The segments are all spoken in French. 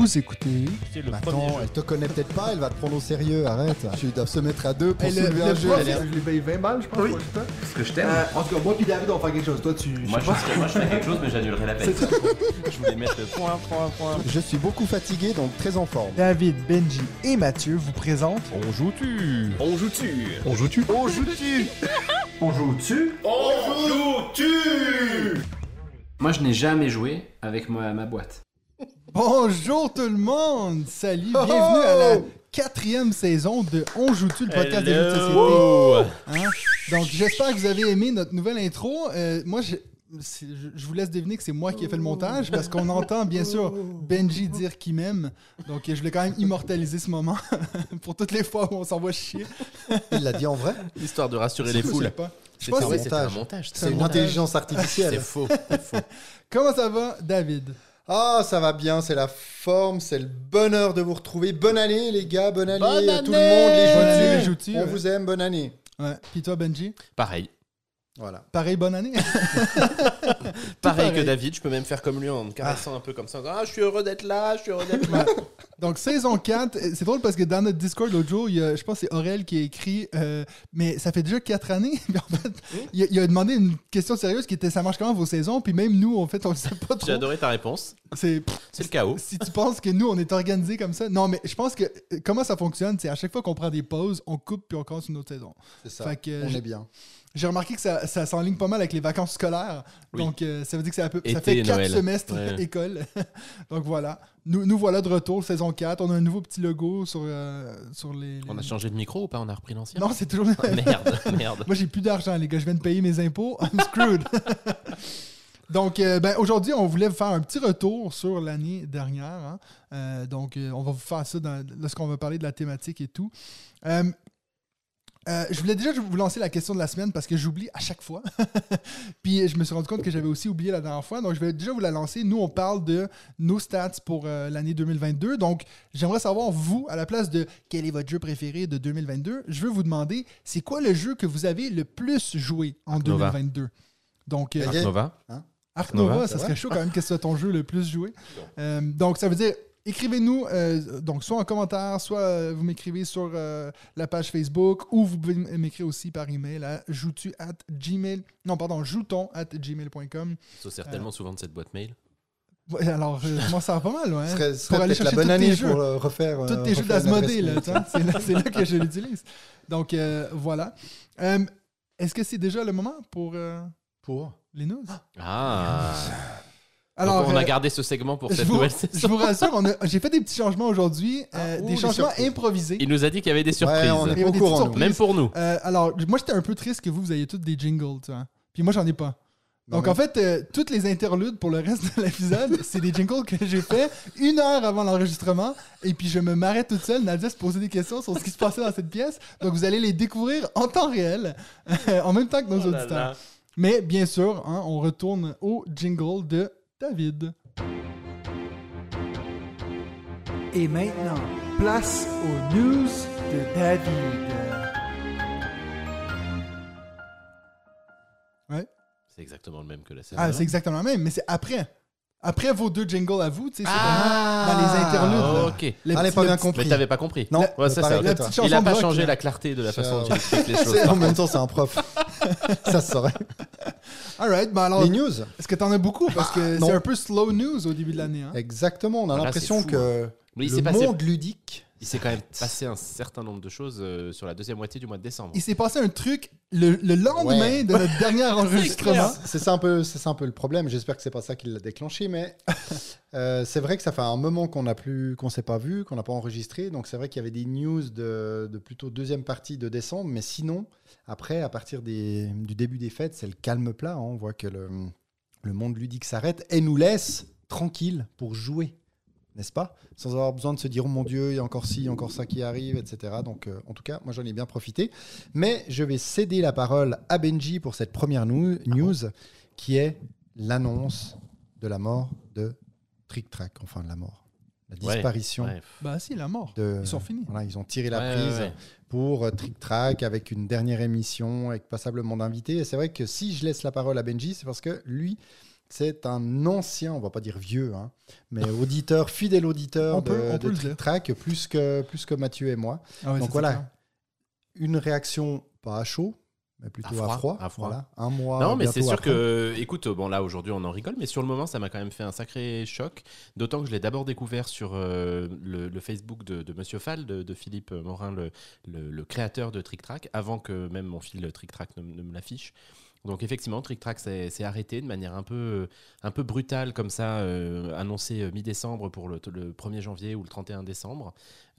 Vous écoutez. C'est le Attends, premier jeu. elle te connaît peut-être pas, elle va te prendre au sérieux, arrête. Tu dois se mettre à deux pour soulever un jeu. Je lui paye 20 balles, je pense. Oui. pour le temps. Parce que je t'aime. En tout cas, moi puis David, on va faire quelque chose. Toi, tu. Moi je fais quelque chose, mais j'annulerai la peine. Je voulais mettre point. Je suis beaucoup fatigué, donc très en forme. David, Benji et Mathieu vous présentent. On joue-tu? On joue-tu? On joue-tu? On joue-tu? On joue-tu? Moi, je n'ai jamais joué avec ma boîte. Bonjour tout le monde! Salut, bienvenue à la 4e saison de On joue-tu, le podcast des jeux de société. Hein? Donc, j'espère que vous avez aimé notre nouvelle intro. Moi, je vous laisse deviner que c'est moi qui ai fait le montage parce qu'on entend bien sûr Benji dire qu'il m'aime. Donc, je voulais quand même immortaliser ce moment pour toutes les fois où on s'envoie chier. Il l'a dit en vrai? Histoire de rassurer les Je sais foules. pas. C'est pense vrai, que c'était un montage. montage. C'est une montage. intelligence artificielle. C'est faux. Comment ça va, David? Ah, ça va bien, c'est la forme, c'est le bonheur de vous retrouver. Bonne année, les gars, bonne année à tout le monde, Bonne année, les les joutus. joutus, On ouais. vous aime, bonne année. Ouais. Puis toi, Benji? Pareil. Voilà. Pareil, bonne année. Pareil que David, je peux même faire comme lui en me caressant un peu comme ça. Ah, je suis heureux d'être là, je suis heureux d'être là. Donc, saison 4, c'est drôle parce que dans notre Discord l'autre jour, il y a, je pense que c'est Aurel qui a écrit mais ça fait déjà 4 années. Puis en fait, il a demandé une question sérieuse qui était ça marche comment vos saisons? Puis même nous, en fait, on ne sait pas trop. J'ai adoré ta réponse. C'est le chaos. Si tu penses que nous, on est organisés comme ça. Non, mais je pense que comment ça fonctionne, c'est à chaque fois qu'on prend des pauses, on coupe puis on commence une autre saison. C'est ça, Fait que, on est bien. J'ai remarqué que ça s'enligne pas mal avec les vacances scolaires. Oui. Donc, ça veut dire que ça Été fait et 4 Noël. semestres Ouais. école. Donc, voilà. Nous voilà de retour, saison 4. On a un nouveau petit logo sur les... On a changé de micro ou pas? On a repris l'ancien? Non, c'est toujours le Ah, même. merde. Moi, j'ai plus d'argent, les gars. Je viens de payer mes impôts. I'm screwed. Donc, aujourd'hui, on voulait vous faire un petit retour sur l'année dernière. Hein. Donc, on va vous faire ça lorsqu'on va parler de la thématique et tout. Je voulais déjà vous lancer la question de la semaine parce que j'oublie à chaque fois. Puis je me suis rendu compte que j'avais aussi oublié la dernière fois. Donc je vais déjà vous la lancer. Nous, on parle de nos stats pour l'année 2022. Donc j'aimerais savoir, vous, à la place de quel est votre jeu préféré de 2022, je veux vous demander, c'est quoi le jeu que vous avez le plus joué en Ark Nova. 2022? Donc, Ok. Ark Nova. Ark Nova, Nova, c'est ça vrai? serait chaud quand même que ce soit ton jeu le plus joué. Donc, ça veut dire, écrivez-nous, donc soit en commentaire, soit vous m'écrivez sur la page Facebook, ou vous pouvez m'écrire aussi par email à jouton@gmail.com. Ça sert tellement souvent de cette boîte mail. Ouais, alors, je m'en sers pas mal, ouais. Ce serait Pour aller peut-être la chercher bonne tous tes année jeux. pour refaire. Tous tes jeux refaire d'Asmodée, là, l'adresse tu sais, c'est là que je l'utilise. Donc, voilà. Est-ce que c'est déjà le moment pour Pour les news? Ah. Alors, Donc, on a gardé ce segment pour je cette vous, nouvelle je saison. vous rassure, j'ai fait des petits changements aujourd'hui, ouh, des des changements surprises. improvisés. Il nous a dit qu'il y avait des surprises. on est Il y avait pas au des courant, petites nous. surprises. Même pour nous. Alors, moi, j'étais un peu triste que vous ayez tous des jingles, tu vois. Puis moi, j'en ai pas. Donc, Ouais. en fait, toutes les interludes pour le reste de l'épisode, c'est des jingles que j'ai fait 1 heure avant l'enregistrement. Et puis, je me marrais toute seule. Nadia se posait des questions sur ce qui se passait dans cette pièce. Donc, vous allez les découvrir en temps réel, en même temps que nos Oh là auditeurs. là. Mais, bien sûr, hein, on retourne au jingle de David. Et maintenant, place aux news de David. C'est exactement le même que la saison. Ah, c'est exactement le même, mais c'est après. Après vos 2 jingles à vous, tu sais, c'est dans les interludes. là. Ok. Les Ah, petits- pas bien le petit- compris. Mais t'avais pas compris. Non, Ouais, c'est pareil ça. que la toi. petite chanson Il a de pas rock, changé là. la clarté de la façon dont C'est- il explique les choses. En même temps, c'est un prof. Ça se saurait. Alright, ben alors, Les news. est-ce que t'en as beaucoup? Parce que non. c'est un peu slow news au début de l'année. Hein? Exactement, on a Là, l'impression c'est fou, que Mais il le s'est passé, monde ludique. il s'est quand même passé un certain nombre de choses sur la deuxième moitié du mois de décembre. Il s'est passé un truc le lendemain Ouais. de notre dernier enregistrement. C'est ça un peu le problème. J'espère que c'est pas ça qui l'a déclenché, mais c'est vrai que ça fait un moment qu'on s'est pas vu, qu'on n'a pas enregistré. Donc c'est vrai qu'il y avait des news de plutôt deuxième partie de décembre, mais sinon après, à partir du début des fêtes, c'est le calme plat. Hein. On voit que le monde ludique s'arrête et nous laisse tranquilles pour jouer. N'est-ce pas? Sans avoir besoin de se dire, oh mon Dieu, il y a encore ci, encore ça qui arrive, etc. Donc, en tout cas, moi, j'en ai bien profité. Mais je vais céder la parole à Benji pour cette première news, qui est l'annonce de la mort de Trick Track. Enfin, de la mort. La disparition Ouais. Bah si, la mort. de... Ils sont finis. Voilà, ils ont tiré la Ouais, prise ouais. pour Trick Track avec une dernière émission, avec passablement d'invités. Et c'est vrai que si je laisse la parole à Benji, c'est parce que lui... C'est un ancien, on va pas dire vieux, hein, mais fidèle auditeur de Trick Track, plus que Mathieu et moi. Ah ouais, donc ça, voilà, c'est clair. une réaction pas à chaud, mais plutôt à froid. Voilà, un mois. Non, mais c'est sûr après. que, écoute, bon là aujourd'hui on en rigole, mais sur le moment ça m'a quand même fait un sacré choc. D'autant que je l'ai d'abord découvert sur le Facebook de Monsieur Fall, de Philippe Morin, le créateur de Trick Track, avant que même mon fil Trick Track ne me l'affiche. Donc effectivement, Trick Track s'est arrêté de manière un peu brutale comme ça, annoncé mi-décembre pour le 1er janvier ou le 31 décembre.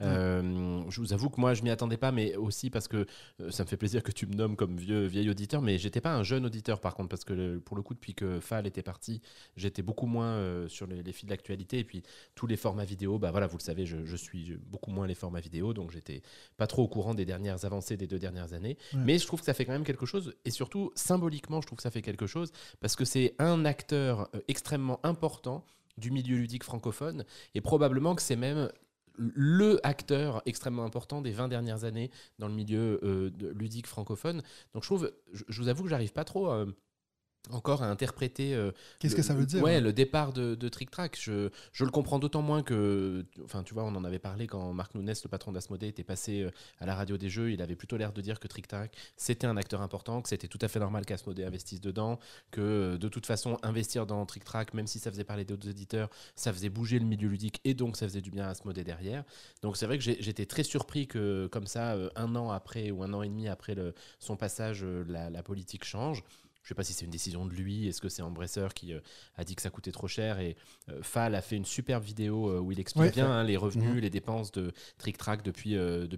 Je vous avoue que moi je m'y attendais pas, mais aussi parce que ça me fait plaisir que tu me nommes comme vieil auditeur, mais j'étais pas un jeune auditeur par contre, parce que pour le coup depuis que Fall était parti, j'étais beaucoup moins sur les fils d'actualité, et puis tous les formats vidéo, bah voilà, vous le savez, je suis beaucoup moins les formats vidéo, donc j'étais pas trop au courant des dernières avancées des 2 dernières années. Mais je trouve que ça fait quand même quelque chose, et surtout symboliquement je trouve que ça fait quelque chose, parce que c'est un acteur extrêmement important du milieu ludique francophone, et probablement que c'est même le acteur extrêmement important des 20 dernières années dans le milieu ludique francophone. Donc je vous avoue que j'arrive pas trop encore à interpréter Qu'est-ce que ça veut dire, le départ de Trick Track. Je le comprends d'autant moins que, enfin tu vois, on en avait parlé quand Marc Nounès, le patron d'Asmodée, était passé à la radio des jeux. Il avait plutôt l'air de dire que Trick Track c'était un acteur important, que c'était tout à fait normal qu'Asmodée investisse dedans, que de toute façon investir dans Trick Track, même si ça faisait parler d'autres éditeurs, ça faisait bouger le milieu ludique, et donc ça faisait du bien à Asmodée derrière. Donc c'est vrai que j'étais très surpris que comme ça, 1 an après ou 1 an et demi après son passage, la politique change. Je ne sais pas si c'est une décision de lui, est-ce que c'est Embracer qui a dit que ça coûtait trop cher, et Fall a fait une superbe vidéo où il explique bien les revenus, les dépenses de Trick Track depuis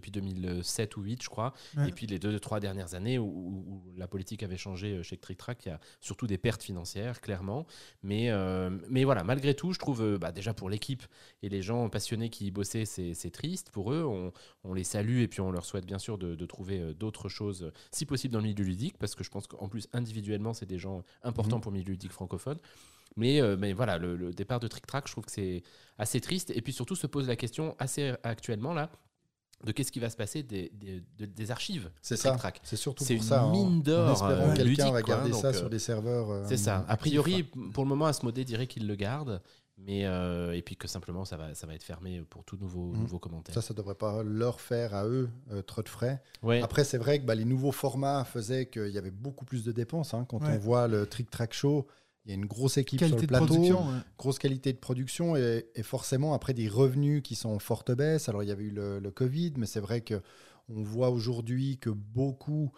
2007 ou 2008 je crois, et puis les 2-3 dernières années où la politique avait changé chez Trick Track, il y a surtout des pertes financières clairement, mais voilà, malgré tout je trouve déjà pour l'équipe et les gens passionnés qui y bossaient, c'est triste pour eux, on les salue, et puis on leur souhaite bien sûr de trouver d'autres choses si possible dans le milieu ludique, parce que je pense qu'en plus individuellement c'est des gens importants pour le milieu ludique francophone. Mais voilà, le départ de Trick Track, je trouve que c'est assez triste. Et puis surtout se pose la question assez actuellement là, de qu'est-ce qui va se passer des archives. C'est Trick ça. Track. C'est surtout c'est pour une ça. mine d'or. En espérant que quelqu'un ludique, va garder quoi, ça donc, sur des serveurs. c'est ça. A priori, pour le moment, Asmodée dirait qu'il le garde. Mais et puis que simplement ça va être fermé pour tout nouveau commentaire. Ça devrait pas leur faire à eux trop de frais. Ouais. Après, c'est vrai que les nouveaux formats faisaient qu'il y avait beaucoup plus de dépenses. Hein. Quand on voit le Trick Track Show, il y a une grosse équipe sur le plateau, grosse qualité de production, et forcément après des revenus qui sont en forte baisse. Alors il y avait eu le Covid, mais c'est vrai que on voit aujourd'hui que beaucoup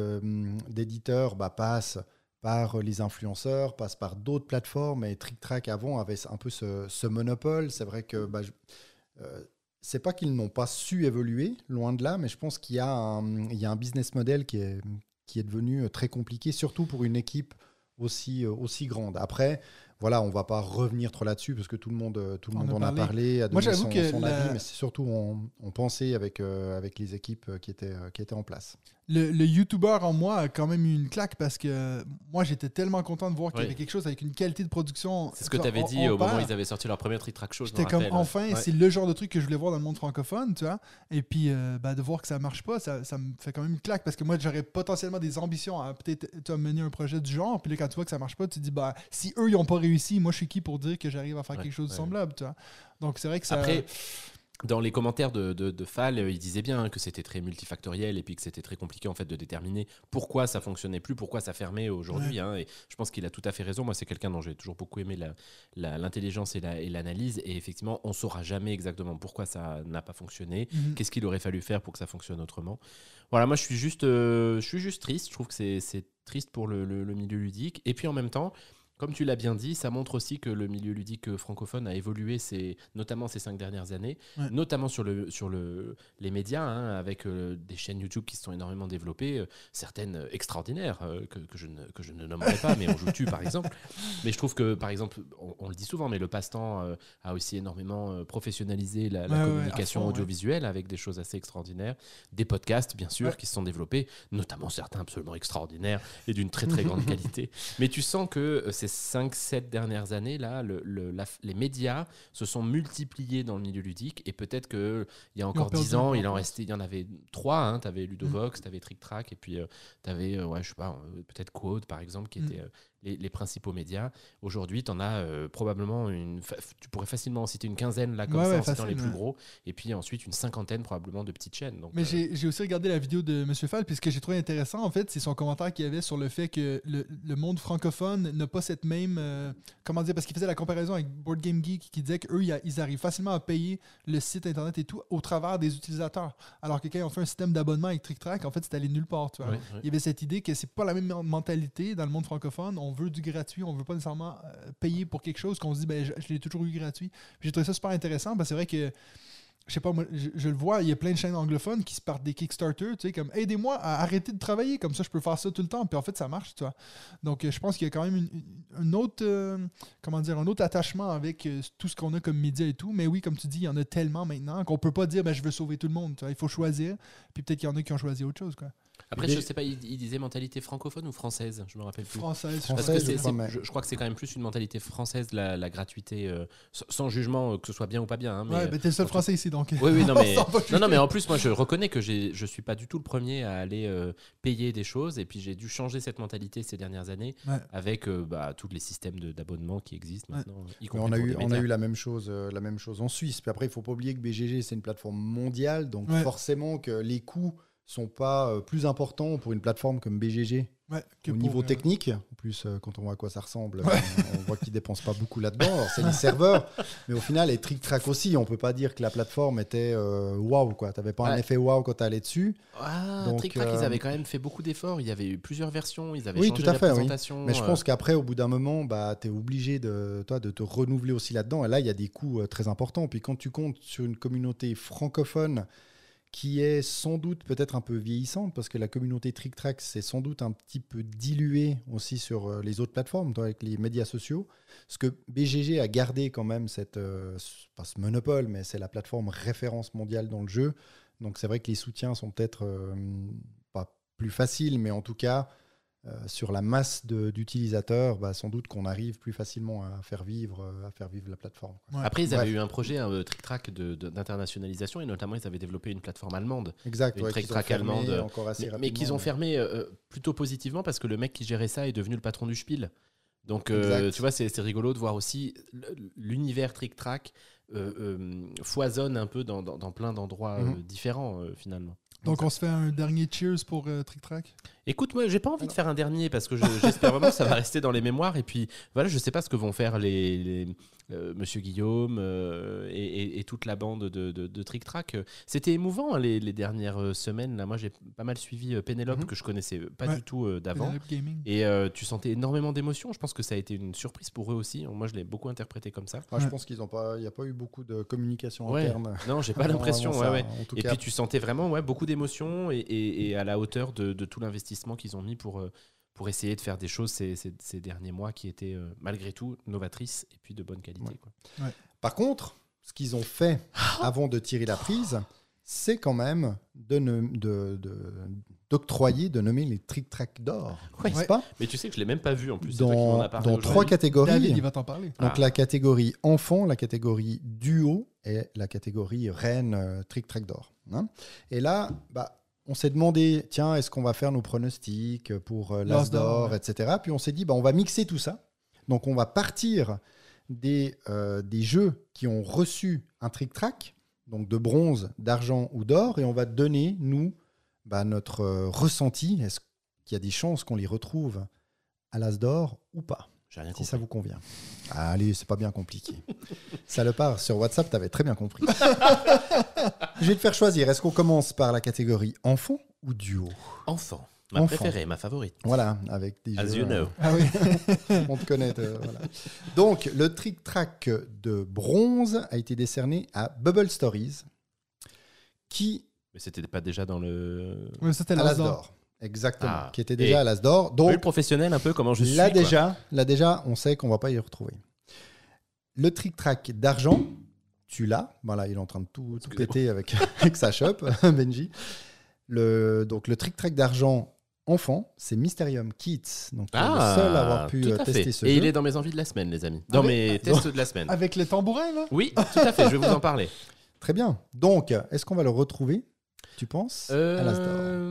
d'éditeurs passent par les influenceurs, passe par d'autres plateformes, et Trick Track avant avait un peu ce monopole. C'est vrai que c'est pas qu'ils n'ont pas su évoluer, loin de là, mais je pense qu'il y a un business model qui est devenu très compliqué, surtout pour une équipe aussi grande. Après, voilà, on va pas revenir trop là-dessus parce que tout le monde en a parlé, a donné son avis, mais c'est surtout on pensait avec les équipes qui étaient en place. Le YouTuber en moi a quand même eu une claque, parce que moi j'étais tellement content de voir qu'il y avait quelque chose avec une qualité de production. C'est ce que tu avais dit au moment où ils avaient sorti leur premier Trick Track Show. J'étais comme c'est le genre de truc que je voulais voir dans le monde francophone, tu vois. Et puis de voir que ça marche pas, ça me fait quand même une claque, parce que moi j'aurais potentiellement des ambitions à peut-être mener un projet du genre. Puis là, quand tu vois que ça marche pas, tu te dis si eux ils ont pas réussi, moi je suis qui pour dire que j'arrive à faire quelque chose de semblable, tu vois. Donc c'est vrai que ça. Après, dans les commentaires de Fall, il disait bien que c'était très multifactoriel, et puis que c'était très compliqué en fait de déterminer pourquoi ça fonctionnait plus, pourquoi ça fermait aujourd'hui. Et je pense qu'il a tout à fait raison. Moi, c'est quelqu'un dont j'ai toujours beaucoup aimé l'intelligence et l'analyse. Et effectivement, on saura jamais exactement pourquoi ça n'a pas fonctionné. Qu'est-ce qu'il aurait fallu faire pour que ça fonctionne autrement. Voilà, moi je suis juste triste. Je trouve que c'est triste pour le milieu ludique. Et puis en même temps, comme tu l'as bien dit, ça montre aussi que le milieu ludique francophone a évolué notamment ces 5 dernières années, notamment sur les médias, avec des chaînes YouTube qui se sont énormément développées, certaines extraordinaires, que je ne nommerai pas, mais on joue-tu par exemple. Mais je trouve que, par exemple, on le dit souvent, mais le passe-temps a aussi énormément professionnalisé la communication audiovisuelle, avec des choses assez extraordinaires, des podcasts bien sûr qui se sont développés, notamment certains absolument extraordinaires et d'une très très grande qualité. Mais tu sens que ces 5-7 dernières années, là, les médias se sont multipliés dans le milieu ludique, et peut-être qu'il y a encore 10 ans, il y en avait 3. Tu avais Ludovox, tu avais Trick Track, et puis tu avais, je sais pas, peut-être Quote, par exemple, qui les principaux médias. Aujourd'hui, tu en as probablement tu pourrais facilement en citer une quinzaine là, comme ça, en citant les plus gros. Et puis ensuite, une cinquantaine probablement de petites chaînes. Donc, mais j'ai aussi regardé la vidéo de M. Fall, puis ce que j'ai trouvé intéressant, en fait, c'est son commentaire qu'il y avait sur le fait que le monde francophone n'a pas cette même... comment dire, parce qu'il faisait la comparaison avec Board Game Geek, qui disait qu'eux, ils arrivent facilement à payer le site Internet et tout au travers des utilisateurs. Alors que quand ils ont fait un système d'abonnement avec Trick Track, en fait, c'est allé nulle part. Tu vois. Il y avait cette idée que c'est pas la même mentalité dans le monde francophone. On veut du gratuit, on veut pas nécessairement payer pour quelque chose qu'on se dit, ben, je l'ai toujours eu gratuit. Puis j'ai trouvé ça super intéressant, parce que c'est vrai que je sais pas, moi, je le vois, il y a plein de chaînes anglophones qui se partent des Kickstarter, tu sais, comme aidez-moi à arrêter de travailler, comme ça je peux faire ça tout le temps. Puis en fait, ça marche, tu vois. Donc je pense qu'il y a quand même un autre attachement avec tout ce qu'on a comme médias et tout. Mais oui, comme tu dis, il y en a tellement maintenant qu'on peut pas dire ben, je veux sauver tout le monde. Tu vois. Il faut choisir. Puis peut-être qu'il y en a qui ont choisi autre chose, quoi. Après, je sais pas, il disait mentalité francophone ou française, je me rappelle plus. Française. Parce que je crois que c'est quand même plus une mentalité française, la gratuité, sans jugement que ce soit bien ou pas bien. Hein, mais, ouais, t'es le seul français ici, donc. Oui, non, mais en plus, moi, je reconnais que je suis pas du tout le premier à aller payer des choses, et puis j'ai dû changer cette mentalité ces dernières années avec tous les systèmes d'abonnement qui existent maintenant. On a eu la même chose en Suisse. Puis après, il faut pas oublier que BGG, c'est une plateforme mondiale, donc forcément que les coûts sont pas plus importants pour une plateforme comme BGG au niveau technique. En plus, quand on voit à quoi ça ressemble, on voit qu'ils dépensent pas beaucoup là-dedans. Alors, c'est les serveurs, mais au final, les Trick Track aussi, on peut pas dire que la plateforme était waouh, quoi. T'avais pas un effet waouh quand t'allais dessus. Donc, Trick Track, ils avaient quand même fait beaucoup d'efforts. Il y avait eu plusieurs versions, ils avaient changé la présentation. Mais je pense qu'après, au bout d'un moment, t'es obligé de te renouveler aussi là-dedans. Et là, il y a des coûts très importants. Puis quand tu comptes sur une communauté francophone qui est sans doute peut-être un peu vieillissante, parce que la communauté Trick Track s'est sans doute un petit peu diluée aussi sur les autres plateformes, avec les médias sociaux. Parce que BGG a gardé quand même pas ce monopole, mais c'est la plateforme référence mondiale dans le jeu. Donc c'est vrai que les soutiens sont peut-être pas plus faciles, mais en tout cas, sur la masse d'utilisateurs, sans doute qu'on arrive plus facilement à faire vivre la plateforme. Ouais. Après, ils avaient eu un projet Trick Track d'internationalisation, et notamment, ils avaient développé une plateforme allemande. Exact, une Trick Track allemande. Mais qu'ils ont fermé plutôt positivement, parce que le mec qui gérait ça est devenu le patron du Spiel. Donc, tu vois, c'est rigolo de voir aussi l'univers Trick Track foisonne un peu dans plein d'endroits différents, finalement. Donc, on se fait un dernier cheers pour Trick Track. Écoute, moi, j'ai pas envie de faire un dernier parce que j'espère vraiment que ça va rester dans les mémoires. Et puis, voilà, je sais pas ce que vont faire Monsieur Guillaume et toute la bande de Trick Track. C'était émouvant les dernières semaines. Là, moi, j'ai pas mal suivi Pénélope que je connaissais pas du tout d'avant. Et tu sentais énormément d'émotions. Je pense que ça a été une surprise pour eux aussi. Moi, je l'ai beaucoup interprété comme ça. Je pense qu'il n'y a pas eu beaucoup de communication interne. Non, j'ai pas l'impression. Et puis, tu sentais vraiment beaucoup d'émotions et à la hauteur de tout l'investissement qu'ils ont mis pour essayer de faire des choses ces derniers mois qui étaient malgré tout novatrices et puis de bonne qualité. Quoi. Par contre, ce qu'ils ont fait avant de tirer la prise, c'est quand même d'octroyer, de nommer les Trick Track d'or, n'est-ce pas ? Mais tu sais que je ne l'ai même pas vu en plus. Dans 3 catégories. David, il va t'en parler. Donc la catégorie enfant, la catégorie duo et la catégorie reine Trick Track d'or. Hein ? Et là, on s'est demandé, tiens, est-ce qu'on va faire nos pronostics pour l'As d'or, etc. Puis on s'est dit, on va mixer tout ça. Donc on va partir des jeux qui ont reçu un Trick Track, donc de bronze, d'argent ou d'or, et on va donner, nous, notre ressenti. Est-ce qu'il y a des chances qu'on les retrouve à l'As d'or ou pas ? Si ça vous convient. Allez, c'est pas bien compliqué. Salopard, sur WhatsApp, t'avais très bien compris. Je vais te faire choisir. Est-ce qu'on commence par la catégorie enfant ou duo ? Enfant. Ma préférée, ma favorite. Voilà, avec des As jeux... you know. Ah oui. On te connaît. Voilà. Donc, le Trick Track de bronze a été décerné à Bubble Stories, qui... Mais c'était pas déjà dans le... Oui, c'était l'As d'or. Exactement, qui était déjà à l'As d'or. Donc, le professionnel, un peu comment je suis. Là déjà, on sait qu'on ne va pas y retrouver. Le Trick Track d'argent, tu l'as. Voilà, il est en train de tout péter avec sa shop, Benji. Donc, le Trick Track d'argent enfant, c'est Mysterium Kids. Donc, tu es le seul à avoir pu tester ce jeu. Et il est dans mes envies de la semaine, les amis. Dans mes tests de la semaine. Avec les tambourins, là ? Oui, tout à fait. Je vais vous en parler. Très bien. Donc, est-ce qu'on va le retrouver, tu penses, à l'As d'or ?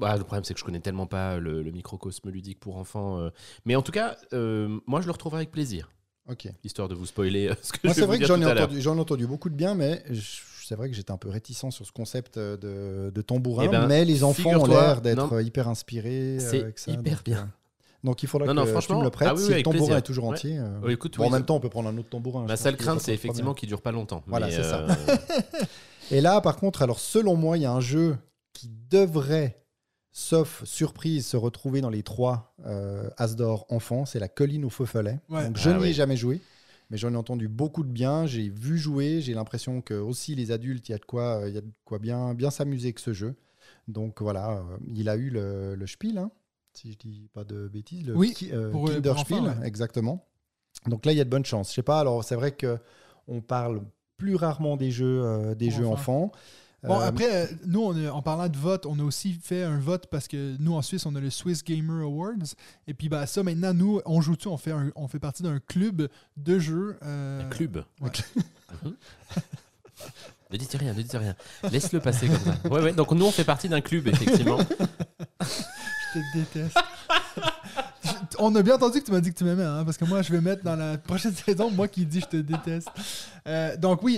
le problème, c'est que je connais tellement pas le microcosme ludique pour enfants. Mais en tout cas, moi, je le retrouverai avec plaisir. Ok. Histoire de vous spoiler ce que Moi, je vais c'est vrai vous que dire tout à l'heure. j'en ai entendu beaucoup de bien, mais c'est vrai que j'étais un peu réticent sur ce concept de tambourin. Eh ben, mais les enfants ont figure-toi- l'air d'être non. hyper inspirés. C'est avec ça, hyper donc, bien. Donc il faudra Non, que tu franchement, me le prêtes. ah oui, si oui, le avec tambourin plaisir. est toujours Ouais. entier. Écoute, Bon, oui, en même temps, on peut prendre un autre tambourin. ma je pense seule qu'il y a crainte, pas c'est de effectivement problème. qu'il dure pas longtemps. Voilà, Mais, c'est ça. Et là, par contre, alors selon moi, il y a un jeu qui devrait, sauf surprise, se retrouver dans les 3 As d'or enfants. C'est la Colline au feu follet. Ouais. Donc je Ah n'y ai oui. jamais joué, mais j'en ai entendu beaucoup de bien. J'ai vu jouer. J'ai l'impression que aussi les adultes, il y a de quoi bien s'amuser avec ce jeu. Donc voilà, il a eu le Spiel, hein, si je dis pas de bêtises, le Oui, pour Kinderspiel, enfants, ouais. exactement. Donc là, il y a de bonnes chances. Je sais pas. Alors c'est vrai que on parle plus rarement des jeux enfants. Bon, après, nous, en parlant de vote, on a aussi fait un vote parce que nous, en Suisse, on a le Swiss Gamer Awards. Et puis, bah, ça, maintenant, nous, on joue dessus, on fait partie d'un club de jeux. Un club. Ouais. Ne dites rien, ne dites rien. Laisse-le passer comme ça. Ouais, donc nous, on fait partie d'un club, effectivement. Je te déteste. On a bien entendu que tu m'as dit que tu m'aimais, hein, parce que moi, je vais mettre dans la prochaine saison, moi qui dis je te déteste. Donc oui,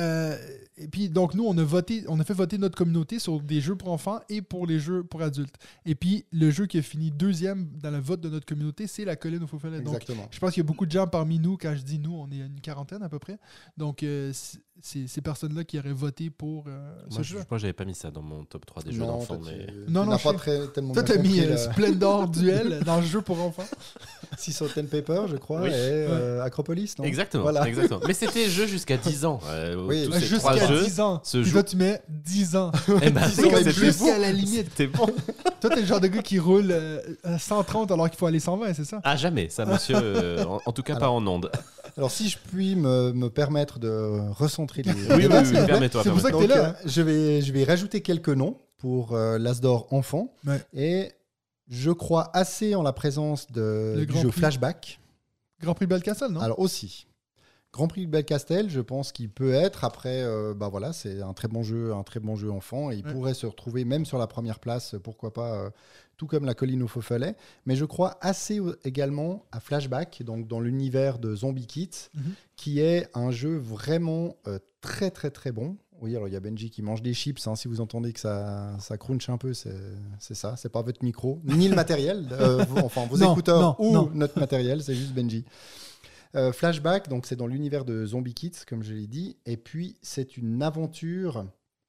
et puis donc nous, on a fait voter notre communauté sur des jeux pour enfants et pour les jeux pour adultes. Et puis le jeu qui a fini 2e dans le vote de notre communauté, c'est la Colline au feu follet. Donc Exactement. je pense qu'il y a beaucoup de gens parmi nous, quand je dis nous, on est une quarantaine à peu près. Donc c'est ces personnes-là qui auraient voté pour ce jeu. Moi, j'avais pas mis ça dans mon top 3 des jeux Non, d'enfants. toi, Mais... Non, tu n'as je pas sais. tellement Toi, bien t'as mis compris le Splendor Duel dans le jeu pour enfants. Six Pen Paper, je crois, Oui. et Acropolis, non? Exactement, Voilà. exactement. Mais c'était jeu jusqu'à 10 ans. Oui. Tous ces 3 Jusqu'à jeux. 10 ans. ce Puis jeu- toi, tu mets 10 ans. Eh ben, C'est comme c'était jusqu'à bon. la limite. C'était bon. Toi, t'es le genre de gars qui roule à 130 alors qu'il faut aller 120, c'est ça? Ah, jamais, ça, monsieur. En tout cas, pas en onde. Alors, si je puis me permettre de recentrer les Oui, débats, oui, permets-toi. C'est pour ça que donc, t'es là. je vais rajouter quelques noms pour l'As d'or enfant. Ouais. Et je crois assez en la présence Le du Grand jeu Prix. Flashback. Grand Prix Belcastel, non? Alors aussi. Grand Prix de Belcastel, je pense qu'il peut être. Après, bah voilà, c'est un très bon jeu enfant. Et il Ouais. pourrait se retrouver même sur la première place, pourquoi pas, tout comme la Colline au feu follet. Mais je crois assez également à Flashback, donc dans l'univers de Zombie Kids, Mhm. qui est un jeu vraiment très très très bon. Oui, alors il y a Benji qui mange des chips. Hein, si vous entendez que ça crunch un peu, c'est ça. C'est pas votre micro, ni le matériel. Vos Non, écouteurs non, ou non. notre matériel, c'est juste Benji. Flashback, donc c'est dans l'univers de Zombie Kids, comme je l'ai dit. Et puis, c'est une aventure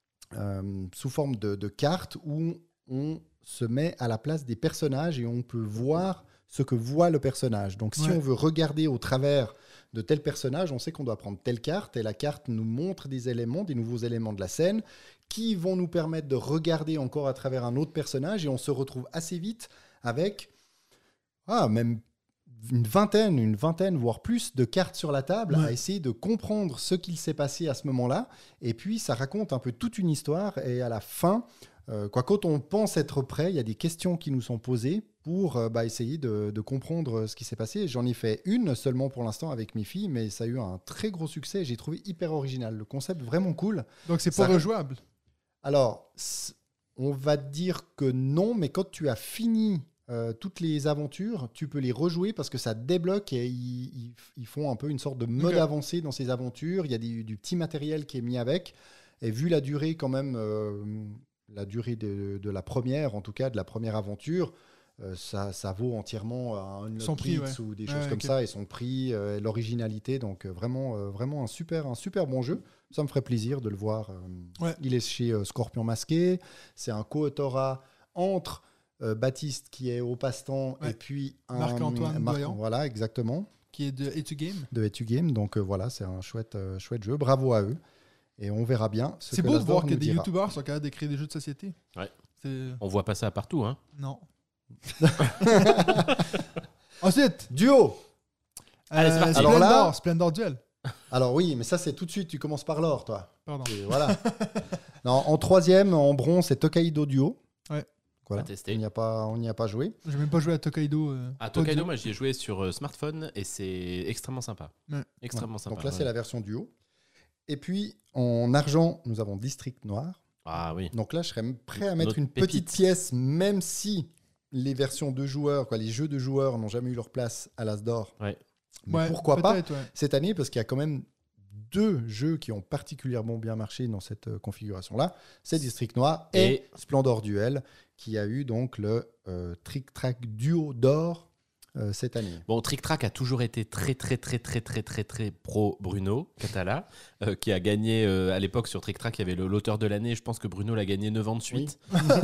sous forme de carte où on se met à la place des personnages et on peut voir ce que voit le personnage. Donc, si Ouais. on veut regarder au travers de tel personnage, on sait qu'on doit prendre telle carte et la carte nous montre des éléments, des nouveaux éléments de la scène qui vont nous permettre de regarder encore à travers un autre personnage et on se retrouve assez vite avec même une vingtaine, voire plus de cartes sur la table Ouais. à essayer de comprendre ce qu'il s'est passé à ce moment-là. Et puis, ça raconte un peu toute une histoire. Et à la fin, quand on pense être prêt, il y a des questions qui nous sont posées pour essayer de comprendre ce qui s'est passé. J'en ai fait une seulement pour l'instant avec mes filles, mais ça a eu un très gros succès. J'ai trouvé hyper original. Le concept vraiment cool. Donc, c'est Ça- pas rejouable. Alors, on va dire que non, mais quand tu as fini toutes les aventures, tu peux les rejouer parce que ça débloque et ils font un peu une sorte de mode Ok. avancé dans ces aventures. Il y a du petit matériel qui est mis avec. Et vu la durée quand même, la durée de la première, en tout cas de la première aventure, ça vaut entièrement un Son prix, Unlock Hits ouais. ou des Ouais, choses comme ok. ça et son prix, l'originalité. Donc vraiment un super bon jeu. Ça me ferait plaisir de le voir. Ouais. Il est chez Scorpion Masqué. C'est un co-autorat entre Baptiste qui est au passe-temps Ouais. et puis Marc-Antoine Doyon. Voilà, exactement, Qui est de Etu Game. de Etu Game. Donc voilà, c'est un chouette jeu. Bravo à eux. Et on verra bien ce C'est que beau de l'As d'Or voir que nous des dira. youtubeurs sont capables de créer des jeux de société. Ouais. C'est... On voit pas ça partout, hein. Non. Ensuite, Duo. Allez, c'est parti. Splendor, Alors là- Splendor Duel. Alors oui, mais ça c'est tout de suite. Tu commences par l'or, toi. Pardon. Et voilà. Non, en troisième, en bronze, c'est Tokaido Duo. Ouais. Voilà. À tester. On n'y a pas joué. J'ai même pas joué à Tokaido. À Tokaido, moi j'y ai joué sur smartphone et c'est extrêmement sympa. Ouais. Extrêmement sympa. Donc là, ouais. c'est la version duo. Et puis, en argent, nous avons District Noir. Ah oui. Donc là, je serais prêt à mettre Notre une pépite. petite pièce, même si les versions de joueurs, les jeux de joueurs n'ont jamais eu leur place à l'As d'or. Ouais. Mais Ouais, pourquoi pas peut-être, ouais. cette année, parce qu'il y a quand même 2 jeux qui ont particulièrement bien marché dans cette configuration-là. C'est District Noir et Splendor Duel, qui a eu donc le Trick Track Duo d'or cette année. Bon, Trick Track a toujours été très pro Bruno Catala, qui a gagné à l'époque sur Trick Track. Il y avait l'auteur de l'année. Je pense que Bruno l'a gagné 9 ans de suite.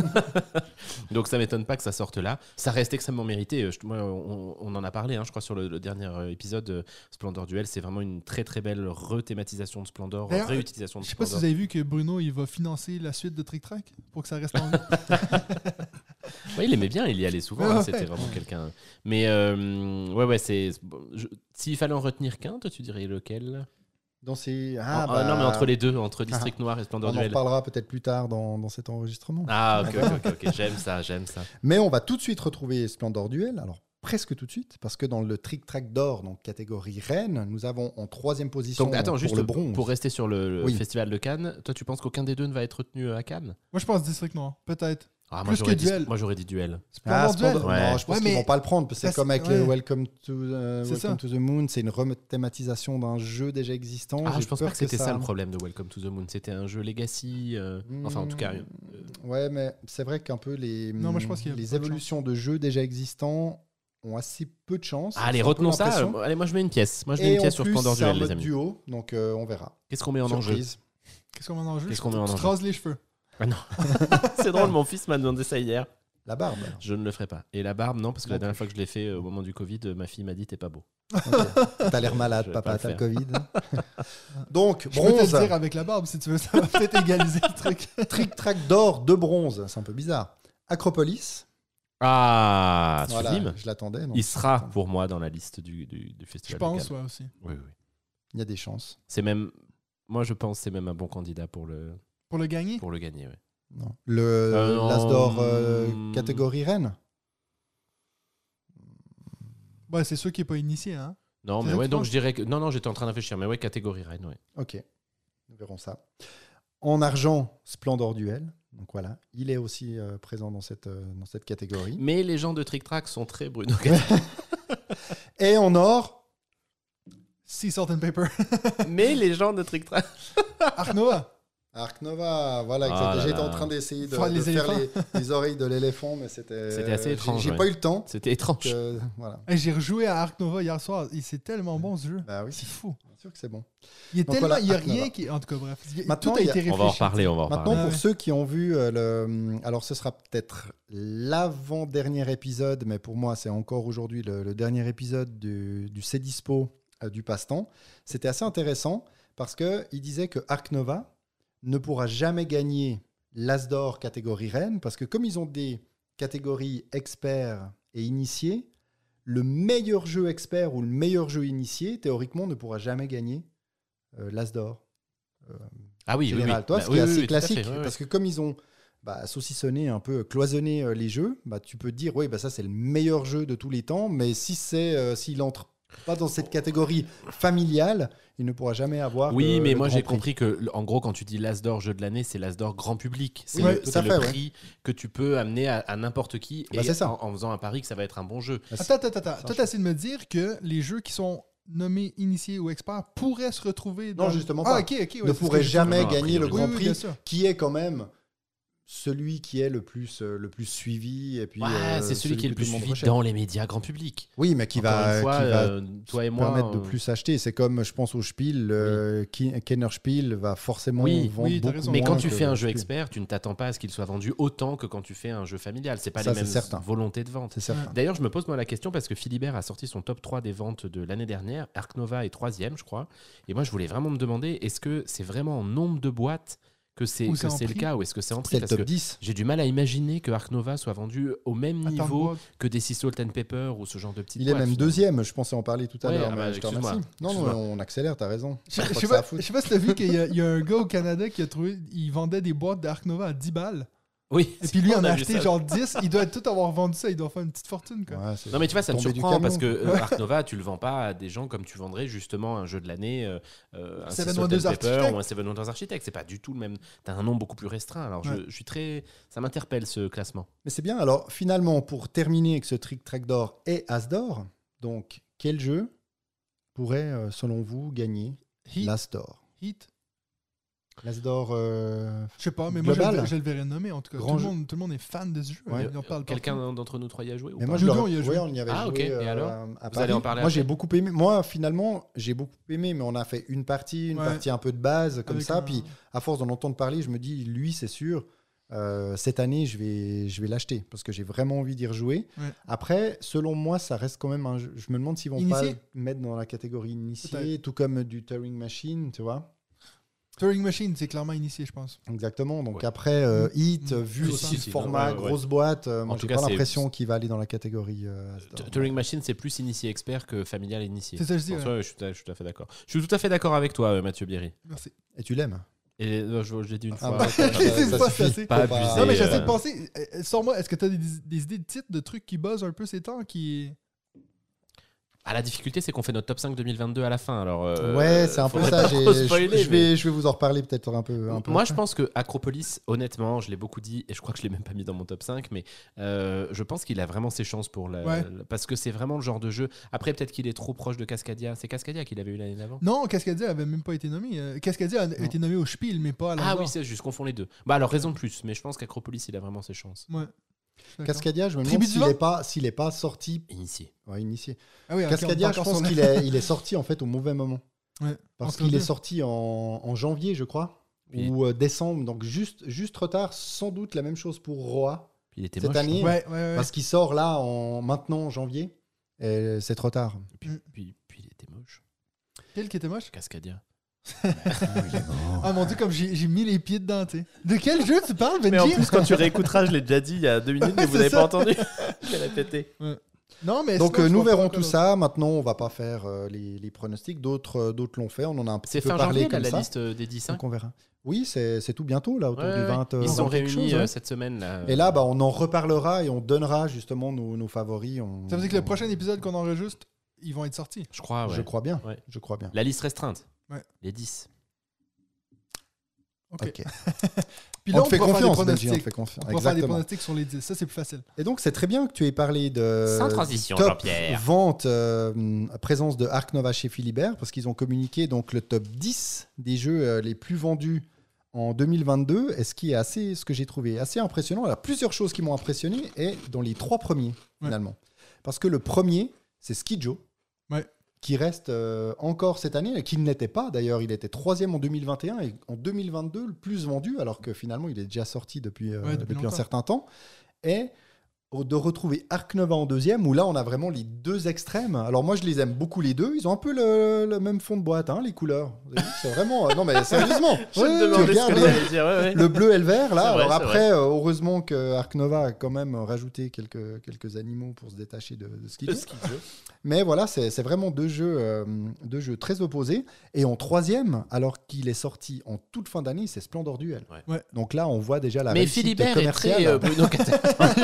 Donc ça m'étonne pas que ça sorte là. Ça reste extrêmement mérité. Moi, on en a parlé, je crois, sur le dernier épisode. Splendor Duel, c'est vraiment une très belle rethématisation de Splendor, D'ailleurs, réutilisation de Je sais pas si Splendor. vous avez vu que Bruno, il va financer la suite de Trick Track pour que ça reste en vie. Ouais, il aimait bien, il y allait souvent. Ouais. C'était vraiment quelqu'un. Mais c'est. S'il fallait en retenir qu'un, toi, tu dirais lequel? Dans ces... Non, mais entre les deux, entre District Noir et Splendor on en Duel. parlera peut-être plus tard dans cet enregistrement. Ah, ok. J'aime ça. Mais on va tout de suite retrouver Splendor Duel. Alors, presque tout de suite, parce que dans le Trick Track d'or, donc catégorie reine, nous avons en 3e position Donc, attends, pour juste le bronze. pour rester sur le Oui. festival de Cannes, toi, tu penses qu'aucun des deux ne va être retenu à Cannes? Moi, je pense District Noir. Peut-être. Ah, Plus que Duel. Moi, j'aurais dit Duel. Splendor Duel. Splendor- Ouais. Non, je pense Ouais, qu'ils mais- vont pas le prendre. parce que C'est parce- comme avec ouais. Welcome C'est ça. to the Moon, c'est une rethématisation d'un jeu déjà existant. Ah, J'ai je pense peur pas que c'était ça le problème de Welcome to the Moon. C'était un jeu Legacy. Enfin, en tout cas. Ouais, mais c'est vrai qu'un peu Non, moi, je pense qu'il y a les peu de évolutions de jeux déjà existants ont assez peu de chance. Allez, J'ai un peu retenons ça. l'impression. Allez, moi, je mets une pièce. Moi, je mets Et une pièce en sur plus, Splendor c'est un Duel, les mode amis. duo, donc on verra. Qu'est-ce qu'on met en enjeu? Surprise. Qu'est-ce qu'on met en jeu? Qu'est-ce qu'on met en Tu te enjeu rases les cheveux. Ah non. C'est drôle, mon fils m'a demandé ça hier. La barbe. Je ne le ferai pas. Et la barbe, non, parce que la Non dernière plus. fois que je l'ai fait au moment du Covid, ma fille m'a dit t'es pas beau. T'as l'air malade, Je vais papa, pas t'as le le Covid. Donc, Je peux te bronze. le dire avec la barbe si tu veux. Ça va peut-être égaliser le truc. Trick Track d'or, de bronze. C'est un peu bizarre. Acropolis. Ah, Voilà, sublime. je l'attendais. donc Il sera pour moi dans la liste du Je festival. pense, de Cannes. ouais, aussi. Oui. Il y a des chances. C'est même. Moi, je pense que c'est même un bon candidat pour le Pour le gagner? gagner. Ouais. Non. Le non. l'As d'or catégorie reine. Ouais, c'est sûr qu'il n'est pas initié, hein? Non, C'est mais ça ouais, que tu donc penses? je dirais que. Non, j'étais en train de réfléchir, mais ouais, catégorie reine, ouais. Ok, nous verrons ça. En argent, Splendor Duel. Donc voilà, il est aussi présent dans cette catégorie. Mais les gens de Trick Track sont très Bruno. Et en or, Sea Salt and Paper. Mais les gens de Trick Track. Ark Nova. Ark Nova. Voilà, Ah exactement. là J'étais là. en train d'essayer de Faire les faire éléphants. les oreilles de l'éléphant, mais c'était assez étrange, J'ai ouais. pas eu le temps. C'était étrange. Voilà. Hey, j'ai rejoué à Ark Nova hier soir. Et c'est tellement bon ce jeu. Bah oui, C'est fou. bien sûr que c'est bon. Il y a Donc tellement. voilà, Il n'y a Ark Nova. rien qui. En tout cas, bref. Maintenant, Tout a il y a- été réfléchi. On va en reparler, Maintenant, Ouais. pour ceux qui ont vu alors ce sera peut-être l'avant-dernier épisode, mais pour moi, c'est encore aujourd'hui le dernier épisode du C'est Dispo du Passe-Temps. C'était assez intéressant parce qu'il disait que Ark Nova ne pourra jamais gagner l'As d'or catégorie reine parce que comme ils ont des catégories experts et initiés, le meilleur jeu expert ou le meilleur jeu initié, théoriquement, ne pourra jamais gagner l'As d'or. Ah oui, oui, oui. Général, toi, Bah, ce qui est oui, assez oui, tout à fait, classique, ouais, ouais. parce que comme ils ont saucissonné un peu, cloisonné les jeux, tu peux dire, oui, ça c'est le meilleur jeu de tous les temps, mais si s'il entre pas dans cette catégorie familiale, il ne pourra jamais avoir Oui, mais le moi grand j'ai prix. compris que, en gros, quand tu dis l'As d'or jeu de l'année, c'est l'As d'or grand public. C'est Oui, le, tout c'est à le fait, ouais. prix que tu peux amener à n'importe qui Bah, et c'est ça. en faisant un pari que ça va être un bon jeu. Attends. Toi, t'as essayé de me dire que les jeux qui sont nommés initiés ou experts pourraient se retrouver dans. Non, justement Ah, pas. ok, ouais, Ne c'est ce pourrait que j'ai jamais compris. Non, a gagner le priori. grand Oui, oui, prix, bien sûr. qui est quand même celui qui est le plus suivi et puis Ouais, c'est celui qui est le que plus tout monde suivi recherche. dans les médias grand public. Oui, mais qui Encore va, une fois, qui va toi et moi, permettre de plus acheter. C'est comme, je pense, au Spiel. Kenner Spiel va forcément Oui, vendre oui, t'as beaucoup raison. Mais moins quand tu que fais un le jeu Spiel. expert, tu ne t'attends pas à ce qu'il soit vendu autant que quand tu fais un jeu familial. C'est pas Ça, les c'est mêmes certain. volontés de vente. C'est certain. D'ailleurs, je me pose moi la question parce que Philibert a sorti son top 3 des ventes de l'année dernière. Ark Nova est 3e, je crois. Et moi, je voulais vraiment me demander, est-ce que c'est vraiment en nombre de boîtes que c'est Ou c'est en le prix. cas ou est-ce que c'est en C'est prix? le Parce top que 10. j'ai du mal à imaginer que Ark Nova soit vendu au même Attends, niveau boîte. que des Sea Salt and Pepper ou ce genre de petites Il est boîtes, même finalement. deuxième. Je pensais en parler tout à Ouais, l'heure. ah mais bah, je te excuse-moi. remercie. Non, Excuse-moi. on accélère, t'as raison. Je Pas sais que ça pas, à foutre. je sais pas si t'as vu qu'il y a un gars au Canada qui a trouvé. Il vendait des boîtes d'Ark Nova à 10 balles. Oui. Et puis lui, on en a vu acheté ça. genre 10. Il doit tout avoir vendu ça. Il doit faire une petite fortune, quoi. Ouais, c'est Non mais tu vois, ça me tombé du surprend camion. parce que Ark Nova, tu le vends pas à des gens comme tu vendrais justement un jeu de l'année, un Seven Six Wonders Hotel Paper Architect. ou un Seven Wonders Architect. C'est pas du tout le même. T'as un nombre beaucoup plus restreint. Alors Ouais. je suis très, ça m'interpelle ce classement. Mais c'est bien. Alors, finalement, pour terminer avec ce Trick Track d'or et As d'or, donc, quel jeu pourrait, selon vous, gagner Heat. l'As d'or? Heat. L'As d'or, Je sais pas, mais moi, Global. je le verrais nommer. En tout cas, Grand tout jeu. le monde est fan de ce jeu. Ouais. Il en parle Quelqu'un partout. d'entre nous trois y a joué ou mais pas moi, je Nous deux, l'aurais- on y a joué. ouais, on y avait Ah, joué ok. Et alors à Vous Paris. allez en parler Moi, j'ai après beaucoup aimé. Moi, finalement, j'ai beaucoup aimé, mais on a fait une partie Ouais. un peu de base, comme Avec ça. un- Puis, à force d'en entendre parler, je me dis, lui, c'est sûr, cette année, je vais l'acheter parce que j'ai vraiment envie d'y rejouer. Ouais. Après, selon moi, ça reste quand même un jeu. Je me demande s'ils vont Initié pas le mettre dans la catégorie initiée, Peut-être. tout comme du Turing Machine, tu vois. Turing Machine, c'est clairement initié, je pense. Exactement. Donc Ouais. après, Hit, Mm. vu Si, aussi si, le si, format, ouais, ouais. grosse boîte, moi, En j'ai tout pas cas, c'est- l'impression qu'il va aller dans la catégorie As-d'or. Turing Machine, c'est plus initié expert que familial initié. C'est ça que je dis. Pour ouais. ça, je suis tout à fait d'accord. Je suis tout à fait d'accord avec toi, Mathieu Bierry. Merci. Et tu l'aimes? Et je l'ai dit une Ah, fois. bah, C'est pas suffit. assez. Pas Faut pas- abusé. Non, mais Et, j'essaie de penser. Sors-moi, est-ce que tu as des idées de titres, de trucs qui buzzent un peu ces temps qui... Ah, la difficulté, c'est qu'on fait notre top 5 2022 à la fin. Alors, Ouais, c'est un peu faudrait ça. pas trop spoiler, Je mais- vais vous en reparler peut-être un peu. Moi, après. je pense que Acropolis, honnêtement, je l'ai beaucoup dit, et je crois que je l'ai même pas mis dans mon top 5, mais je pense qu'il a vraiment ses chances pour Ouais. parce que c'est vraiment le genre de jeu. Après, peut-être qu'il est trop proche de Cascadia. C'est Cascadia qu'il avait eu l'année d'avant. Non, Cascadia avait même pas été nommé. Cascadia a été nommé au Spiel, mais pas à la Ah oui, c'est juste, je confonds les deux. Bah alors, raison de plus, mais je pense qu'Acropolis, il a vraiment ses chances. Ouais. D'accord. Cascadia, je me Tribu demande du vent s'il est pas sorti. Initié. Ouais, initié. Ah oui, ok, Cascadia, on est je encore pense sur qu'il il est sorti en fait au mauvais moment. Ouais. Parce Entre qu'il deux. est sorti en janvier, je crois, Puis- ou décembre, donc juste trop tard. Sans doute la même chose pour Roa, Puis il était cette moche. année, Ouais. parce qu'il sort là maintenant en janvier. Et c'est trop tard. Puis il était moche. Quel qui était moche? Cascadia. Ah mon dieu, comme j'ai mis les pieds dedans, tu sais. De quel jeu tu parles, Benji? Mais en plus, quand tu réécouteras, je l'ai déjà dit il y a 2 minutes, mais vous C'est n'avez ça. pas entendu. Je l'ai pété. Non, mais Donc sinon, je nous vois pas verrons encore tout ça. Maintenant, on va pas faire les pronostics. D'autres l'ont fait. On en a un petit C'est peu fin parlé janvier, là, comme la ça. liste des 10 Donc on verra. Oui, c'est tout bientôt, là, autour du 20. Ils se sont 20 quelque réunis chose, ouais. cette semaine. Là. Et là, on en reparlera et on donnera justement nos favoris. Ça veut dire que le prochain épisode qu'on enregistre, ils vont être sortis. Je crois, ouais. Je crois bien. Ouais. Je crois bien. La liste restreinte. Ouais. Les 10. Ok. Ok. Puis On là, te fait pourra faire des confiance, Benji, on te pronostics. fait confiance. On pourra faire des Exactement. pronostics sur les 10. Ça, c'est plus facile. Et donc, c'est très bien que tu aies parlé de Sans transition, du top Jean-Pierre. vente, présence de Ark Nova chez Philibert, parce qu'ils ont communiqué donc le top 10 des jeux les plus vendus en 2022, et ce que j'ai trouvé assez impressionnant. Il y a plusieurs choses qui m'ont impressionné, et dans les 3 premiers, finalement. Parce que le premier, c'est Skijo, Ouais. qui reste encore cette année, et qui ne l'était pas d'ailleurs. Il était 3e en 2021, et en 2022, le plus vendu, alors que finalement, il est déjà sorti depuis un longtemps. certain temps. Et de retrouver Ark Nova en 2e, où là, on a vraiment les deux extrêmes. Alors moi, je les aime beaucoup les deux. Ils ont un peu le même fond de boîte, hein, les couleurs. Vous avez vu, c'est vraiment... non, mais sérieusement. Je me demandais tu regardes ce que les- j'allais dire. Ouais. le bleu et le vert, là. C'est vrai, Alors c'est après, heureusement que Ark Nova a quand même rajouté quelques animaux pour se détacher de ce qu'il Le dit. ski. Mais voilà, c'est vraiment deux jeux très opposés. Et en 3e, alors qu'il est sorti en toute fin d'année, c'est Splendor Duel. Ouais. Donc là, on voit déjà la Mais réussite Philibert est commerciale. très Bruno Catala.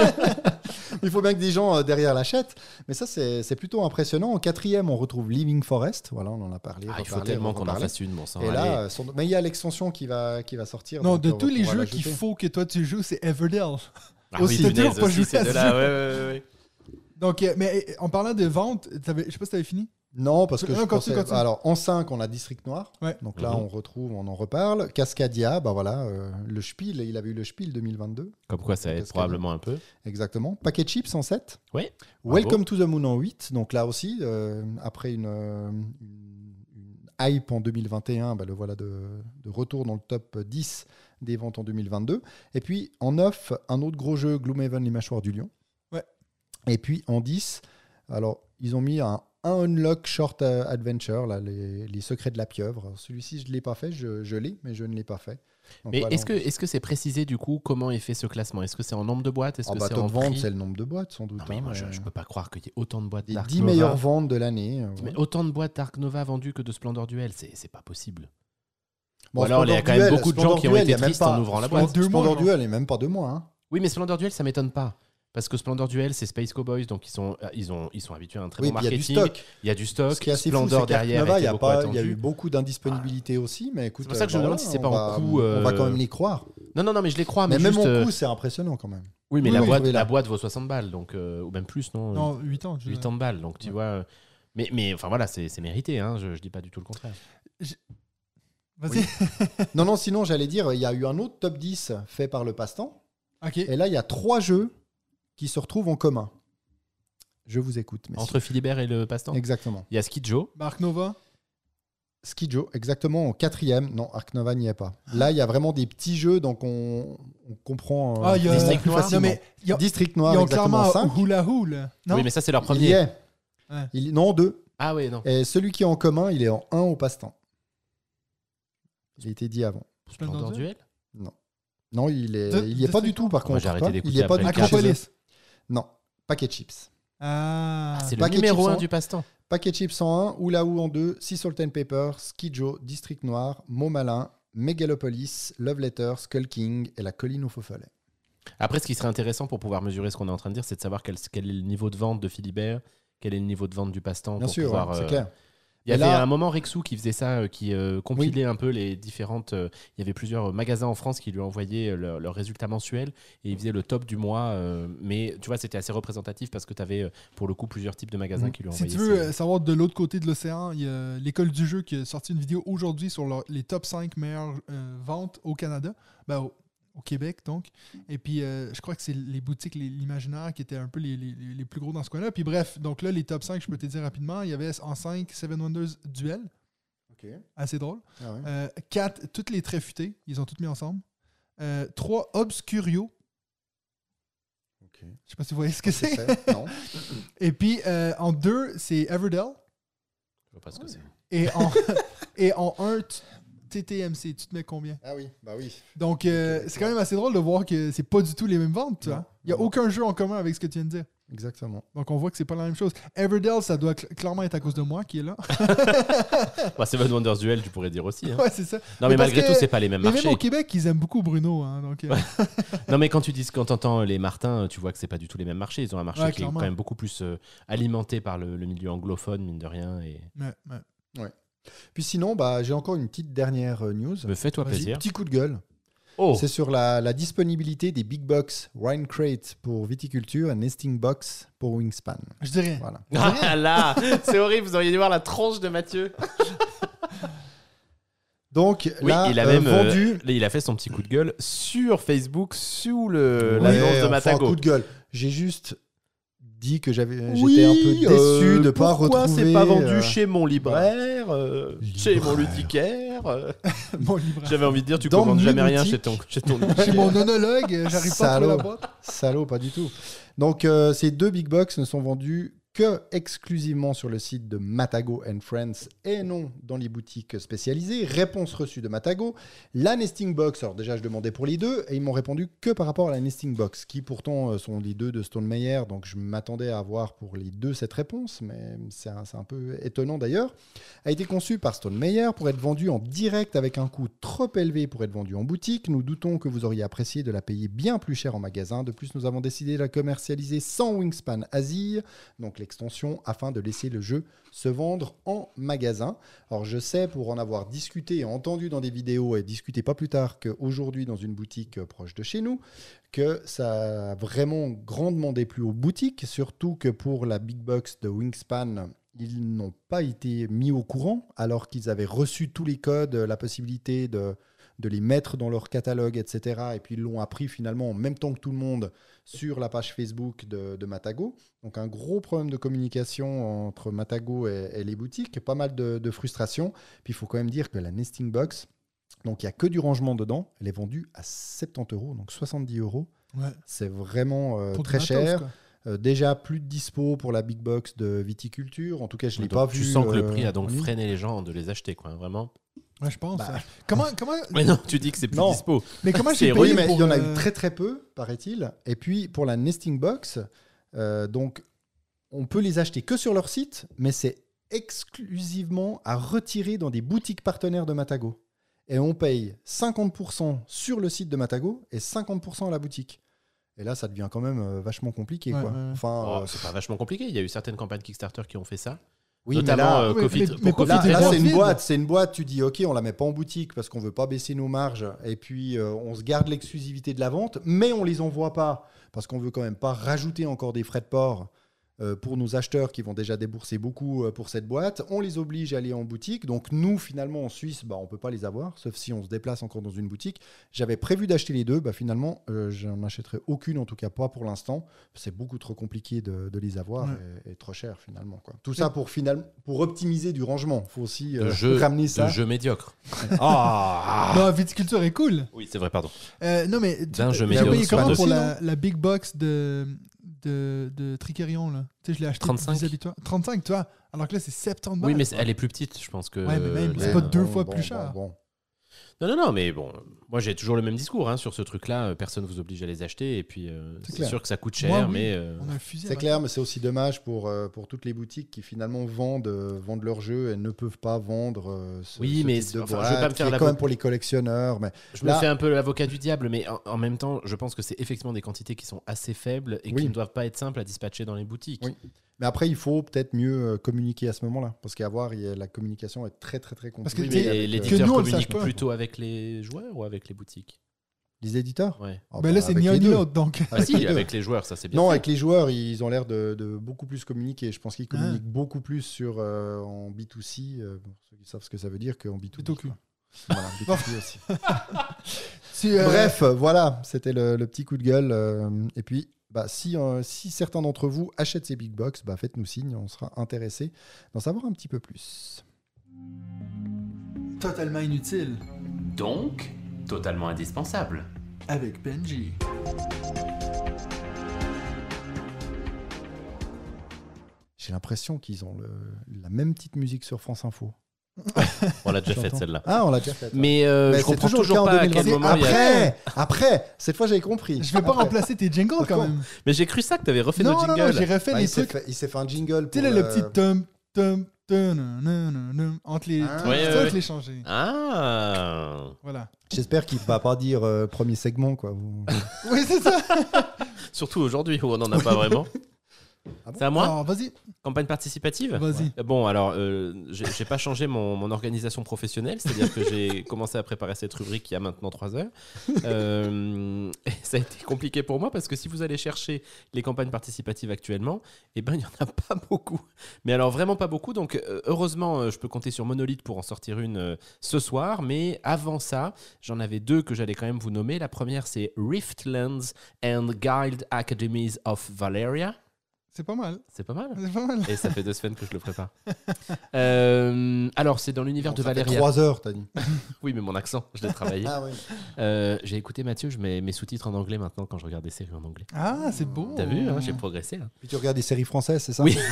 Il faut bien que des gens derrière l'achètent. Mais ça, c'est plutôt impressionnant. En 4e, on retrouve Living Forest. Voilà, on en a parlé. Ah, il faut reparlé, tellement qu'on en reparlé. fasse une, bon sang. Et allez. là, mais il y a l'extension qui va sortir. Non, donc de on va tous les pouvoir jeux l'ajouter. qu'il faut que toi tu joues, c'est Everdell. Ah aussi, oui, t'as punaise, toujours pas aussi, joué c'est à de ce là. jeu. Ouais. Donc, mais en parlant de vente, je sais pas si t'avais fini. Non, parce que Non, je continue, pensais... continue. Alors, en 5, on a District Noir. Ouais. Donc là, Mhm. on en reparle. Cascadia, bah voilà, le Spiel, il avait eu le Spiel 2022. Comme quoi, ça aide Cascadia. probablement un peu. Exactement. Packet Chips en 7. Oui. Welcome to the Moon en 8. Donc là aussi, après une hype en 2021, bah le voilà de retour dans le top 10 des ventes en 2022. Et puis en 9, un autre gros jeu, Gloomhaven, les mâchoires du lion. Ouais. Et puis en 10, alors ils ont mis un Unlock Short Adventure, là, les secrets de la pieuvre. Alors, celui-ci, je ne l'ai pas fait, je l'ai, mais je ne l'ai pas fait. Donc, Mais voilà, est-ce que c'est précisé du coup comment est fait ce classement? Est-ce que c'est en nombre de boîtes? Est-ce que c'est en top vente, prix? c'est le nombre de boîtes, sans doute. Ah oui, hein, moi, je mais- peux pas croire qu'il y ait autant de boîtes Les d'Ark 10 Nova. meilleures ventes de l'année. Mais autant de boîtes d'Ark Nova vendues que de Splendor Duel, c'est pas possible. Ou alors, il y a quand même beaucoup de gens qui ont été tristes en ouvrant la boîte. Splendor Duel est même pas 2 mois. Hein. Oui, mais Splendor Duel, ça m'étonne pas. Parce que Splendor Duel, c'est Space Cowboys, donc ils sont habitués à un très bon marketing. Il y a du stock. Ce qui est assez Splendor fou, derrière, il y a eu beaucoup d'indisponibilité aussi, mais écoute, c'est pour ça que je me demande si c'est pas en coup. On va quand même les croire. Non, mais je les crois. Mais même juste, en coup, c'est impressionnant quand même. Oui, mais la boîte vaut 60 balles, donc, ou même plus, non Non, 8 ans. 8 ans de balles, donc tu vois. Mais enfin voilà, c'est mérité, hein, je dis pas du tout le contraire. Vas-y. Oui. non, sinon, j'allais dire, il y a eu un autre top 10 fait par le Passe-Temps. Ok. Et là, il y a 3 jeux qui se retrouvent en commun. Je vous écoute, messieurs. Entre Philibert et le Passe-Temps. Exactement. Il y a Skidjo. Ark Nova. Skidjo, exactement, en 4e. Non, Ark Nova n'y est pas. Là, il y a vraiment des petits jeux, donc on comprend il y a District Noir. Non, mais District Noir, ils ont exactement, clairement 5. Hula Hool. Non, Oui, mais ça, c'est leur Il premier. y est. Ouais. Non, 2. Ah oui, non. Et celui qui est en commun, il est en 1 au Passe-Temps. Il a été dit avant. Splendor Duel. Non, il y est pas du tout, par contre. Moi, j'ai arrêté d'écouter Il y est pas après du le tout. Acropolis. Non, Packet Chips. Ah. C'est le Packet numéro Chips 1 du Passe-Temps. Packet Chips en 1, Hula Hoo en 2, Sea Salt and Pepper, Skidjo, District Noir, Mot Malin, Megalopolis, Love Letter, Skull King et La Colline aux Faux Follets. Après, ce qui serait intéressant pour pouvoir mesurer ce qu'on est en train de dire, c'est de savoir quel est le niveau de vente de Philibert, quel est le niveau de vente du Passe-Temps. Bien pour sûr, pouvoir, c'est clair. Il y Et avait là- un moment Rexou qui faisait ça, qui compilait un peu les différentes. Il y avait plusieurs magasins en France qui lui envoyaient leurs résultats mensuels et il faisait le top du mois. Mais tu vois, c'était assez représentatif parce que tu avais pour le coup plusieurs types de magasins qui lui Si envoyaient. tu veux savoir de l'autre côté de l'océan, il y a l'école du jeu qui a sorti une vidéo aujourd'hui sur les top 5 meilleures ventes au Canada, au Québec donc. Et puis je crois que c'est les boutiques, l'imaginaire qui étaient un peu les plus gros dans ce coin-là. Puis bref, donc là les top 5, je peux te dire rapidement, il y avait en 5 Seven Wonders Duel. Assez drôle. Ah ouais. 4, toutes les très futées, ils ont toutes mis ensemble. 3, Obscurio. Ok. Je sais pas si vous voyez ce que c'est. Non. Et puis en 2, c'est Everdell. Je vois pas ce que c'est. Et en 1, TTMC. Tu te mets combien? Ah oui, bah oui. Donc c'est quand même assez drôle de voir que c'est pas du tout les mêmes ventes. Tu vois. Il n'y a aucun jeu en commun avec ce que tu viens de dire. Exactement. Donc on voit que c'est pas la même chose. Everdell, ça doit clairement être à cause de moi qui est là. Seven Wonders Duel, tu pourrais dire aussi. Hein. Ouais, c'est ça. Non, mais parce malgré que- tout, c'est pas les mêmes Mais marchés. même au Québec, ils aiment beaucoup Bruno. Hein, donc, Non, mais quand t'entends les Martins, tu vois que c'est pas du tout les mêmes marchés. Ils ont un marché Ouais, qui est clairement. quand même beaucoup plus alimenté par le milieu anglophone, mine de rien. Et... ouais. Puis sinon, j'ai encore une petite dernière news. Me fais-toi Vas-y, plaisir. Petit coup de gueule. Oh, C'est sur la disponibilité des Big Box Wine Crate pour viticulture et Nesting Box pour Wingspan. Je dirais. Voilà. ah là, c'est horrible. Vous auriez dû voir la tronche de Mathieu. Donc Oui, là, il a même vendu. là, il a fait son petit coup de gueule sur Facebook sous Ouais, l'annonce de enfin, Matago. coup de gueule. J'ai juste dit que j'étais Oui, un peu déçu de ne pas pourquoi retrouver. c'est pas vendu chez mon libraire, chez Libraire. mon luthiquaire Mon livre. J'avais envie de dire, tu Dans commandes mes jamais rien boutiques. chez ton Chez mon onologue, j'arrive pas à trouver la boîte. Salaud, pas du tout. Donc, ces 2 Big Box ne sont vendus que exclusivement sur le site de Matago & Friends et non dans les boutiques spécialisées. Réponse reçue de Matago. La Nesting Box, alors déjà je demandais pour les deux et ils m'ont répondu que par rapport à la Nesting Box, qui pourtant sont les deux de Stone Meyer, donc je m'attendais à avoir pour les deux cette réponse, mais c'est un peu étonnant d'ailleurs. A été conçue par Stone Meyer pour être vendue en direct avec un coût trop élevé pour être vendue en boutique. Nous doutons que vous auriez apprécié de la payer bien plus cher en magasin. De plus, nous avons décidé de la commercialiser sans Wingspan Azir, donc l'extension, afin de laisser le jeu se vendre en magasin. Alors je sais, pour en avoir discuté et entendu dans des vidéos et discuté pas plus tard qu'aujourd'hui dans une boutique proche de chez nous, que ça a vraiment grandement déplu aux boutiques, surtout que pour la Big Box de Wingspan, ils n'ont pas été mis au courant alors qu'ils avaient reçu tous les codes, la possibilité de les mettre dans leur catalogue, etc. Et puis ils l'ont appris finalement en même temps que tout le monde sur la page Facebook de Matago. Donc un gros problème de communication entre Matago et les boutiques, pas mal de frustration. Puis il faut quand même dire que la Nesting Box, donc il n'y a que du rangement dedans, elle est vendue à 70 €, donc 70 €. Ouais. C'est vraiment Pour du très matos, cher. quoi. Déjà plus de dispo pour la Big Box de viticulture. En tout cas, je ne l'ai Donc, pas tu vu. sens que le prix a donc en ligne. freiné les gens de les acheter, quoi, vraiment. Ouais, je pense. Bah. Comment Mais non, tu dis que c'est plus Non. dispo. mais comment c'est j'ai Oui, payé mais pour, il y en a eu très très peu, paraît-il. Et puis pour la Nesting Box, donc on peut les acheter que sur leur site, mais c'est exclusivement à retirer dans des boutiques partenaires de Matago. et on paye 50% sur le site de Matago et 50% à la boutique. Et là, ça devient quand même vachement compliqué. Ouais, quoi. ouais. Enfin, C'est pas vachement compliqué. Il y a eu certaines campagnes Kickstarter qui ont fait ça. oui, Notamment mais là, Coffee, mais pour Coffee Coffee là, Table. Table. c'est une boîte. Tu dis, OK, on la met pas en boutique parce qu'on veut pas baisser nos marges. Et puis, on se garde l'exclusivité de la vente, mais on les envoie pas parce qu'on veut quand même pas rajouter encore des frais de port pour nos acheteurs qui vont déjà débourser beaucoup pour cette boîte. On les oblige à aller en boutique. Donc, nous, finalement, en Suisse, on peut pas les avoir, sauf si on se déplace encore dans une boutique. J'avais prévu d'acheter les deux. Finalement, j'en achèterai aucune, en tout cas pas pour l'instant. C'est beaucoup trop compliqué de les avoir et trop cher, finalement. Quoi. Tout ça pour optimiser du rangement. Il faut aussi ramener ça. De jeux médiocres. Non, viticulture est cool. Oui, c'est vrai, pardon. Non, mais D'un jeu tu as payé médiocre. comment pour aussi, la big box de Tricarion, là? Tu sais, je l'ai acheté 35. vis-à-vis 35, tu vois. Alors que là, c'est 70 balles. Oui, mais elle est plus petite, je pense que. Ouais, mais même, la- c'est pas deux fois plus cher. Non, mais bon, moi j'ai toujours le même discours sur ce truc-là. Personne vous oblige à les acheter, et puis c'est clair. sûr que ça coûte cher, Moi, oui. mais On a un fusil. C'est clair, mais c'est aussi dommage pour toutes les boutiques qui finalement vendent leurs jeux et ne peuvent pas vendre ce Oui, mais type de enfin, boîte, je vais pas me faire qui est la quand vo- même pour les collectionneurs. Mais je là- me fais un peu l'avocat du diable, mais en même temps, je pense que c'est effectivement des quantités qui sont assez faibles et Oui. qui ne doivent pas être simples à dispatcher dans les boutiques. Oui. Mais après, il faut peut-être mieux communiquer à ce moment-là. Parce la communication est très, très, très Parce compliquée. que Oui, tu sais, mais avec, l'éditeur nous, on le sache communique pas. plutôt avec les joueurs ou avec les boutiques? les éditeurs. Ouais. Là, c'est ni un ni l'autre, donc. Avec Si, les deux. avec les joueurs, ça c'est bien. Non, fait. avec les joueurs, ils ont l'air de beaucoup plus communiquer. Je pense qu'ils communiquent beaucoup plus en B2C, pour ceux qui savent ce que ça veut dire, qu'en B2B. Plutôt que. quoi. Voilà, B2B aussi. Tu, Bref, voilà, c'était le petit coup de gueule. Et puis, si certains d'entre vous achètent ces big box, faites-nous signe, on sera intéressés d'en savoir un petit peu plus. Totalement inutile. Donc, totalement indispensable. Avec Benji. J'ai l'impression qu'ils ont la même petite musique sur France Info. On l'a déjà faite J'entends. celle-là. Ah, on l'a déjà fait. Mais Mais je c'est comprends toujours le toujours cas en pas à quel 2020. moment il y a. Après, cette fois j'avais compris. Je vais pas remplacer tes jingles quand D'accord. même. Mais j'ai cru ça que t'avais refait Non, nos non, jingles. non, j'ai refait les trucs. Il s'est fait un jingle. Tu sais, là, le petit tum, tum, tum, entre les. Ah. tu Ouais, sais, ouais. les changer. Ah. Voilà. J'espère qu'il va pas dire premier segment, quoi. Oui, c'est ça. Surtout aujourd'hui où on n'en a pas vraiment. Ah bon C'est à moi? Alors, vas-y. Campagne participative? Vas-y. Bon, alors, j'ai pas changé mon organisation professionnelle, c'est-à-dire que j'ai commencé à préparer cette rubrique il y a maintenant 3 heures. Et ça a été compliqué pour moi parce que si vous allez chercher les campagnes participatives actuellement, il n'y en a pas beaucoup. Mais alors, vraiment pas beaucoup. Donc, heureusement, je peux compter sur Monolith pour en sortir une ce soir. Mais avant ça, j'en avais 2 que j'allais quand même vous nommer. La première, c'est Riftlands and Guild Academies of Valeria. C'est pas mal. C'est pas mal. C'est pas mal. Et ça fait 2 semaines que je le prépare. Alors, c'est dans l'univers de Ça fait Valeria. 3 heures, t'as dit. Oui, mais mon accent, je l'ai travaillé. Ah oui. J'ai écouté Mathieu, je mets mes sous-titres en anglais maintenant quand je regarde des séries en anglais. Ah, c'est beau. T'as vu, j'ai progressé là. Puis tu regardes des séries françaises, c'est ça? Oui.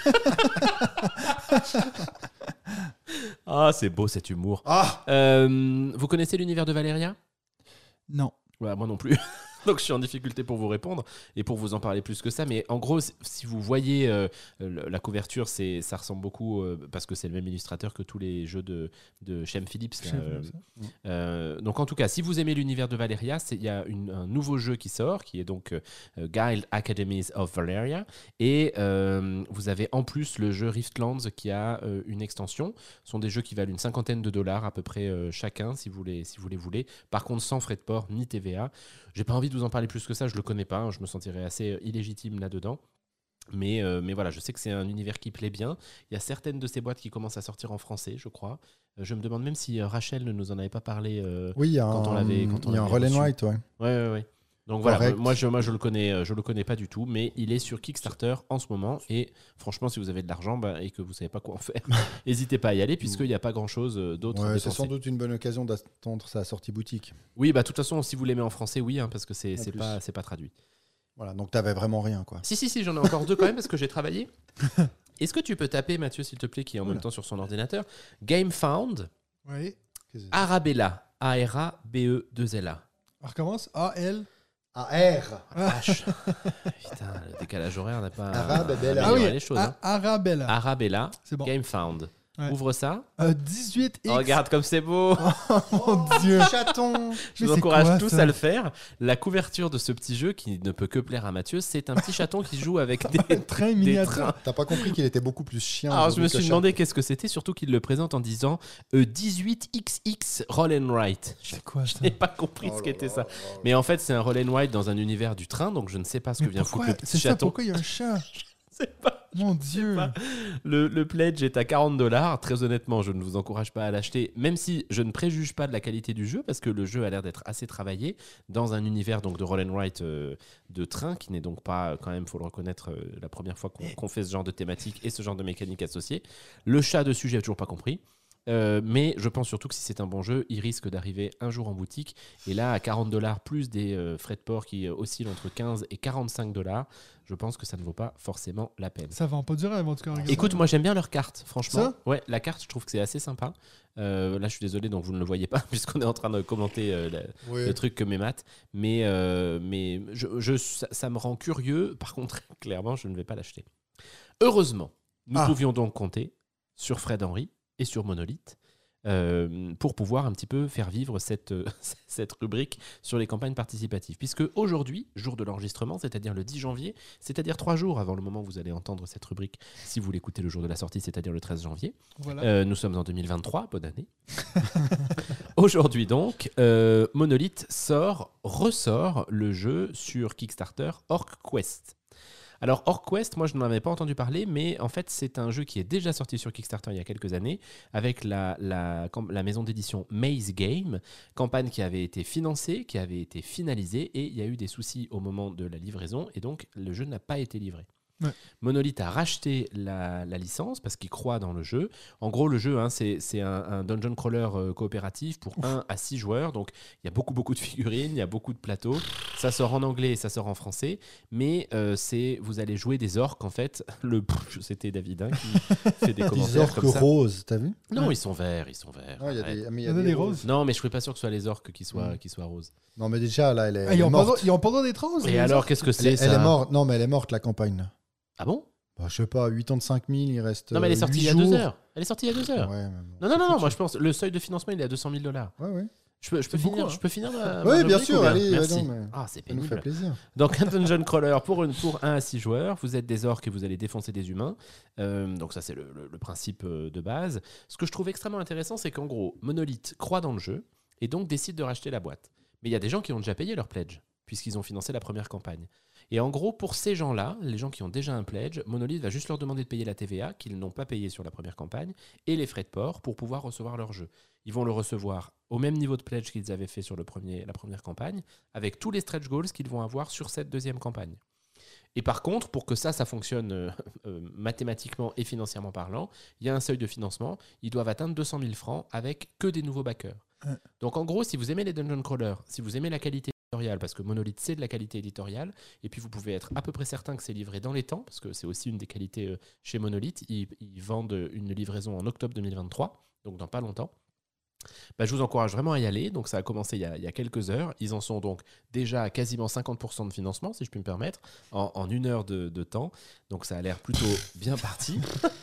Ah, c'est beau cet humour. Ah, Vous connaissez l'univers de Valeria? Non. Ouais, moi non plus. Donc je suis en difficulté pour vous répondre et pour vous en parler plus que ça. Mais en gros, si vous voyez la couverture, ça ressemble beaucoup parce que c'est le même illustrateur que tous les jeux de Shem Phillips. Là, donc en tout cas, si vous aimez l'univers de Valeria, il y a un nouveau jeu qui sort, qui est donc Guild Academies of Valeria. Et vous avez en plus le jeu Riftlands qui a une extension. Ce sont des jeux qui valent une $50 à peu près chacun, si vous les voulez. Par contre, sans frais de port ni TVA. J'ai pas envie de vous en parler plus que ça, je le connais pas, je me sentirais assez illégitime là-dedans. Mais voilà, je sais que c'est un univers qui plaît bien. Il y a certaines de ces boîtes qui commencent à sortir en français, je crois. Je me demande même si Rachel ne nous en avait pas parlé oui, il y a quand on l'avait il y a un l'avait Roll and reçu. Write, ouais. Ouais. Donc voilà, Correct. moi je le connais pas du tout, mais il est sur Kickstarter en ce moment. Et franchement, si vous avez de l'argent et que vous savez pas quoi en faire, n'hésitez pas à y aller puisqu'il n'y a pas grand-chose d'autre à Ouais, c'est dépenser. sans doute une bonne occasion d'attendre sa sortie boutique. Oui, de toute façon, si vous l'aimez en français, oui, parce que c'est plus. pas traduit. Voilà, donc t'avais vraiment rien, quoi. Si, j'en ai encore 2 quand même parce que j'ai travaillé. Est-ce que tu peux taper, Mathieu, s'il te plaît, qui est en même temps sur son ordinateur, GameFound, Oui. Arabella, A-R-A-B-E-2-L-A. On recommence. A-L. AR. H. Putain, le décalage horaire n'a pas Arabella. amélioré Ah oui, les choses. Hein. Arabella. Arabella, C'est bon. GameFound. Ouais. Ouvre ça. 18X. Oh, regarde comme c'est beau. Mon Dieu. Chaton. Je Mais vous c'est encourage quoi, tous ça? à le faire. La couverture de ce petit jeu, qui ne peut que plaire à Mathieu, c'est un petit chaton qui joue avec Un train des miniature. trains. T'as pas compris qu'il était beaucoup plus chien. Alors je aujourd'hui me que suis chat. demandé qu'est-ce que c'était, surtout qu'il le présente en disant 18XX Roll and Write. Je C'est quoi ça? n'ai pas compris Oh ce là qu'était là ça. là là. Mais en fait, c'est un Roll and Write dans un univers du train, donc je ne sais pas ce que Mais vient foutre pourquoi? le petit C'est ça, chaton. pourquoi il y a un chat? C'est pas. Mon Dieu. pas. Le pledge est à $40. Très honnêtement, je ne vous encourage pas à l'acheter, même si je ne préjuge pas de la qualité du jeu, parce que le jeu a l'air d'être assez travaillé dans un univers donc de roll and write de train, qui n'est donc pas, quand même, faut le reconnaître, la première fois qu'on fait ce genre de thématique et ce genre de mécanique associée. Le chat dessus, j'ai toujours pas compris. Mais je pense surtout que si c'est un bon jeu, il risque d'arriver un jour en boutique. Et là, à $40 plus des frais de port qui oscillent entre 15 et $45, je pense que ça ne vaut pas forcément la peine. Ça vend pas du rêve, en tout cas. regarde. Écoute, moi j'aime bien leur carte, franchement. Ça Ouais, la carte, je trouve que c'est assez sympa. Là, je suis désolé, donc vous ne le voyez pas, puisqu'on est en train de commenter Oui. le truc que mes maths. Mais ça me rend curieux. Par contre, clairement, je ne vais pas l'acheter. Heureusement, nous pouvions donc compter sur Fred Henry et sur Monolith pour pouvoir un petit peu faire vivre cette rubrique sur les campagnes participatives. Puisque aujourd'hui, jour de l'enregistrement, c'est-à-dire le 10 janvier, c'est-à-dire 3 jours avant le moment où vous allez entendre cette rubrique, si vous l'écoutez le jour de la sortie, c'est-à-dire le 13 janvier, Voilà. nous sommes en 2023, bonne année. Aujourd'hui donc, Monolith ressort le jeu sur Kickstarter OrcQuest. Alors OrcQuest, moi je n'en avais pas entendu parler, mais en fait c'est un jeu qui est déjà sorti sur Kickstarter il y a quelques années, avec la maison d'édition Maze Game, campagne qui avait été financée, qui avait été finalisée, et il y a eu des soucis au moment de la livraison, et donc le jeu n'a pas été livré. Ouais. Monolith a racheté la licence parce qu'il croit dans le jeu. En gros, le jeu, c'est un dungeon crawler coopératif pour 1 à 6 joueurs. Donc, il y a beaucoup de figurines, il y a beaucoup de plateaux. Ça sort en anglais et ça sort en français. Mais vous allez jouer des orques, en fait. C'était David qui fait des Des commentaires orques comme ça. roses, t'as vu? Non, Ouais. ils sont verts. Ah, il y a Arrête. des, mais il Il y en a des roses. Non, mais je ne suis pas sûr que ce soit les orques qui soient roses. Non, mais déjà, là, elle est, Ah, elle ils est ont pas le droit- morte. ils ont pas le droit d'être roses. Et les alors, orques? qu'est-ce que Elle, c'est elle ça est morte. Non, mais elle est morte, la campagne. Là. Ah bon? Bah, je sais pas, 85 000, il reste. Non, mais elle est sortie il y a 8 2 jours. heures. Elle est sortie il y a 2 heures. Ouais, mais bon, Non, c'est moi foutu. je pense le seuil de financement il est à $200 000. Ouais, ouais. Je peux C'est finir, beaucoup, hein. je peux finir ma Oui, bien rubrique sûr, ou bien allez, Merci. non, mais Ah, c'est ça nous fait pénible. plaisir. Donc un dungeon crawler pour 1 à 6 joueurs, vous êtes des orques et vous allez défoncer des humains. Donc ça c'est le principe de base. Ce que je trouve extrêmement intéressant, c'est qu'en gros, Monolith croit dans le jeu et donc décide de racheter la boîte. Mais il y a des gens qui ont déjà payé leur pledge, puisqu'ils ont financé la première campagne. Et en gros, pour ces gens-là, les gens qui ont déjà un pledge, Monolith va juste leur demander de payer la TVA qu'ils n'ont pas payé sur la première campagne et les frais de port pour pouvoir recevoir leur jeu. Ils vont le recevoir au même niveau de pledge qu'ils avaient fait sur la première campagne, avec tous les stretch goals qu'ils vont avoir sur cette deuxième campagne. Et par contre, pour que ça fonctionne mathématiquement et financièrement parlant, il y a un seuil de financement. Ils doivent atteindre 200 000 francs avec que des nouveaux backers. Ouais. Donc en gros, si vous aimez les dungeon crawlers, si vous aimez la qualité éditoriale, parce que Monolith c'est de la qualité éditoriale, et puis vous pouvez être à peu près certain que c'est livré dans les temps, parce que c'est aussi une des qualités chez Monolith. Ils vendent une livraison en octobre 2023, donc dans pas longtemps. Bah, je vous encourage vraiment à y aller. Donc ça a commencé il y a quelques heures. Ils en sont donc déjà à quasiment 50% de financement, si je puis me permettre, en 1 heure de temps. Donc ça a l'air plutôt bien parti.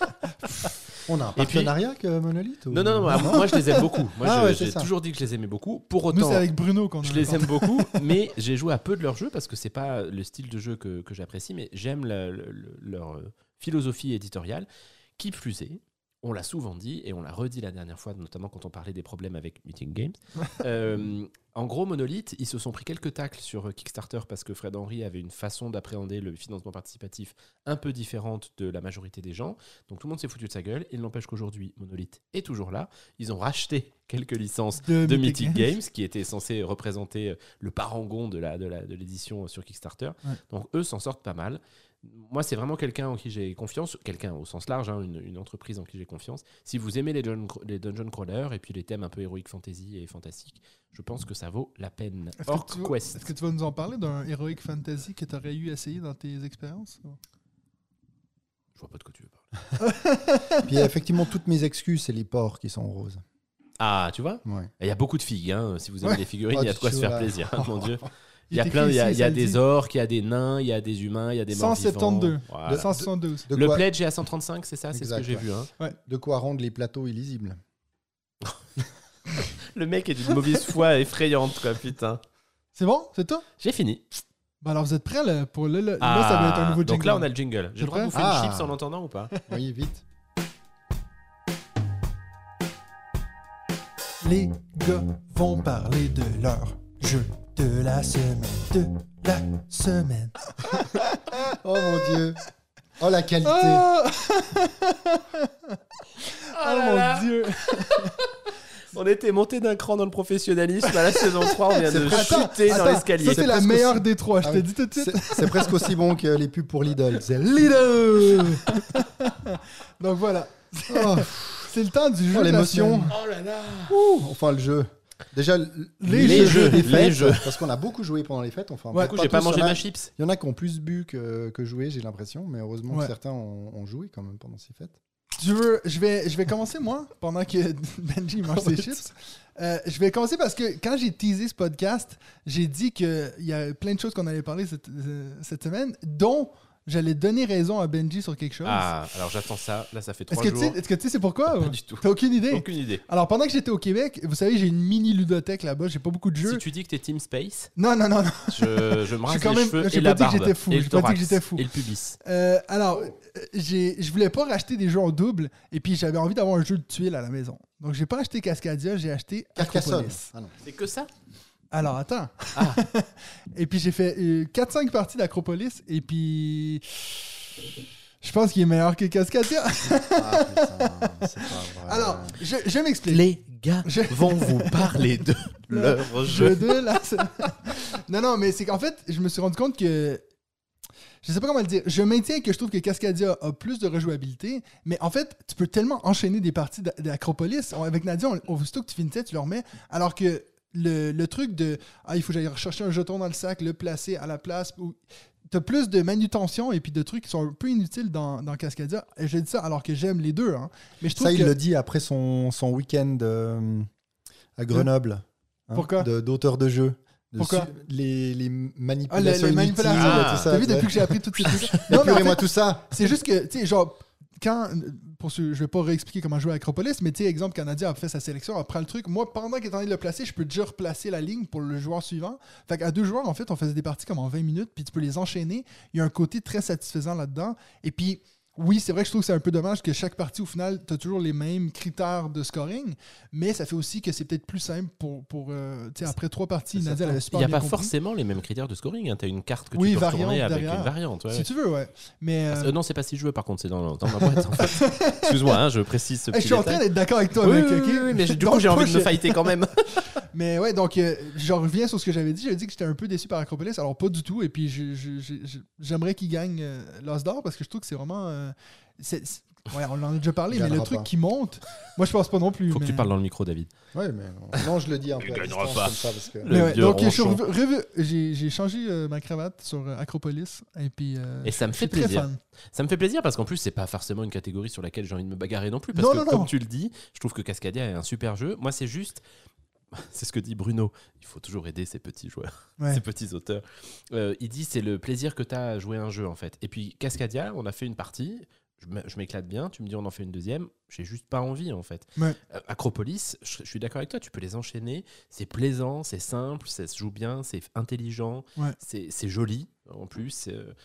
On a un Et puis- partenariat avec Monolith ou... Non, moi je les aime beaucoup. Moi Ah ouais, c'est j'ai ça. toujours dit que je les aimais beaucoup. Pour Nous, autant, c'est avec Bruno qu'on a je un les accord. aime beaucoup, mais j'ai joué à peu de leurs jeux parce que c'est pas le style de jeu que j'apprécie, mais j'aime leur philosophie éditoriale. Qui plus est, on l'a souvent dit et on l'a redit la dernière fois, notamment quand on parlait des problèmes avec Meeting Games. En gros, Monolith, ils se sont pris quelques tacles sur Kickstarter parce que Fred Henry avait une façon d'appréhender le financement participatif un peu différente de la majorité des gens. Donc tout le monde s'est foutu de sa gueule. Il n'empêche qu'aujourd'hui, Monolith est toujours là. Ils ont racheté quelques licences de Mythic Games qui étaient censées représenter le parangon de l'édition sur Kickstarter. Ouais. Donc eux s'en sortent pas mal. Moi, c'est vraiment quelqu'un en qui j'ai confiance, quelqu'un au sens large, hein, une entreprise en qui j'ai confiance. Si vous aimez les dungeon crawlers et puis les thèmes un peu heroic fantasy et fantastique, je pense que ça vaut la peine. Est-ce OrcQuest. que tu vas nous en parler d'un Heroic Fantasy que tu aurais eu essayé dans tes expériences? Je vois pas de quoi tu veux parler. Puis effectivement, toutes mes excuses, c'est les porcs qui sont roses. Ah, tu vois? Ouais. Il y a beaucoup de figues. Hein. Si vous aimez Ouais. les figurines, Oh, il y a de quoi tu se faire vois. plaisir. Hein, mon Dieu. Il y a plein, il y a des orques, il y a des nains, il y a des humains, il y a des morts 172. Voilà. 172. De Le quoi- pledge est à 135, c'est ça? C'est ce que Exact, j'ai ouais. vu. Hein. De quoi rendre les plateaux illisibles. Le mec est d'une mauvaise foi effrayante, quoi, putain. C'est bon? C'est tout? J'ai fini. Ben alors, vous êtes prêts là, pour là, ça va être un nouveau jingle. Donc là, on a le jingle. J'ai le droit de prêt? bouffer une chips en l'entendant ou pas? Oui, vite. Les gars vont parler de leur jeu de la semaine. Oh mon Dieu. Oh la qualité. Ah! Oh mon Dieu. On était monté d'un cran dans le professionnalisme. À la saison 3, on vient de Attends, chuter dans l'escalier. Ça, c'est la presque meilleure aussi- des trois, je Ah te oui. dis tout de suite. C'est presque aussi bon que les pubs pour Lidl. C'est Lidl! Donc voilà. Oh, C'est le temps du jeu. oh, de la l'émotion. semaine. Oh là là. Enfin le jeu. Déjà Les jeux, des les fêtes, jeux. parce qu'on a beaucoup joué pendant les fêtes. Enfin, Ouais. Du coup, j'ai pas mangé ma chips. Il y en a qui ont plus bu que joué, j'ai l'impression, mais heureusement Ouais. que certains ont joué quand même pendant ces fêtes. Je vais commencer moi, pendant que Benji mange ses chips. Je vais commencer parce que quand j'ai teasé ce podcast, j'ai dit qu'il y a plein de choses qu'on allait parler cette semaine, dont j'allais donner raison à Benji sur quelque chose. Ah, alors j'attends ça. Là, ça fait Est-ce 3 que jours. tu sais c'est pourquoi? Pas du tout. T'as aucune idée? Aucune idée. Alors pendant que j'étais au Québec, vous savez, j'ai une mini ludothèque là-bas, j'ai pas beaucoup de jeux. Si tu dis que t'es Team Space, Non. je me rase quand les même- cheveux j'ai et pas la dit que barbe. j'étais fou, Et le j'ai pas dit que thorax, j'étais fou. Et le pubis. Alors, je voulais pas racheter des jeux en double, et puis j'avais envie d'avoir un jeu de tuiles à la maison. Donc j'ai pas acheté Cascadia, j'ai acheté Carcassonne. Acropolis. Ah non. C'est que ça? Alors attends. Ah. Et puis j'ai fait 4-5 parties d'Acropolis, et puis je pense qu'il est meilleur que Cascadia. Ah putain, c'est pas vrai. Alors, je m'explique. Les gars Je- vont vous parler de leur Jeu jeu. de la semaine. Non, mais c'est qu'en fait, je me suis rendu compte que. Je sais pas comment le dire. Je maintiens que je trouve que Cascadia a plus de rejouabilité, mais en fait, tu peux tellement enchaîner des parties d'Acropolis. Avec Nadia, aussitôt que tu finissais, tu le remets. Alors que le truc de il faut que j'aille rechercher un jeton dans le sac, le placer à la place. Tu as plus de manutention et puis de trucs qui sont un peu inutiles dans Cascadia. Et je dis ça alors que j'aime les deux. Hein. Mais je trouve Ça, que. il le dit après son week-end à Grenoble. hein, Pourquoi d'auteur de jeux. Pourquoi Les manipulations les inutiles, manipulations. Ah, tout ça. T'as vu ouais. depuis que j'ai appris toutes ces trucs. Non, mais en Épurez-moi fait, tout ça. c'est juste que, tu sais, genre, quand. Je vais pas réexpliquer comment jouer à Acropolis, mais tu sais, exemple, quand Nadia a fait sa sélection, elle prend le truc. Moi, pendant qu'elle est en train de le placer, je peux déjà replacer la ligne pour le joueur suivant. Fait qu'à 2 joueurs, en fait, on faisait des parties comme en 20 minutes, puis tu peux les enchaîner. Il y a un côté très satisfaisant là-dedans. Et puis. Oui, c'est vrai que je trouve que c'est un peu dommage que chaque partie, au final, tu as toujours les mêmes critères de scoring, mais ça fait aussi que c'est peut-être plus simple pour tu sais, après 3 parties, C'est Nadia elle avait Il super n'y a bien pas compris. forcément les mêmes critères de scoring. Hein. Tu as une carte que Oui, tu peux retourner variante avec derrière. une variante. Ouais. Si tu veux, ouais. Mais Non, c'est pas si je veux, par contre, c'est dans ma boîte. En fait. Excuse-moi, hein, je précise ce je petit suis en train détail. d'être d'accord avec toi, Oui, mec. oui, ok? oui, oui, mais du Donc, coup, j'ai envie de me prochain. fighter quand même. Mais ouais, donc je reviens sur ce que j'avais dit. J'avais dit que j'étais un peu déçu par Acropolis. Alors, pas du tout. Et puis, j'aimerais qu'il gagne l'As d'or parce que je trouve que c'est vraiment. Ouais, on en a déjà parlé, mais le Gagnera truc pas. qui monte, moi, je pense pas non plus. Faut que tu mais- parles dans le micro, David. Ouais, mais non, je le dis un peu à gagnera distance pas. comme ça parce que. Le Mais ouais, vieux donc, ronchon. j'ai changé ma cravate sur Acropolis. Et puis. Et ça me je suis fait très plaisir. fan. Ça me fait plaisir parce qu'en plus, c'est pas forcément une catégorie sur laquelle j'ai envie de me bagarrer non plus. Parce Non, que, non, comme non. tu le dis, je trouve que Cascadia est un super jeu. Moi, c'est juste. C'est ce que dit Bruno. Il faut toujours aider ces petits joueurs, Ouais. ces petits auteurs. Il dit c'est le plaisir que tu as à jouer un jeu en fait. Et puis Cascadia, on a fait une partie. Je m'éclate bien. Tu me dis on en fait une deuxième. J'ai juste pas envie en fait. Ouais. Acropolis, je suis d'accord avec toi. Tu peux les enchaîner. C'est plaisant, c'est simple, ça se joue bien, c'est intelligent, Ouais. c'est joli en plus.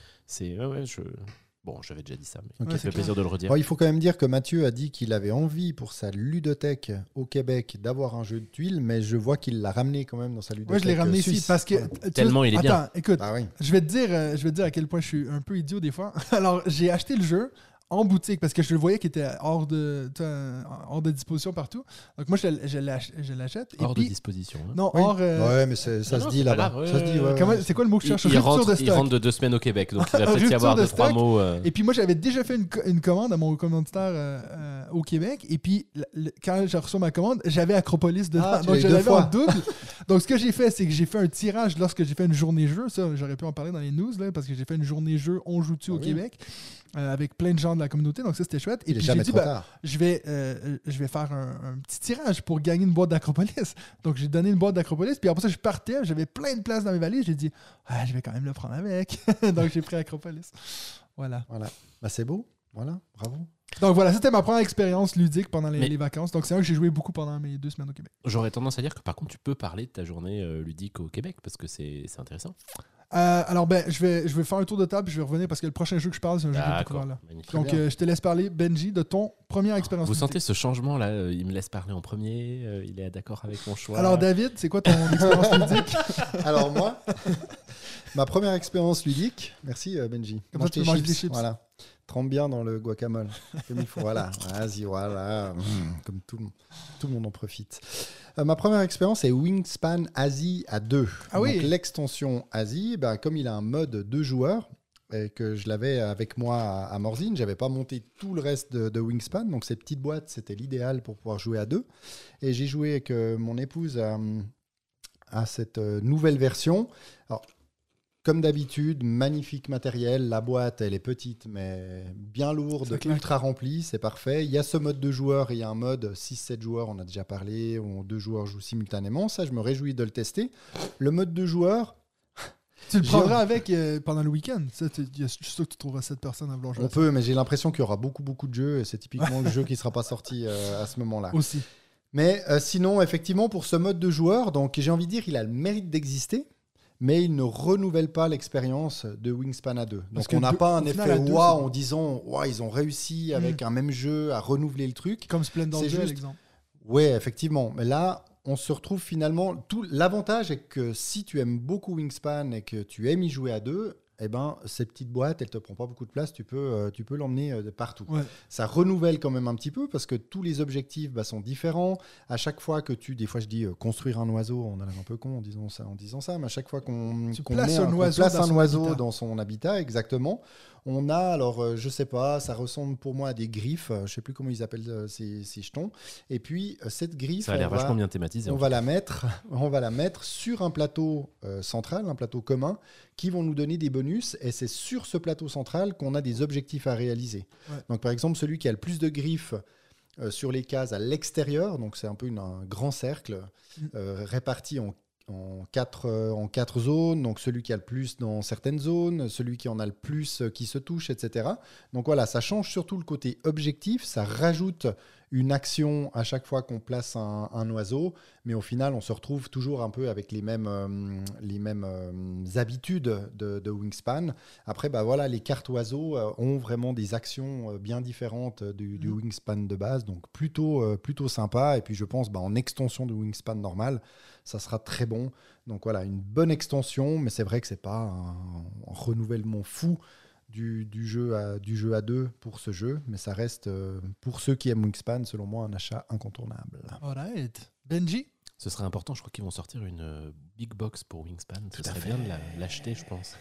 Bon, j'avais déjà dit ça, mais Ok. ça Ouais, fait c'est plaisir de le redire. Oh, il faut quand même dire que Mathieu a dit qu'il avait envie pour sa ludothèque au Québec d'avoir un jeu de tuiles, mais je vois qu'il l'a ramené quand même dans sa ludothèque. Moi, je l'ai ramené ici suisse. parce que. Voilà. tu Tellement vois- il est bien. Attends, écoute. Ah oui. Je vais te dire à quel point je suis un peu idiot des fois. Alors, j'ai acheté le jeu en boutique parce que je le voyais qu'il était hors de disposition partout. Donc, moi, je l'achète. Et Hors de puis- disposition. hein. Non, Oui. hors. Ouais, mais ça Non, se non, dit c'est pas là-bas. grave, Ça se dit, ouais, Comment- ouais. c'est quoi le mot que je cherche? Il Rupture rentre, de il stock. rentre de 2 semaines au Québec, donc il va peut-être Rupture y avoir de 2-3 stock. mots. Et puis moi, j'avais déjà fait une commande à mon commanditaire au Québec. Et puis, quand j'ai reçu ma commande, j'avais Acropolis dedans. Ah, tu donc, l'as eu je deux l'avais fois. en double. Donc, ce que j'ai fait, c'est que j'ai fait un tirage lorsque j'ai fait une journée jeu. Ça, j'aurais pu en parler dans les news, là, parce que j'ai fait une journée jeu On joue-tu au Ah oui. Québec. avec plein de gens de la communauté. Donc ça, c'était chouette. Et Il est puis jamais j'ai dit, trop tard. je vais faire un petit tirage pour gagner une boîte d'Acropolis. Donc j'ai donné une boîte d'Acropolis. Puis après ça, je partais. J'avais plein de places dans mes valises. J'ai dit, je vais quand même le prendre avec. Donc j'ai pris Acropolis. Voilà. Bah, c'est beau. Voilà, bravo. Donc voilà, c'était ma première expérience ludique pendant Mais- les vacances. Donc c'est vrai que j'ai joué beaucoup pendant mes 2 semaines au Québec. J'aurais tendance à dire que par contre, tu peux parler de ta journée ludique au Québec parce que c'est intéressant. Alors je vais faire un tour de table. Je vais revenir parce que le prochain jeu que je parle, c'est un jeu que j'ai D'accord, découvert là. magnifique. Donc bien. je te laisse parler, Benji, de ton première expérience Vous ludique. sentez ce changement là il me laisse parler en premier, il est d'accord avec mon choix. Alors David, c'est quoi ton expérience ludique? Alors moi, ma première expérience ludique, merci Benji. Comme Mange ça, tu peux tes manger des chips. Voilà. Trempe bien dans le guacamole. Comme il faut, voilà. Vas-y, voilà. Comme tout le monde en profite. Ma première expérience est Wingspan Asie à 2. Ah oui. Donc, l'extension Asie, comme il a un mode 2 joueurs, et que je l'avais avec moi à Morzine, j'avais pas monté tout le reste de Wingspan, donc ces petites boîtes, c'était l'idéal pour pouvoir jouer à 2. Et j'ai joué avec mon épouse à cette nouvelle version. Alors, comme d'habitude, magnifique matériel. La boîte, elle est petite, mais bien lourde, Ça claque. ultra remplie, c'est parfait. Il y a ce mode de joueurs et il y a un mode 6-7 joueurs, on a déjà parlé, où 2 joueurs jouent simultanément. Ça, je me réjouis de le tester. Le mode de joueurs, Tu le J'ai- prendras avec pendant le week-end. Ça, je suis sûr que tu trouveras 7 personnes à vouloir jouer on à ça. peut, mais j'ai l'impression qu'il y aura beaucoup de jeux et c'est typiquement le jeu qui ne sera pas sorti à ce moment-là. Aussi. Mais sinon, effectivement, pour ce mode de joueur, donc j'ai envie de dire, il a le mérite d'exister, mais il ne renouvelle pas l'expérience de Wingspan à 2. Parce Donc que on n'a deux- pas un au final, effet à deux, waouh c'est- en disant ouais, ils ont réussi avec un même jeu à renouveler le truc. Comme Splendor C'est Duel, juste- exemple. Oui, effectivement. Mais là, on se retrouve finalement. L'avantage est que si tu aimes beaucoup Wingspan et que tu aimes y jouer à 2, eh ben, cette petite boîte, elle te prend pas beaucoup de place. Tu peux l'emmener de partout. Ouais. Ça renouvelle quand même un petit peu parce que tous les objectifs sont différents. À chaque fois que des fois je dis construire un oiseau, on a l'air un peu con en disant ça, mais à chaque fois qu'on Tu qu'on places met un qu'on oiseau place dans un son oiseau habitat. dans son habitat, exactement. On a, alors je sais pas, ça ressemble pour moi à des griffes, je sais plus comment ils appellent ces jetons. Et puis cette griffe, Ça a l'air on va- vachement bien thématisé. on en va la mettre sur un plateau central, un plateau commun, qui vont nous donner des bonus. Et c'est sur ce plateau central qu'on a des objectifs à réaliser. Ouais. Donc, par exemple, celui qui a le plus de griffes sur les cases à l'extérieur, donc c'est un peu un grand cercle réparti en quatre zones. Donc, celui qui a le plus dans certaines zones, celui qui en a le plus qui se touche, etc. Donc, voilà, ça change surtout le côté objectif. Ça rajoute une action à chaque fois qu'on place un oiseau, mais au final, on se retrouve toujours un peu avec les mêmes habitudes de Wingspan. Après, voilà, les cartes oiseaux ont vraiment des actions bien différentes du Wingspan de base, donc plutôt sympa. Et puis, je pense, en extension de Wingspan normal, ça sera très bon. Donc voilà, une bonne extension, mais c'est vrai que c'est pas un renouvellement fou du jeu à 2 pour ce jeu, mais ça reste, pour ceux qui aiment Wingspan, selon moi, un achat incontournable. Alright. Benji? Ce serait important, je crois qu'ils vont sortir une big box pour Wingspan. Ce Tout à serait fait. bien de l'acheter, je pense.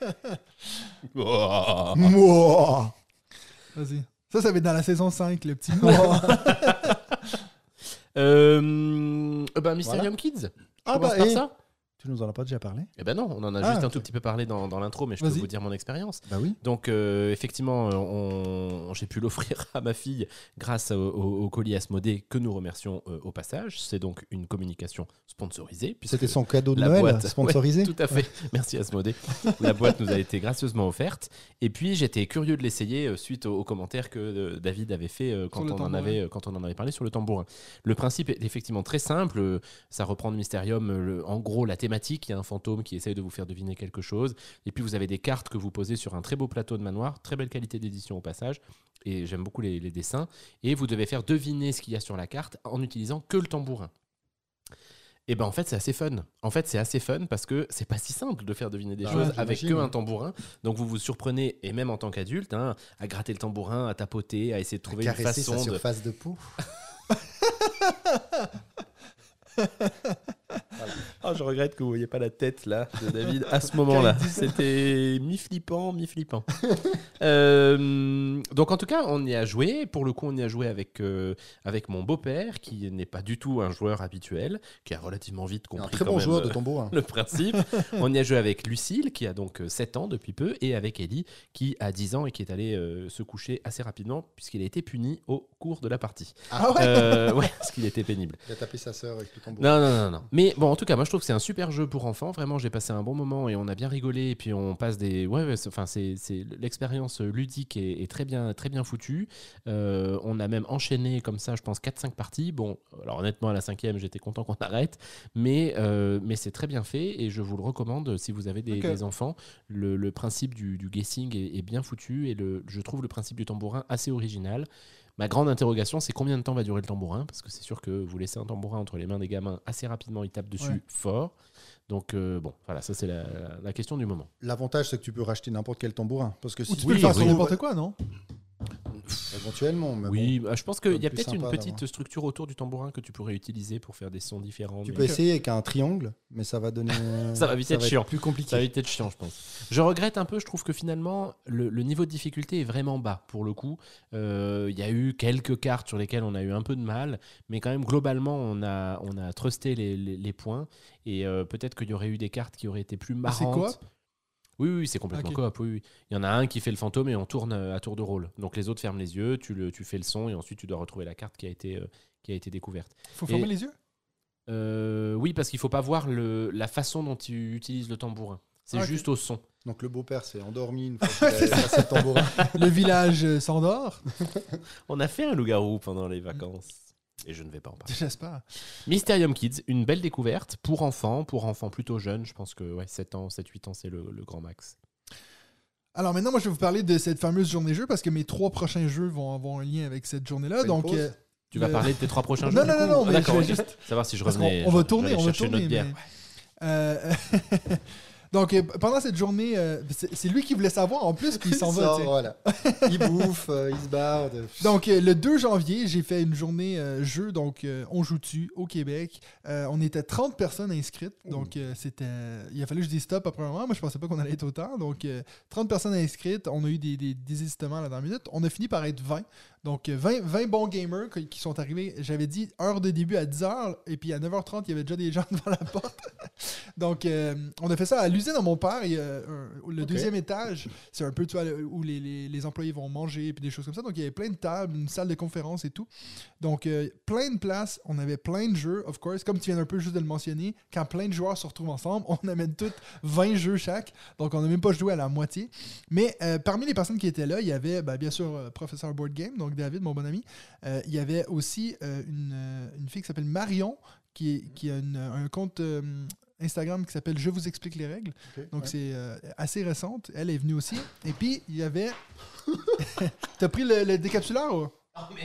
Mouah. Vas-y. Ça va être dans la saison 5, le petit mot. Mysterium Kids. Ah Commence bah, par et ça. tu nous en as pas déjà parlé? Eh ben non, on en a Ah, juste un ok. tout petit peu parlé dans l'intro, mais je peux Vas-y. vous dire mon expérience. Bah oui. Donc effectivement, j'ai pu l'offrir à ma fille grâce au colis Asmodée que nous remercions au passage. C'est donc une communication sponsorisée. puisque C'était son cadeau de la Noël boîte, sponsorisé. tout à fait. Merci Asmodée. La boîte nous a été gracieusement offerte. Et puis j'étais curieux de l'essayer suite aux commentaires que David avait fait quand le on en avait parlé sur le tambourin. Le principe est effectivement très simple. Ça reprend de Mysterium. En gros, la thématique, il y a un fantôme qui essaye de vous faire deviner quelque chose. Et puis vous avez des cartes que vous posez sur un très beau plateau de manoir. Très belle qualité d'édition au passage. Et j'aime beaucoup les dessins. Et vous devez faire deviner ce qu'il y a sur la carte en utilisant que le tambourin. Et ben en fait c'est assez fun. En fait c'est assez fun parce que c'est pas si simple de faire deviner des Ah choses ouais, avec j'imagine. que un tambourin. Donc vous vous surprenez, et même en tant qu'adulte, à gratter le tambourin, à tapoter, à essayer de trouver une Caresser sa façon de... surface de peau. Ah, je regrette que vous voyez pas la tête là de David à ce moment-là. C'était mi-flippant, mi-flippant. Donc en tout cas, on y a joué. Pour le coup, on y a joué avec mon beau-père, qui n'est pas du tout un joueur habituel, qui a relativement vite compris Un très quand bon même, joueur de tambourin. le principe. On y a joué avec Lucille, qui a donc 7 ans depuis peu, et avec Ellie, qui a 10 ans et qui est allée se coucher assez rapidement, puisqu'il a été puni au cours de la partie. Ah ouais? Ouais, parce qu'il était pénible. Il a tapé sa sœur avec le tambourin. Non. Mais bon, en tout cas, moi je trouve que c'est un super jeu pour enfants. Vraiment, j'ai passé un bon moment et on a bien rigolé. Et puis on passe des. Ouais, c'est l'expérience ludique est très bien foutue. On a même enchaîné comme ça, je pense, 4-5 parties. Bon, alors honnêtement, à la 5e, j'étais content qu'on arrête. Mais c'est très bien fait et je vous le recommande si vous avez des enfants. Le principe du guessing est bien foutu et je trouve le principe du tambourin assez original. Ma grande interrogation, c'est combien de temps va durer le tambourin, parce que c'est sûr que vous laissez un tambourin entre les mains des gamins assez rapidement, ils tapent dessus fort. Donc bon, voilà, ça c'est la question du moment. L'avantage, c'est que tu peux racheter n'importe quel tambourin. Parce que Ou si tu peux le faire sur n'importe quoi, non? Éventuellement. Mais Oui, bon, bah, je pense qu'il y a plus peut-être une sympa petite d'avoir. structure autour du tambourin que tu pourrais utiliser pour faire des sons différents. tu mais- peux essayer avec un triangle, mais ça va donner. Ça va vite être chiant. Plus compliqué. Ça va vite être chiant, je pense. Je regrette un peu, je trouve que finalement, le niveau de difficulté est vraiment bas pour le coup. Il y a eu quelques cartes sur lesquelles on a eu un peu de mal, mais quand même, globalement, on a trusté les points. Et peut-être qu'il y aurait eu des cartes qui auraient été plus marrantes. C'est coop? Oui, c'est complètement Ok. coop. Oui. Il y en a un qui fait le fantôme et on tourne à tour de rôle. Donc les autres ferment les yeux, tu fais le son et ensuite tu dois retrouver la carte qui a été découverte. Faut fermer Et- les yeux? Oui, parce qu'il faut pas voir la façon dont tu utilises le tambourin. C'est Ok. juste au son. Donc le beau-père s'est endormi une fois qu'il a passé le tambourin. Le village s'endort? On a fait un loup-garou pendant les vacances. Et je ne vais pas en parler. J'espère. Mysterium Kids, une belle découverte pour enfants plutôt jeunes. Je pense que 7 ans, 7-8 ans, c'est le grand max. Alors maintenant, moi, je vais vous parler de cette fameuse journée jeu parce que mes 3 prochains jeux vont avoir un lien avec cette journée-là. Fais une Donc, pause. Tu vas Le- parler de tes 3 prochains jeux Non, du non, coup non, non, Ah, mais d'accord, je vais ok. juste- Savoir si je parce revenais. qu'on va tourner, j'allais on va chercher une tourner. autre bière. mais- Donc, pendant cette journée, c'est lui qui voulait savoir en plus, puis il s'en Il va. sort, tu sais. voilà. Il bouffe, il se barre. Donc, le 2 janvier, j'ai fait une journée jeu, donc on joue dessus au Québec. On était 30 personnes inscrites, donc il a fallu que je dise stop après un moment. Moi, je pensais pas qu'on allait être autant. Donc, 30 personnes inscrites, on a eu des désistements à la dernière minute. On a fini par être 20. Donc, 20 bons gamers qui sont arrivés. J'avais dit heure de début à 10h, et puis à 9h30, il y avait déjà des gens devant la porte. Donc, on a fait ça à l'usine à mon père. Le deuxième étage, c'est un peu tu vois, où les employés vont manger, puis des choses comme ça. Donc, il y avait plein de tables, une salle de conférence et tout. Donc, plein de places. On avait plein de jeux, of course. Comme tu viens un peu juste de le mentionner, quand plein de joueurs se retrouvent ensemble, on amène toutes 20 jeux chaque. Donc, on n'a même pas joué à la moitié. Mais parmi les personnes qui étaient là, il y avait, bien sûr, Professeur Board Game, donc David, mon bon ami. Il y avait aussi une fille qui s'appelle Marion, qui a un compte Instagram qui s'appelle Je vous explique les règles. Ok, Donc ouais. c'est assez récente. Elle est venue aussi. Et puis il y avait... T'as pris le décapsuleur ou?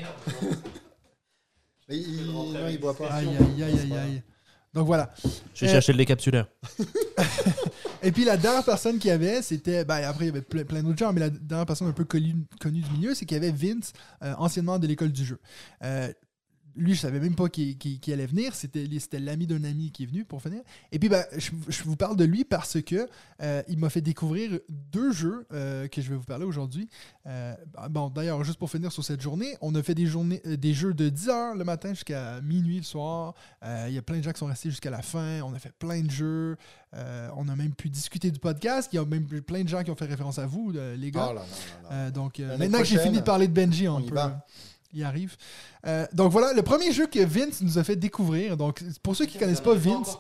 Mais non, il boit pas. Aïe, aïe. Donc voilà. Je vais chercher le décapsuleur. Et puis la dernière personne qu'il y avait, c'était... après, il y avait plein d'autres gens, mais la dernière personne un peu connue du milieu, c'est qu'il y avait Vince, anciennement de l'école du jeu. Lui, je savais même pas qu'il allait venir. C'était l'ami d'un ami qui est venu pour venir. Et puis, je vous parle de lui parce que il m'a fait découvrir 2 jeux que je vais vous parler aujourd'hui. D'ailleurs, juste pour finir sur cette journée, on a fait des jeux de 10h le matin jusqu'à minuit le soir. Il y a plein de gens qui sont restés jusqu'à la fin. On a fait plein de jeux. On a même pu discuter du podcast. Il y a même plein de gens qui ont fait référence à vous, les gars. Oh là là. Donc, L'année maintenant que j'ai prochaine, fini de parler de Benji, on on y peut... va. Il arrive. Donc voilà, le premier jeu que Vince nous a fait découvrir. Donc pour ceux qui connaissent pas Vince,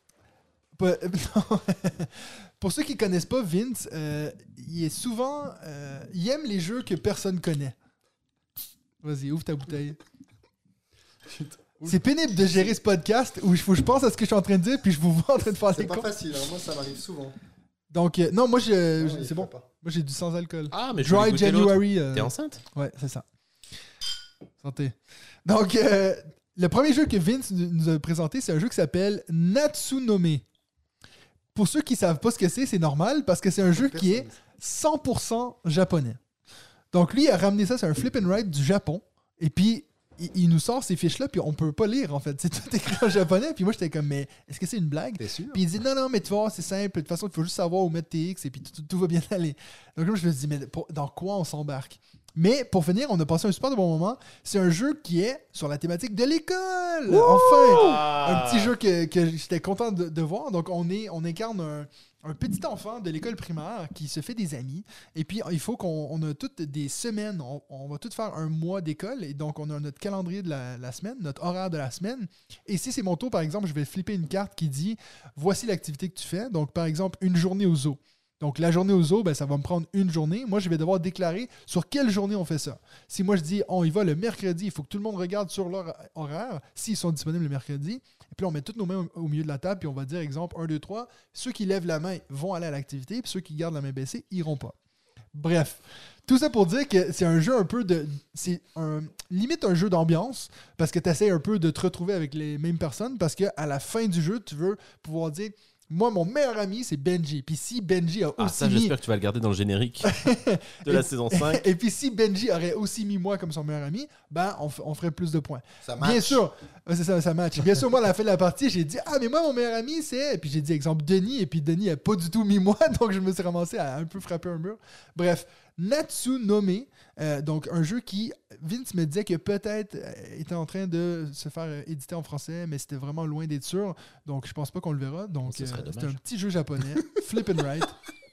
non. Pour ceux qui connaissent pas Vince, il est souvent, il aime les jeux que personne connaît. Vas-y, ouvre ta bouteille. C'est pénible de gérer ce podcast où il faut que je pense à ce que je suis en train de dire puis je vous vois en train de faire C'est les pas cons. facile, hein. Moi ça m'arrive souvent. Donc non, moi Non, il c'est fait bon. pas. Moi j'ai du sans alcool. Ah, mais je voulais Dry goûter l'autre. January. T'es enceinte? Ouais, c'est ça. Santé. Donc, le premier jeu que Vince nous a présenté, c'est un jeu qui s'appelle Natsunome. Pour ceux qui ne savent pas ce que c'est normal parce que c'est un jeu qui est 100% japonais. Donc, lui, il a ramené ça, c'est un flip and ride du Japon. Et puis, il nous sort ces fiches-là, puis on peut pas lire, en fait. C'est tout écrit en japonais. Puis moi, j'étais comme, mais est-ce que c'est une blague? T'es sûr? Puis il dit, non, mais tu vas voir, c'est simple. De toute façon, il faut juste savoir où mettre tes X, et puis tout va bien aller. Donc là, je me suis dit, mais dans quoi on s'embarque? Mais pour finir, on a passé un super de bon moment. C'est un jeu qui est sur la thématique de l'école. Enfin! Un petit jeu que j'étais content de voir. Donc, on incarne un petit enfant de l'école primaire qui se fait des amis. Et puis, il faut qu'on a toutes des semaines. On va toutes faire un mois d'école. Et donc, on a notre calendrier de la semaine, notre horaire de la semaine. Et si c'est mon tour, par exemple, je vais flipper une carte qui dit « Voici l'activité que tu fais. » Donc, par exemple, une journée au zoo. Donc, la journée au zoo, ça va me prendre une journée. Moi, je vais devoir déclarer sur quelle journée on fait ça. Si moi, je dis, on y va le mercredi, il faut que tout le monde regarde sur leur horaire, s'ils sont disponibles le mercredi. Et puis, on met toutes nos mains au milieu de la table, puis on va dire, exemple, 1, 2, 3. Ceux qui lèvent la main vont aller à l'activité, puis ceux qui gardent la main baissée, iront pas. Bref, tout ça pour dire que c'est un jeu un peu de... C'est limite un jeu d'ambiance, parce que tu essaies un peu de te retrouver avec les mêmes personnes, parce qu'à la fin du jeu, tu veux pouvoir dire... Moi, mon meilleur ami, c'est Benji. Puis si Benji a aussi ça, j'espère que tu vas le garder dans le générique de la saison 5. Et puis si Benji aurait aussi mis moi comme son meilleur ami, on ferait plus de points. Ça match. Bien sûr, c'est ça match. Bien sûr, moi, à la fin de la partie, j'ai dit « Ah, mais moi, mon meilleur ami, c'est... » Et puis j'ai dit, exemple, Denis. Et puis Denis n'a pas du tout mis moi. Donc, je me suis ramassé à un peu frapper un mur. Bref, Natsunome, donc un jeu qui, Vince me disait que peut-être était en train de se faire éditer en français, mais c'était vraiment loin d'être sûr. Donc, je pense pas qu'on le verra. Donc, c'est un petit jeu japonais, Flip and Write,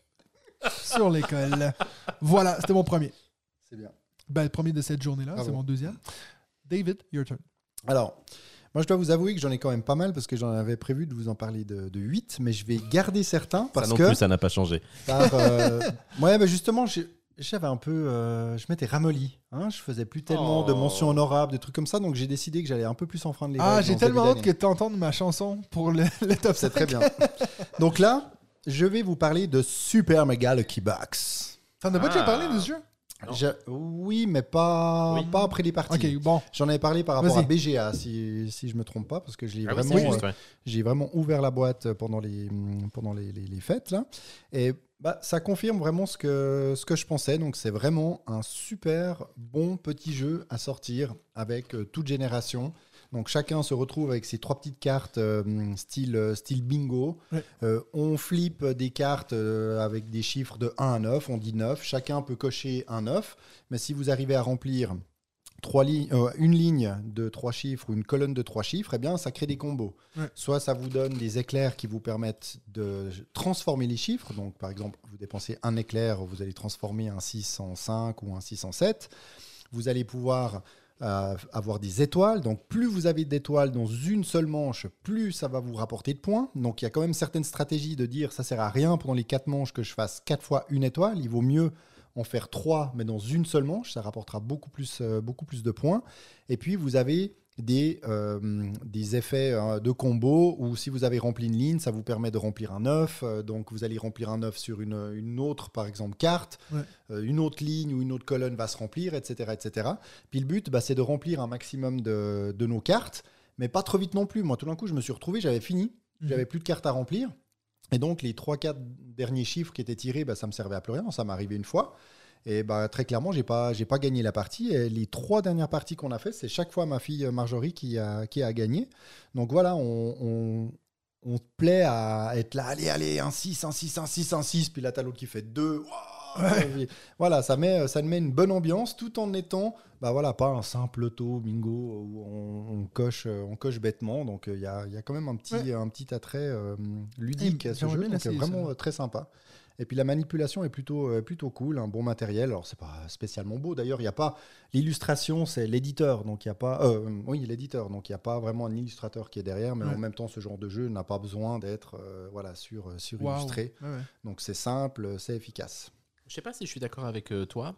sur l'école. Voilà, c'était mon premier. C'est bien. Le premier de cette journée-là, Bravo. c'est mon deuxième. David, your turn. Alors, moi, je dois vous avouer que j'en ai quand même pas mal parce que j'en avais prévu de vous en parler de 8, mais je vais garder certains parce ça non que... plus, ça n'a pas changé. Justement, j'avais un peu... je m'étais ramolli. Hein, je faisais plus tellement de mentions honorables, des trucs comme ça, donc j'ai décidé que j'allais un peu plus enfreindre les règles. J'ai tellement hâte que tu entendes ma chanson pour le top 5. C'est très bien. Donc là, je vais vous parler de Super Mega Lucky Box. T'en as pas déjà parlé de ce jeu? Oui, mais pas après les parties. Ok, bon. J'en avais parlé par rapport Vas-y. à BGA, si je me trompe pas, parce que je l'ai vraiment, c'est juste, ouais. j'ai vraiment ouvert la boîte pendant les fêtes là, et ça confirme vraiment ce que je pensais. Donc c'est vraiment un super bon petit jeu à sortir avec toute génération. Donc chacun se retrouve avec ses 3 petites cartes style bingo. Ouais. On flippe des cartes avec des chiffres de 1 à 9, on dit 9. Chacun peut cocher un 9. Mais si vous arrivez à remplir une ligne de 3 chiffres ou une colonne de 3 chiffres, eh bien ça crée des combos. Ouais. Soit ça vous donne des éclairs qui vous permettent de transformer les chiffres. Donc par exemple, vous dépensez un éclair, vous allez transformer un 6 en 5 ou un 6 en 7. Vous allez pouvoir... avoir des étoiles, donc plus vous avez d'étoiles dans une seule manche, plus ça va vous rapporter de points. Donc il y a quand même certaines stratégies de dire ça sert à rien pendant les 4 manches que je fasse 4 fois une étoile, il vaut mieux en faire 3 mais dans une seule manche, ça rapportera beaucoup plus de points. Et puis vous avez des effets de combo où si vous avez rempli une ligne, ça vous permet de remplir un 9, donc vous allez remplir un 9 sur une autre, par exemple, carte, une autre ligne ou une autre colonne va se remplir, etc. etc. Puis le but, c'est de remplir un maximum de nos cartes, mais pas trop vite non plus. Moi, tout d'un coup, je me suis retrouvé, j'avais fini, j'avais plus de cartes à remplir, et donc les 3-4 derniers chiffres qui étaient tirés, ça me servait à plus rien, ça m'est arrivé une fois. Et très clairement, j'ai pas gagné la partie. Et les 3 dernières parties qu'on a faites, c'est chaque fois ma fille Marjorie qui a gagné. Donc voilà, on plaît à être là, allez, un 6, un 6, un 6, un 6. Puis là, t'as l'autre qui fait 2. Voilà, ça met une bonne ambiance tout en étant, pas un simple auto bingo où on coche bêtement. Donc il y a quand même un petit attrait ludique à ce jeu. Donc vraiment très sympa. Et puis la manipulation est plutôt cool, un bon matériel. Alors c'est pas spécialement beau. D'ailleurs, il y a pas l'illustration, c'est l'éditeur. Donc il y a pas, l'éditeur. Donc il y a pas vraiment un illustrateur qui est derrière. Mais en même temps, ce genre de jeu n'a pas besoin d'être illustré. Wow. Ouais. Donc c'est simple, c'est efficace. Je sais pas si je suis d'accord avec toi.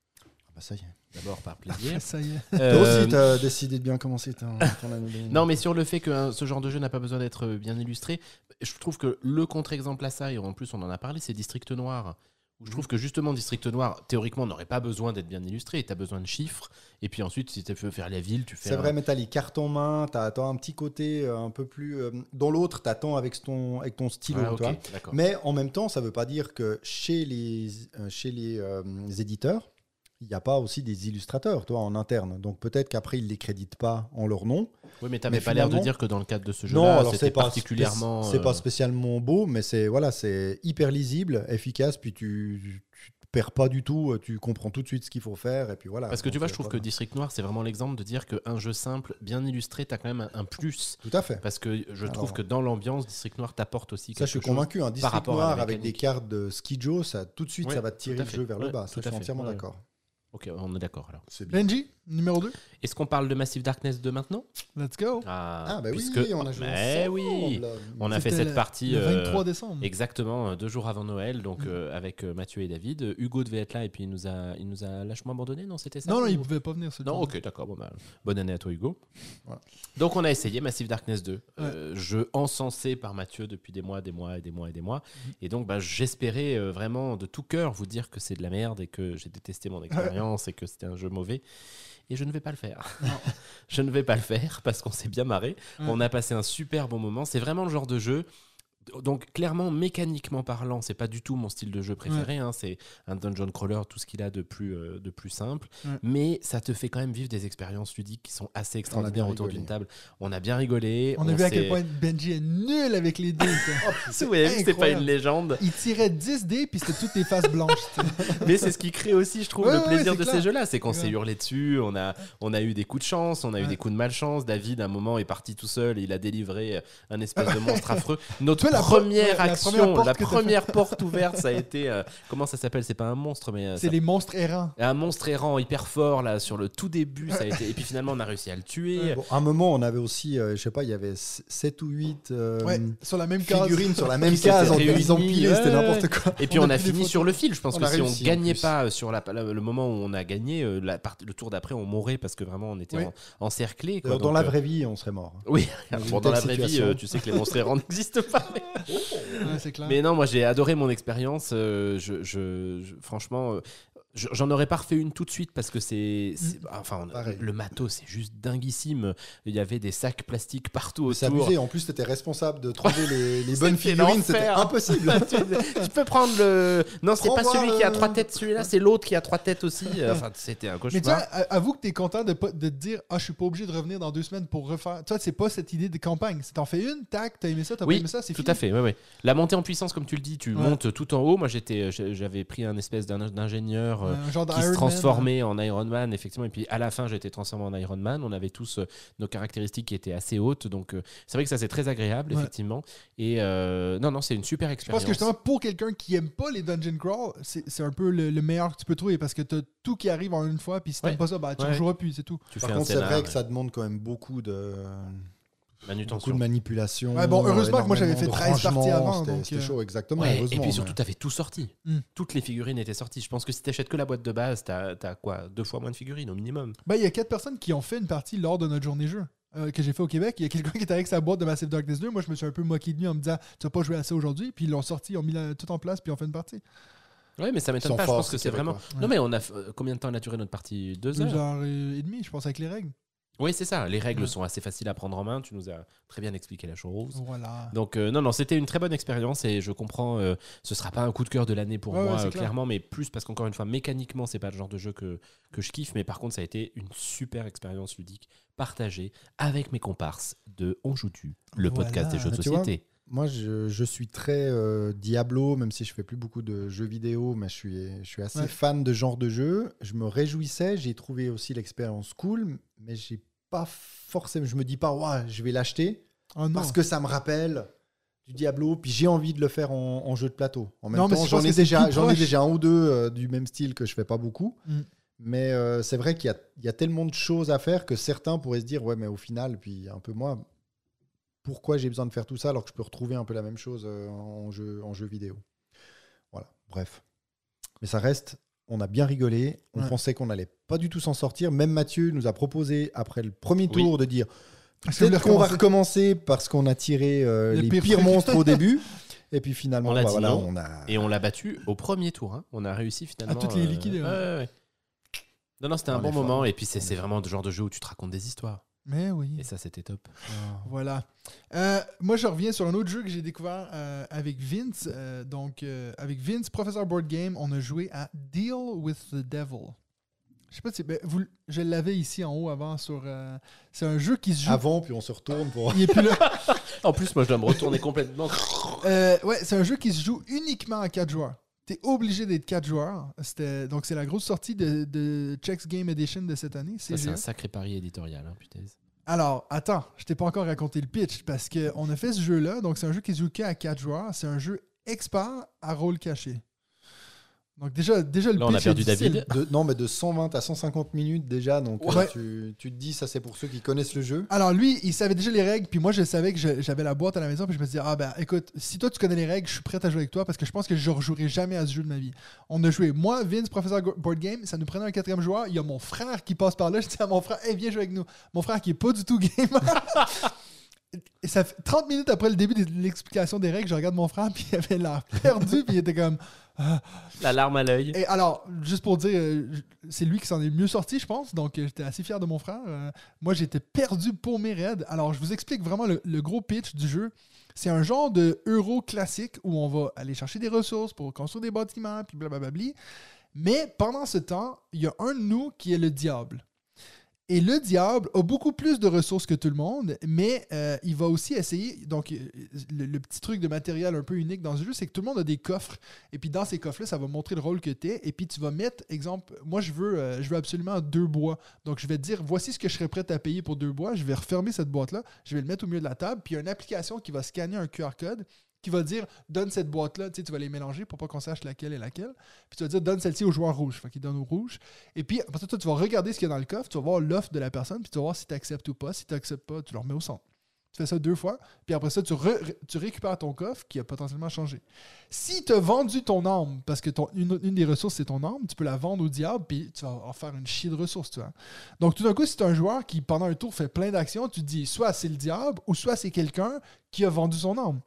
Ça y est. D'abord par plaisir. Ça y est. Toi aussi, tu as décidé de bien commencer ton année. Non, mais sur le fait que ce genre de jeu n'a pas besoin d'être bien illustré, je trouve que le contre-exemple à ça, et en plus on en a parlé, c'est District Noir. Où je trouve que justement, District Noir, théoriquement, n'aurait pas besoin d'être bien illustré. Tu as besoin de chiffres. Et puis ensuite, si tu veux faire la ville, tu fais... C'est vrai, mais tu as les cartes en main, tu as un petit côté un peu plus... dans l'autre, tu attends avec ton stylo. Okay, d'accord. Mais en même temps, ça ne veut pas dire que chez les éditeurs, il n'y a pas aussi des illustrateurs, toi, en interne. Donc peut-être qu'après, ils ne les créditent pas en leur nom. Oui, mais tu n'avais Mais pas l'air de finalement- dire que dans le cadre de ce Non, jeu-là, alors c'était c'est pas particulièrement. C'est pas spécialement beau, mais c'est hyper lisible, efficace, puis tu perds pas du tout, tu comprends tout de suite ce qu'il faut faire, et puis voilà. Parce que tu Donc, vois, je trouve que voilà. District Noir, c'est vraiment l'exemple de dire qu'un jeu simple, bien illustré, tu as quand même un plus. Tout à fait. Parce que je trouve Alors- que dans l'ambiance, District Noir t'apporte aussi Ça, je suis quelque chose. convaincu. Un district rapport à la noir avec des mécanique. cartes de Ski Joe, ça, tout de suite, Ouais, ça va te tirer tout à le fait. jeu vers le Ouais, bas. Ça, tout je à suis fait. entièrement Ouais. d'accord. Ok, on est d'accord alors. C'est bien. Benji, numéro 2. Est-ce qu'on parle de Massive Darkness 2 maintenant? Let's go. Ah, bah puisque- oui, on a joué Mais ensemble. oui, on a fait C'était cette partie. Le 23 décembre. Exactement, 2 jours avant Noël, donc avec Mathieu et David. Hugo devait être là et puis il nous a lâchement abandonné, non? C'était ça? Non, ou- il pouvait pas venir. Non, ok, d'accord. Bon, bah, bonne année à toi, Hugo. Voilà. Donc, on a essayé Massive Darkness 2, jeu encensé par Mathieu depuis des mois. Et donc, bah, j'espérais vraiment de tout cœur vous dire que c'est de la merde et que j'ai détesté mon expérience et que c'était un jeu mauvais. Et je ne vais pas le faire. Je ne vais pas le faire parce qu'on s'est bien marré. On a passé un super bon moment. C'est vraiment le genre de jeu. Donc clairement, mécaniquement parlant, c'est pas du tout mon style de jeu préféré. Hein. C'est un dungeon crawler, tout ce qu'il a de plus simple. Mais ça te fait quand même vivre des expériences ludiques qui sont assez extraordinaires autour d'une table. On a bien rigolé. On a vu à quel point Benji est nul avec les dés. Vous avez vu que c'était pas une Incroyable. légende. Il tirait 10 dés, puis c'était toutes des faces blanches. Mais c'est ce qui crée aussi, je trouve, Ouais, le ouais, plaisir c'est de clair. ces jeux-là. C'est qu'on C'est s'est clair. hurlé dessus, on a eu des coups de chance, on a eu des coups de malchance. David, à un moment, est parti tout seul et il a délivré un espèce de monstre affreux. Notre Tu vois, première action, porte la que t'as première porte ouverte, ça a été... comment ça s'appelle? C'est pas un monstre, mais... C'est les monstres errants. Un monstre errant hyper fort, là, sur le tout début, ça a été... Et puis finalement, on a réussi à le tuer. Bon, à un moment, on avait aussi, je sais pas, il y avait 7 ou 8 Ouais, sur la même case. figurines sur la même Qui case, s'étaient ils empilés, réunies, c'était ouais. n'importe quoi. Et puis On on a a pris des fini photos. sur le fil. Je pense On que a si on réussi, en gagnait plus. pas sur le moment où on a gagné, le tour d'après, on mourrait parce que vraiment on était Oui. encerclés. quoi. Dans Donc, la vraie vie, on serait mort. Oui, Dans une bon, dans la telle vraie vie, situation. tu sais que les monstres errants n'existent pas. Ouais, c'est clair. Mais non, moi j'ai adoré mon expérience. Franchement, j'en aurais pas refait une tout de suite parce que enfin, Pareil. le matos, c'est juste dinguissime. Il y avait des sacs plastiques partout C'est autour. abusé. En plus, tu étais responsable de trouver les bonnes C'était figurines. C'était l'enfer. impossible. Tu peux prendre le. Non, c'est pas Prends-moi celui qui a le- 3 têtes, celui-là, c'est l'autre qui a 3 têtes aussi. Enfin, c'était un Mais tu vois, cauchemar. avoue que t'es content de te dire « Ah, je suis pas obligé de revenir dans 2 semaines pour refaire... » Tu vois, c'est pas cette idée de campagne. Si t'en fais une, tac, t'as aimé ça, t'as pas Oui, aimé ça, c'est tout fini. à fait. Ouais, ouais. La montée en puissance, comme tu le dis, tu Ouais. montes tout en haut. Moi, j'avais pris un espèce d'ingénieur Un genre qui d'Iron se Man. transformait en Iron Man, effectivement. Et puis à la fin, j'ai été transformé en Iron Man. On avait tous nos caractéristiques qui étaient assez hautes. Donc c'est vrai que ça, c'est très agréable, Ouais. effectivement. Et non, c'est une super Je expérience. pense que justement, pour quelqu'un qui aime pas les dungeon crawl, c'est un peu le meilleur que tu peux trouver parce que t'as tout qui arrive en une fois, puis si t'aimes Ouais. pas ça, bah, tu Ouais. ne joueras plus, c'est tout. Tu Par fais un contre, c'est scénar, vrai que ça demande quand même beaucoup de manutention. manipulation. Ouais, bon, heureusement que moi, j'avais fait énormément 13 de parties rangement, avant, donc, C'était chaud, exactement. Ouais, et heureusement, puis surtout, mais- tu avais tout sorti. Mm. Toutes les figurines étaient sorties. Je pense que si tu achètes que la boîte de base, tu as quoi 2 fois moins de figurines au minimum. Ben, il y a 4 personnes qui ont fait une partie lors de notre journée jeu que j'ai fait au Québec. Il y a quelqu'un qui était avec sa boîte de Massive Darkness 2. Moi, je me suis un peu moqué de lui en me disant « Tu vas pas jouer à ça aujourd'hui ?» Puis ils l'ont sorti, ils ont mis tout en place, puis ils ont fait une partie. Ouais, mais ça m'étonne Ils sont pas. Je forts, pense que ces c'est vraiment. Québécois. Non, mais on a. Combien de temps on a duré notre partie 2 2 heures. heures et demie, je pense, avec les règles. Oui, c'est ça. Les règles Ouais. sont assez faciles à prendre en main. Tu nous as très bien expliqué la chose. Voilà. Donc, non, c'était une très bonne expérience et je comprends. Ce sera pas un coup de cœur de l'année pour Ouais, moi, ouais, c'est clair. clairement, mais plus parce qu'encore une fois, mécaniquement, c'est pas le genre de jeu que je kiffe. Mais par contre, ça a été une super expérience ludique partagée avec mes comparses de On Joue Tu, le Voilà. podcast des jeux de Mais tu vois, société. Moi, je suis très Diablo, même si je fais plus beaucoup de jeux vidéo, mais je suis assez Ouais. fan de ce genre de jeu. Je me réjouissais, j'ai trouvé aussi l'expérience cool, mais j'ai pas forcément. Je me dis pas, ouais, je vais l'acheter Oh non. parce que ça me rappelle du Diablo, puis j'ai envie de le faire en jeu de plateau. En même Non, mais temps, je pense j'en ai que c'est déjà, plus j'en ai proche. déjà un ou deux du même style que je fais pas beaucoup. Mm. Mais c'est vrai qu'il y a tellement de choses à faire que certains pourraient se dire, ouais, mais au final, puis un peu moi, pourquoi j'ai besoin de faire tout ça alors que je peux retrouver un peu la même chose en jeu vidéo. Voilà, bref. Mais ça reste, on a bien rigolé, on Ouais. pensait qu'on n'allait pas du tout s'en sortir. Même Mathieu nous a proposé, après le premier tour, de dire Est-ce que vous peut-être voulez qu'on va recommencer? recommencer parce qu'on a tiré les pire pires truc. monstres au début. Et puis finalement, On a dit voilà, non. on a... Et on l'a battu au premier tour. Hein. On a réussi finalement. toutes les liquider, ouais. ouais. Non, c'était un On bon est fort. moment. Et puis, On c'est est vraiment le genre de jeu où tu te racontes des histoires. Mais oui. Et ça, c'était top. Voilà. Moi, je reviens sur un autre jeu que j'ai découvert avec Vince. Avec Vince, Professeur Board Game, on a joué à Deal with the Devil. Je sais pas si je l'avais ici en haut avant sur. C'est un jeu qui se joue. Avant, puis on se retourne pour. Il est plus là. En plus, moi, je dois me retourner complètement. Ouais, c'est un jeu qui se joue uniquement à 4 joueurs. T'es obligé d'être 4 joueurs. Donc, c'est la grosse sortie de Chex Game Edition de cette année. Ça, c'est un sacré pari éditorial, hein, putain. Alors, attends, je t'ai pas encore raconté le pitch parce qu'on a fait ce jeu-là. Donc, c'est un jeu qui se joue qu'à 4 joueurs. C'est un jeu expert à rôle caché. Donc déjà le pitch. Là, on a perdu David. Non, mais de 120 à 150 minutes déjà. Donc, Ouais. tu te dis, ça, c'est pour ceux qui connaissent le jeu. Alors lui, il savait déjà les règles, puis moi je savais que j'avais la boîte à la maison, puis je me disais, ah ben écoute, si toi tu connais les règles, je suis prêt à jouer avec toi parce que je pense que je ne rejouerai jamais à ce jeu de ma vie. On a joué, moi, Vince, professeur Board Game, ça nous prenait un 4e joueur, il y a mon frère qui passe par là, je dis à mon frère, hey, viens jouer avec nous. Mon frère qui est pas du tout gamer. Et ça fait 30 minutes après le début de l'explication des règles, je regarde mon frère, puis il avait l'air perdu, puis il était comme... La larme à l'œil. Et alors, juste pour dire, c'est lui qui s'en est le mieux sorti, je pense. Donc, j'étais assez fier de mon frère. Moi, j'étais perdu pour mes raids. Alors, je vous explique vraiment le gros pitch du jeu. C'est un genre de euro classique où on va aller chercher des ressources pour construire des bâtiments, puis blablabla. Mais pendant ce temps, il y a un de nous qui est le diable. Et le diable a beaucoup plus de ressources que tout le monde, mais il va aussi essayer... Donc, le petit truc de matériel un peu unique dans ce jeu, c'est que tout le monde a des coffres. Et puis, dans ces coffres-là, ça va montrer le rôle que tu es. Et puis, tu vas mettre, exemple, moi, je veux absolument 2 bois. Donc, je vais te dire, voici ce que je serais prêt à payer pour 2 bois. Je vais refermer cette boîte-là. Je vais le mettre au milieu de la table. Puis, il y a une application qui va scanner un QR code qui va dire, donne cette boîte-là, tu sais, tu vas les mélanger pour pas qu'on sache laquelle est laquelle. Puis tu vas dire, donne celle-ci au joueur rouge. Fait qu'il donne au rouge. Et puis, après ça, toi, tu vas regarder ce qu'il y a dans le coffre, tu vas voir l'offre de la personne, puis tu vas voir si tu acceptes ou pas. Si tu n'acceptes pas, tu le remets au centre. Tu fais ça 2 fois, puis après ça, tu récupères ton coffre qui a potentiellement changé. Si tu as vendu ton âme, parce que une des ressources, c'est ton âme, tu peux la vendre au diable, puis tu vas en faire une chier de ressources, tu vois. Donc, tout d'un coup, si tu es un joueur qui, pendant un tour, fait plein d'actions, tu te dis, soit c'est le diable, ou soit c'est quelqu'un qui a vendu son âme.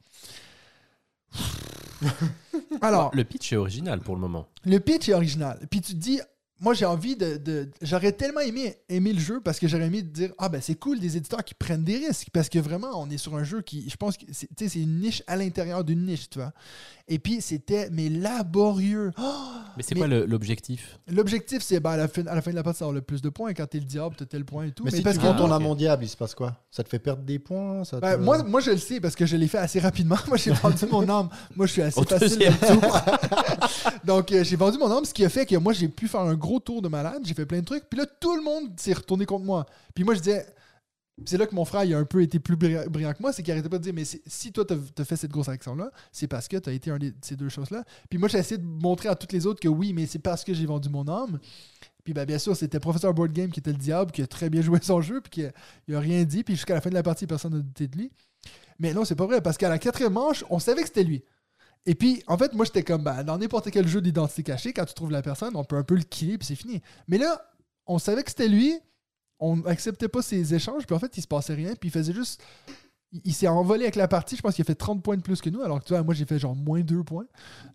Alors, le pitch est original pour le moment. Le pitch est original. Puis tu te dis, moi j'ai envie j'aurais tellement aimé le jeu parce que j'aurais aimé dire, ah ben c'est cool des éditeurs qui prennent des risques parce que vraiment on est sur un jeu qui, je pense que c'est une niche à l'intérieur d'une niche, tu vois. Et puis c'était laborieux. Mais c'est quoi l'objectif? L'objectif c'est à la fin de la partie ça avoir le plus de points et quand t'es le diable t'as tel point et tout. Mais si parce tu vends ton âme en diable, il se passe quoi? Ça te fait perdre des points? Moi je le sais parce que je l'ai fait assez rapidement. Moi j'ai vendu mon âme. Moi je suis assez au facile. deuxième tour. Donc j'ai vendu mon âme, ce qui a fait que moi j'ai pu faire un gros tour de malade, j'ai fait plein de trucs, puis là tout le monde s'est retourné contre moi. Puis moi je disais, c'est là que mon frère il a un peu été plus brillant que moi, c'est qu'il arrêtait pas de dire, mais si toi t'as fait cette grosse action-là, c'est parce que t'as été un de ces 2 choses-là. Puis moi j'ai essayé de montrer à toutes les autres que oui, mais c'est parce que j'ai vendu mon âme. Puis bien sûr, c'était professeur Board Game qui était le diable, qui a très bien joué son jeu, puis qui a rien dit, puis jusqu'à la fin de la partie, personne n'a douté de lui. Mais non, c'est pas vrai, parce qu'à la 4e manche, on savait que c'était lui. Et puis, en fait, moi, j'étais comme, dans n'importe quel jeu d'identité cachée, quand tu trouves la personne, on peut un peu le killer, puis c'est fini. Mais là, on savait que c'était lui, on n'acceptait pas ses échanges, puis en fait, il se passait rien, puis il faisait juste... Il s'est envolé avec la partie, je pense qu'il a fait 30 points de plus que nous, alors que tu vois, moi, j'ai fait genre moins 2 points.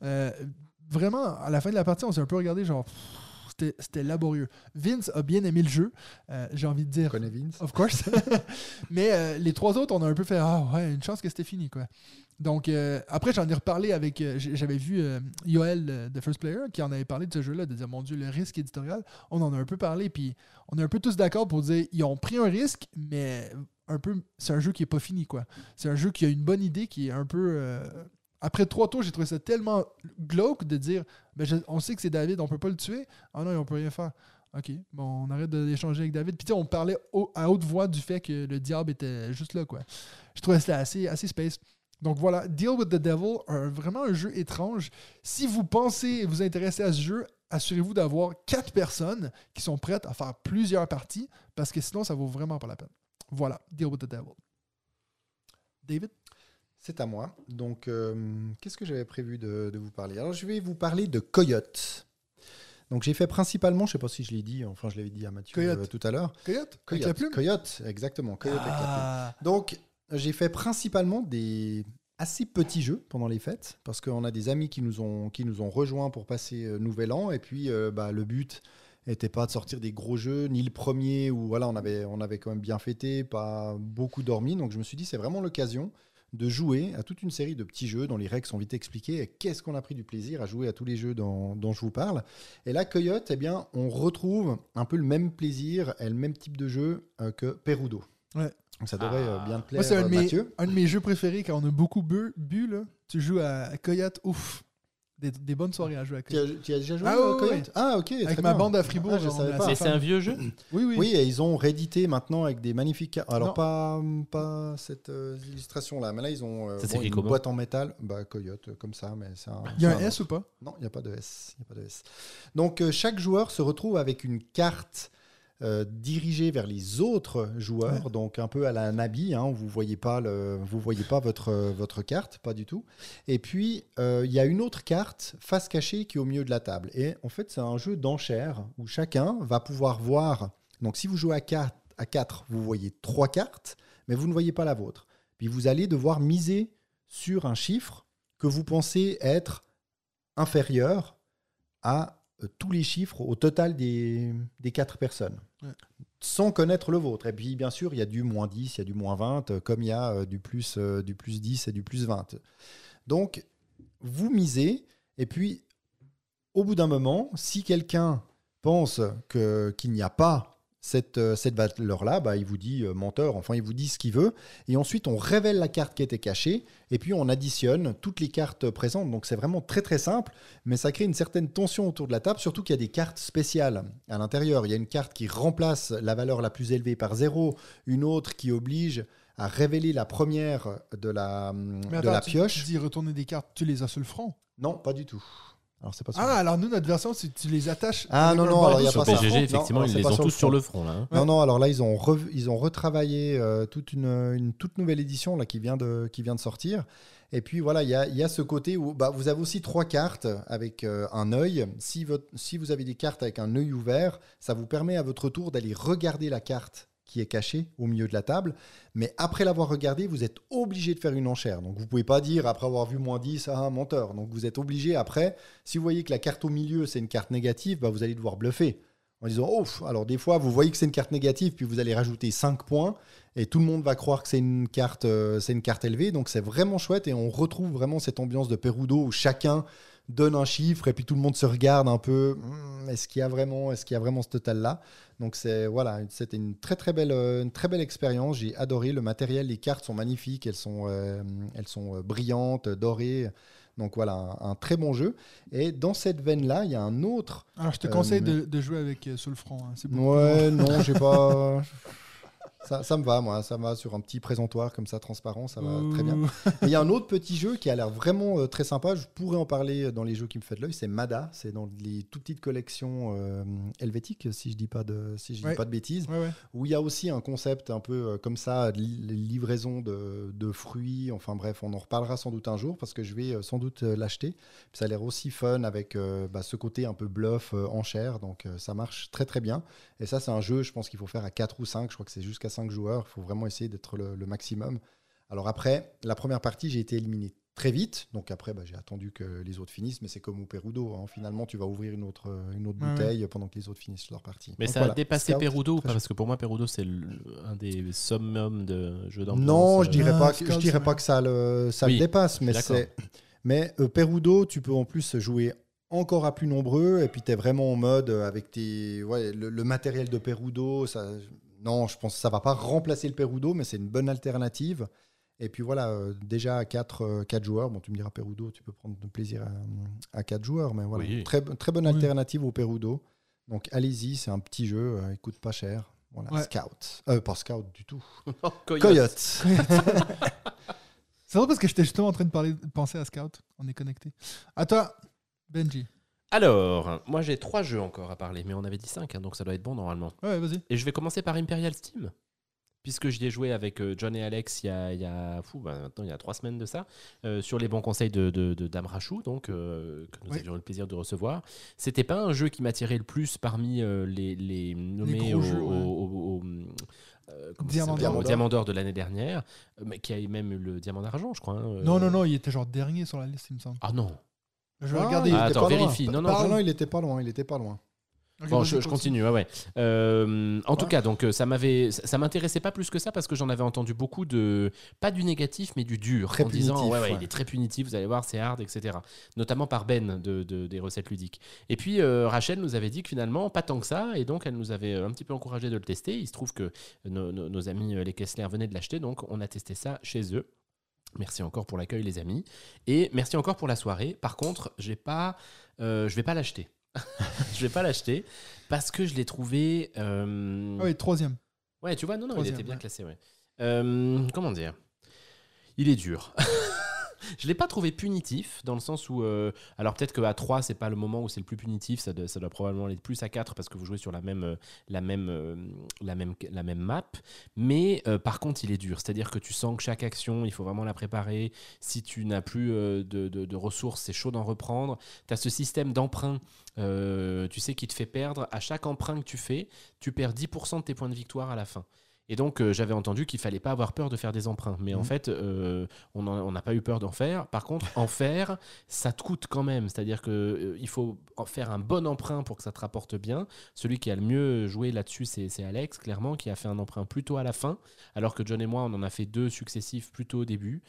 Vraiment, à la fin de la partie, on s'est un peu regardé, genre... C'était laborieux. Vince a bien aimé le jeu, j'ai envie de dire. Tu connais Vince? Of course. Mais les 3 autres, on a un peu fait, une chance que c'était fini, quoi. Donc, après, j'en ai reparlé avec... j'avais vu Yoel de First Player qui en avait parlé de ce jeu-là, de dire, mon Dieu, le risque éditorial. On en a un peu parlé, puis on est un peu tous d'accord pour dire, ils ont pris un risque, mais un peu, c'est un jeu qui n'est pas fini, quoi. C'est un jeu qui a une bonne idée, qui est un peu... Après 3 tours, j'ai trouvé ça tellement glauque de dire, on sait que c'est David, on peut pas le tuer. Ah non, on peut rien faire. OK, bon, on arrête d'échanger avec David. Puis tu sais, on parlait à haute voix du fait que le diable était juste là, quoi. Je trouvais ça assez space. Donc voilà, Deal with the Devil, vraiment un jeu étrange. Si vous pensez vous intéresser à ce jeu, assurez-vous d'avoir 4 personnes qui sont prêtes à faire plusieurs parties, parce que sinon, ça vaut vraiment pas la peine. Voilà, Deal with the Devil. David? C'est à moi. Donc, qu'est-ce que j'avais prévu de vous parler? Alors, je vais vous parler de Coyote. Donc, j'ai fait principalement, je ne sais pas si je l'ai dit, enfin, je l'avais dit à Mathieu tout à l'heure. Coyote? Avec la plume? Coyote, exactement. Coyote avec la plume. Donc, j'ai fait principalement des assez petits jeux pendant les fêtes, parce qu'on a des amis qui nous ont rejoints pour passer Nouvel An, et puis le but n'était pas de sortir des gros jeux, ni le premier, où voilà, on avait quand même bien fêté, pas beaucoup dormi, donc je me suis dit, c'est vraiment l'occasion de jouer à toute une série de petits jeux dont les règles sont vite expliquées. Et qu'est-ce qu'on a pris du plaisir à jouer à tous les jeux dont je vous parle. Et là, Coyote, eh bien, on retrouve un peu le même plaisir et le même type de jeu que Perudo. Ouais. Donc ça devrait bien te plaire, Moi, c'est Mathieu. un de mes jeux préférés quand on a beaucoup bu là. Tu joues à Coyote, ouf. Des bonnes soirées à jouer à Coyote. Tu as déjà joué Ah, à ouais, Coyote? ouais. Ah, ok. Avec très ma bien. bande à Fribourg. Ah, je on savais a pas. Mais fait c'est un vieux jeu. Oui, oui. Oui, et ils ont réédité maintenant avec des magnifiques. Alors, Non. pas cette illustration-là, mais là, ils ont Ça s'écrit une comment boîte en métal. Bah, Coyote, comme ça, mais c'est un. Il y a un c'est S ou pas? Non, il n'y a pas de S. Il y a pas de S. Donc, chaque joueur se retrouve avec une carte dirigée vers les autres joueurs, Ouais. donc un peu à la Nabi. Hein, vous voyez pas votre carte, pas du tout. Et puis, il y a une autre carte face cachée qui est au milieu de la table. Et en fait, c'est un jeu d'enchères où chacun va pouvoir voir. Donc, si vous jouez à 4, vous voyez 3 cartes, mais vous ne voyez pas la vôtre. Puis, vous allez devoir miser sur un chiffre que vous pensez être inférieur à tous les chiffres au total des 4 personnes, Ouais. sans connaître le vôtre. Et puis, bien sûr, il y a du moins 10, il y a du moins 20, comme il y a du plus 10 et du plus 20. Donc, vous misez, et puis, au bout d'un moment, si quelqu'un pense qu'il n'y a pas cette valeur-là, bah, il vous dit menteur, enfin, il vous dit ce qu'il veut. Et ensuite, on révèle la carte qui était cachée, et puis on additionne toutes les cartes présentes. Donc, c'est vraiment très, très simple, mais ça crée une certaine tension autour de la table, surtout qu'il y a des cartes spéciales à l'intérieur. Il y a une carte qui remplace la valeur la plus élevée par 0, une autre qui oblige à révéler la première de la pioche. Tu dis retourner des cartes, tu les as sur le front. Non, pas du tout. Alors, c'est pas sûr. Ah, alors nous, notre version, c'est que tu les attaches. Ah, avec non, un non, alors, il y a Sur pas ça. BGG, Non, effectivement, alors, ils c'est les pas ont sur tous le sur front. le front, là. Hein. Non, non, alors là, ils ont retravaillé toute une toute nouvelle édition là, qui vient de sortir. Et puis voilà, il y a ce côté où bah, vous avez aussi 3 cartes avec un œil. Si vous avez des cartes avec un œil ouvert, ça vous permet à votre tour d'aller regarder la carte qui est cachée au milieu de la table. Mais après l'avoir regardée, vous êtes obligé de faire une enchère. Donc vous ne pouvez pas dire, après avoir vu moins 10, ah, menteur. Donc vous êtes obligé, après, si vous voyez que la carte au milieu, c'est une carte négative, bah, vous allez devoir bluffer. En disant, oh, alors des fois, vous voyez que c'est une carte négative, puis vous allez rajouter 5 points, et tout le monde va croire que c'est une carte élevée. Donc c'est vraiment chouette, et on retrouve vraiment cette ambiance de Perudo où chacun donne un chiffre, et puis tout le monde se regarde un peu, est-ce qu'il y a vraiment ce total-là? Donc c'était une très belle expérience. J'ai adoré le matériel, les cartes sont magnifiques, elles sont brillantes, dorées. Donc voilà, un très bon jeu. Et dans cette veine-là, il y a un autre. Alors, je te conseille de jouer avec sur le front. Hein. C'est beaucoup Ouais, non, j'ai pas. Ça me va, moi. Ça me va sur un petit présentoir comme ça, transparent. Ça va très bien. Et il y a un autre petit jeu qui a l'air vraiment très sympa. Je pourrais en parler dans les jeux qui me font de l'œil. C'est Mada. C'est dans les toutes petites collections helvétiques, si je dis pas de bêtises. Ouais. Où il y a aussi un concept un peu comme ça, de livraison de fruits. Enfin bref, on en reparlera sans doute un jour parce que je vais sans doute l'acheter. Puis ça a l'air aussi fun avec ce côté un peu bluff, enchère. Donc ça marche très très bien. Et ça, c'est un jeu, je pense qu'il faut faire à 4 ou 5. Je crois que c'est jusqu'à 5 joueurs. Il faut vraiment essayer d'être le maximum. Alors après, la première partie, j'ai été éliminé très vite. Donc après, j'ai attendu que les autres finissent. Mais c'est comme au Perudo. Hein. Finalement, tu vas ouvrir une autre bouteille pendant que les autres finissent leur partie. Mais donc, ça a dépassé Scout, Perudo ou pas? très Parce que pour moi, Perudo, c'est un des summums de jeux d'ambiance. Non, je dirais pas, Scout, je dirais ouais. pas que ça le Oui, dépasse. Mais, d'accord. Perudo, tu peux en plus jouer encore à plus nombreux. Et puis, tu es vraiment en mode avec le matériel de Perudo. Non, je pense que ça va pas remplacer le Perudo, mais c'est une bonne alternative. Et puis voilà, déjà à 4 joueurs. Bon, tu me diras Perudo, tu peux prendre de plaisir à 4 joueurs. Mais voilà, Oui. très bonne alternative au Perudo. Donc allez-y, c'est un petit jeu, il coûte pas cher. Voilà, Ouais. Scout. Pas Scout du tout. Coyote. Coyote. C'est vrai parce que j'étais justement en train de penser à Scout. On est connecté. À toi, Benji. Alors, moi j'ai 3 jeux encore à parler, mais on avait dit 5, hein, donc ça doit être bon normalement. Ouais, vas-y. Et je vais commencer par Imperial Steam, puisque j'y ai joué avec John et Alex maintenant il y a 3 semaines de ça, sur les bons conseils de Dame Rachou, donc, que nous Oui. avions eu le plaisir de recevoir. C'était pas un jeu qui m'attirait le plus parmi les nommés gros jeux, au comment ça Diamant s'appelle, d'or. au Diamant d'or de l'année dernière, mais qui a même eu le Diamant d'argent, je crois. Hein, Non, il était genre dernier sur la liste, il me semble. Ah non. Je vais regarder. il était attends, pas loin. vérifie. Non, Non, il était pas loin. Ok, Bon, vas-y, je continue, ouais. En tout cas, donc ça m'intéressait pas plus que ça parce que j'en avais entendu beaucoup pas du négatif, mais du dur, Très en disant punitif, ouais, ouais. il est très punitif, vous allez voir, c'est hard, etc. Notamment par Ben des recettes ludiques. Et puis Rachel nous avait dit que finalement pas tant que ça, et donc elle nous avait un petit peu encouragé de le tester. Il se trouve que nos amis les Kessler venaient de l'acheter, donc on a testé ça chez eux. Merci encore pour l'accueil, les amis, et merci encore pour la soirée. Par contre, je vais pas l'acheter. Je vais pas l'acheter parce que je l'ai trouvé. Ah oui, troisième. Ouais, tu vois, non, il Troisième, était bien ouais. classé, ouais. Comment dire ? Il est dur. Je l'ai pas trouvé punitif dans le sens où alors peut-être qu'à 3 c'est pas le moment où c'est le plus punitif, ça doit probablement être plus à 4 parce que vous jouez sur la même map, mais par contre il est dur, c'est-à-dire que tu sens que chaque action il faut vraiment la préparer. Si tu n'as plus de ressources, c'est chaud d'en reprendre. Tu as ce système d'emprunt tu sais qui te fait perdre à chaque emprunt que tu fais, tu perds 10% de tes points de victoire à la fin. Et donc, j'avais entendu qu'il fallait pas avoir peur de faire des emprunts. Mais en fait, on n'a pas eu peur d'en faire. Par contre, en faire, ça te coûte quand même. C'est-à-dire qu'il faut en faire un bon emprunt pour que ça te rapporte bien. Celui qui a le mieux joué là-dessus, c'est Alex, clairement, qui a fait un emprunt plutôt à la fin. Alors que John et moi, on en a fait 2 successifs plutôt au début.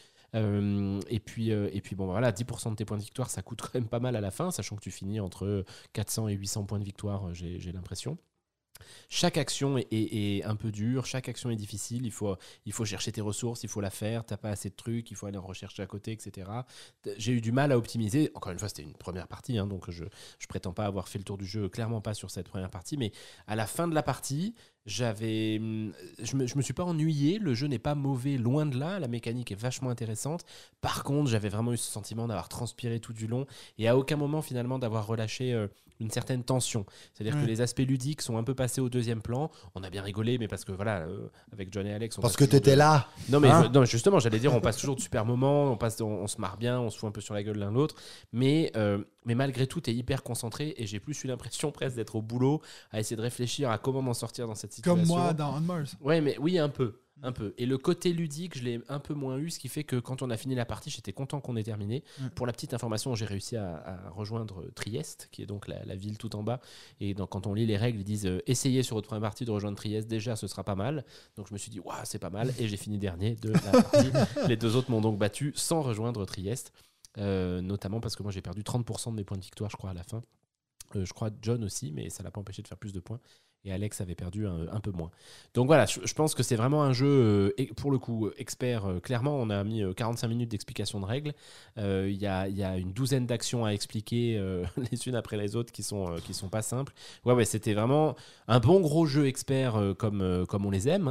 Et puis bon, voilà, 10% de tes points de victoire, ça coûte quand même pas mal à la fin, sachant que tu finis entre 400 et 800 points de victoire, j'ai l'impression. Chaque action est un peu dure, chaque action est difficile, il faut chercher tes ressources, il faut la faire, t'as pas assez de trucs, il faut aller en rechercher à côté, etc. J'ai eu du mal à optimiser, encore une fois c'était une première partie, donc je prétends pas avoir fait le tour du jeu, clairement pas sur cette première partie, mais à la fin de la partie, je me suis pas ennuyé, le jeu n'est pas mauvais, loin de là, la mécanique est vachement intéressante. Par contre, j'avais vraiment eu ce sentiment d'avoir transpiré tout du long et à aucun moment finalement d'avoir relâché une certaine tension. C'est-à-dire que les aspects ludiques sont un peu passés au deuxième plan. On a bien rigolé, mais parce que voilà, avec John et Alex, Parce que t'étais là. Non, mais non, justement, j'allais dire, on passe toujours de super moments, on se marre bien, on se fout un peu sur la gueule l'un l'autre, mais malgré tout, t'es hyper concentré et j'ai plus eu l'impression presque d'être au boulot à essayer de réfléchir à comment m'en sortir dans cette situation. Comme moi dans On Mars. Ouais, mais oui, un peu. Et le côté ludique, je l'ai un peu moins eu, ce qui fait que quand on a fini la partie, j'étais content qu'on ait terminé. Pour la petite information, j'ai réussi à rejoindre Trieste, qui est donc la ville tout en bas. Et donc, quand on lit les règles, ils disent essayez sur votre première partie de rejoindre Trieste, déjà ce sera pas mal. Donc je me suis dit, waouh, c'est pas mal. Et j'ai fini dernier de la partie. Les 2 autres m'ont donc battu sans rejoindre Trieste, notamment parce que moi j'ai perdu 30% de mes points de victoire, je crois, à la fin. Je crois John aussi, mais ça l'a pas empêché de faire plus de points. Et Alex avait perdu un peu moins. Donc voilà, je pense que c'est vraiment un jeu, pour le coup, expert. Clairement, on a mis 45 minutes d'explication de règles. Il y a une douzaine d'actions à expliquer les unes après les autres qui sont pas simples. Ouais, c'était vraiment un bon gros jeu expert comme on les aime,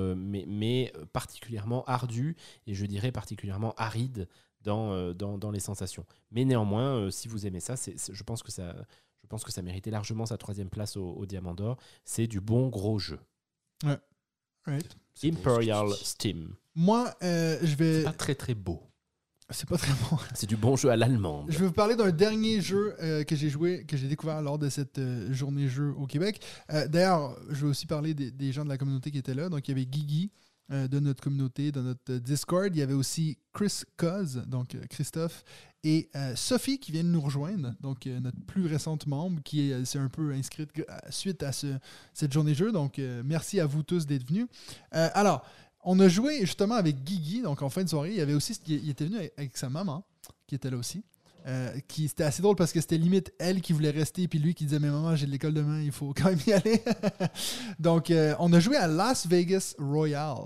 mais particulièrement ardu et je dirais particulièrement aride dans les sensations. Mais néanmoins, si vous aimez ça, je pense que ça méritait largement sa 3e place au Diamant d'Or. C'est du bon gros jeu. Ouais. Right. Imperial Steam. Moi, je vais... C'est pas très très beau. C'est pas très bon. C'est du bon jeu à l'allemande. Je vais vous parler d'un dernier jeu que j'ai joué, que j'ai découvert lors de cette journée jeu au Québec. D'ailleurs, je vais aussi parler des gens de la communauté qui étaient là. Donc, il y avait Guigui de notre communauté, de notre Discord. Il y avait aussi Chris Cuz, donc Christophe, et Sophie qui vient de nous rejoindre, donc notre plus récente membre qui s'est un peu inscrite suite à cette journée jeu. Donc, merci à vous tous d'être venus. Alors, on a joué justement avec Guigui, donc en fin de soirée. Il était venu avec sa maman, qui était là aussi. C'était assez drôle parce que c'était limite elle qui voulait rester, puis lui qui disait « Mais maman, j'ai de l'école demain, il faut quand même y aller. » Donc, on a joué à Las Vegas Royale.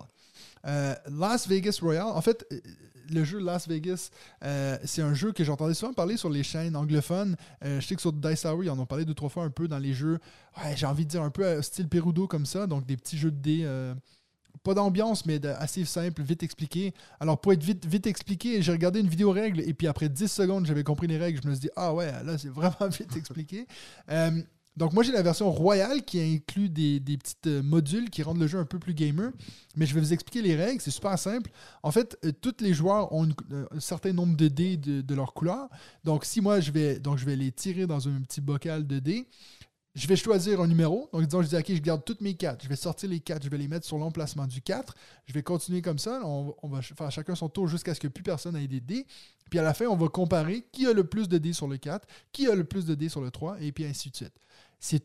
Las Vegas Royale, en fait, le jeu Las Vegas, c'est un jeu que j'entendais souvent parler sur les chaînes anglophones. Je sais que sur Dice Tower, ils en ont parlé 2-3 fois un peu dans les jeux, j'ai envie de dire un peu style Perudo comme ça, donc des petits jeux de dés, pas d'ambiance, mais assez simple, vite expliqué. Alors, pour être vite expliqué, j'ai regardé une vidéo règles et puis après 10 secondes, j'avais compris les règles. Je me suis dit, ah ouais, là, c'est vraiment vite expliqué. Donc, moi, j'ai la version royale qui inclut des petites modules qui rendent le jeu un peu plus gamer. Mais je vais vous expliquer les règles. C'est super simple. En fait, tous les joueurs ont un certain nombre de dés de leur couleur. Donc, si moi, je vais les tirer dans un petit bocal de dés, je vais choisir un numéro. Donc, disons, je dis, OK, je garde toutes mes 4. Je vais sortir les 4. Je vais les mettre sur l'emplacement du 4. Je vais continuer comme ça. On va faire chacun son tour jusqu'à ce que plus personne ait des dés. Puis à la fin, on va comparer qui a le plus de dés sur le 4, qui a le plus de dés sur le 3, et puis ainsi de suite. C'est tout.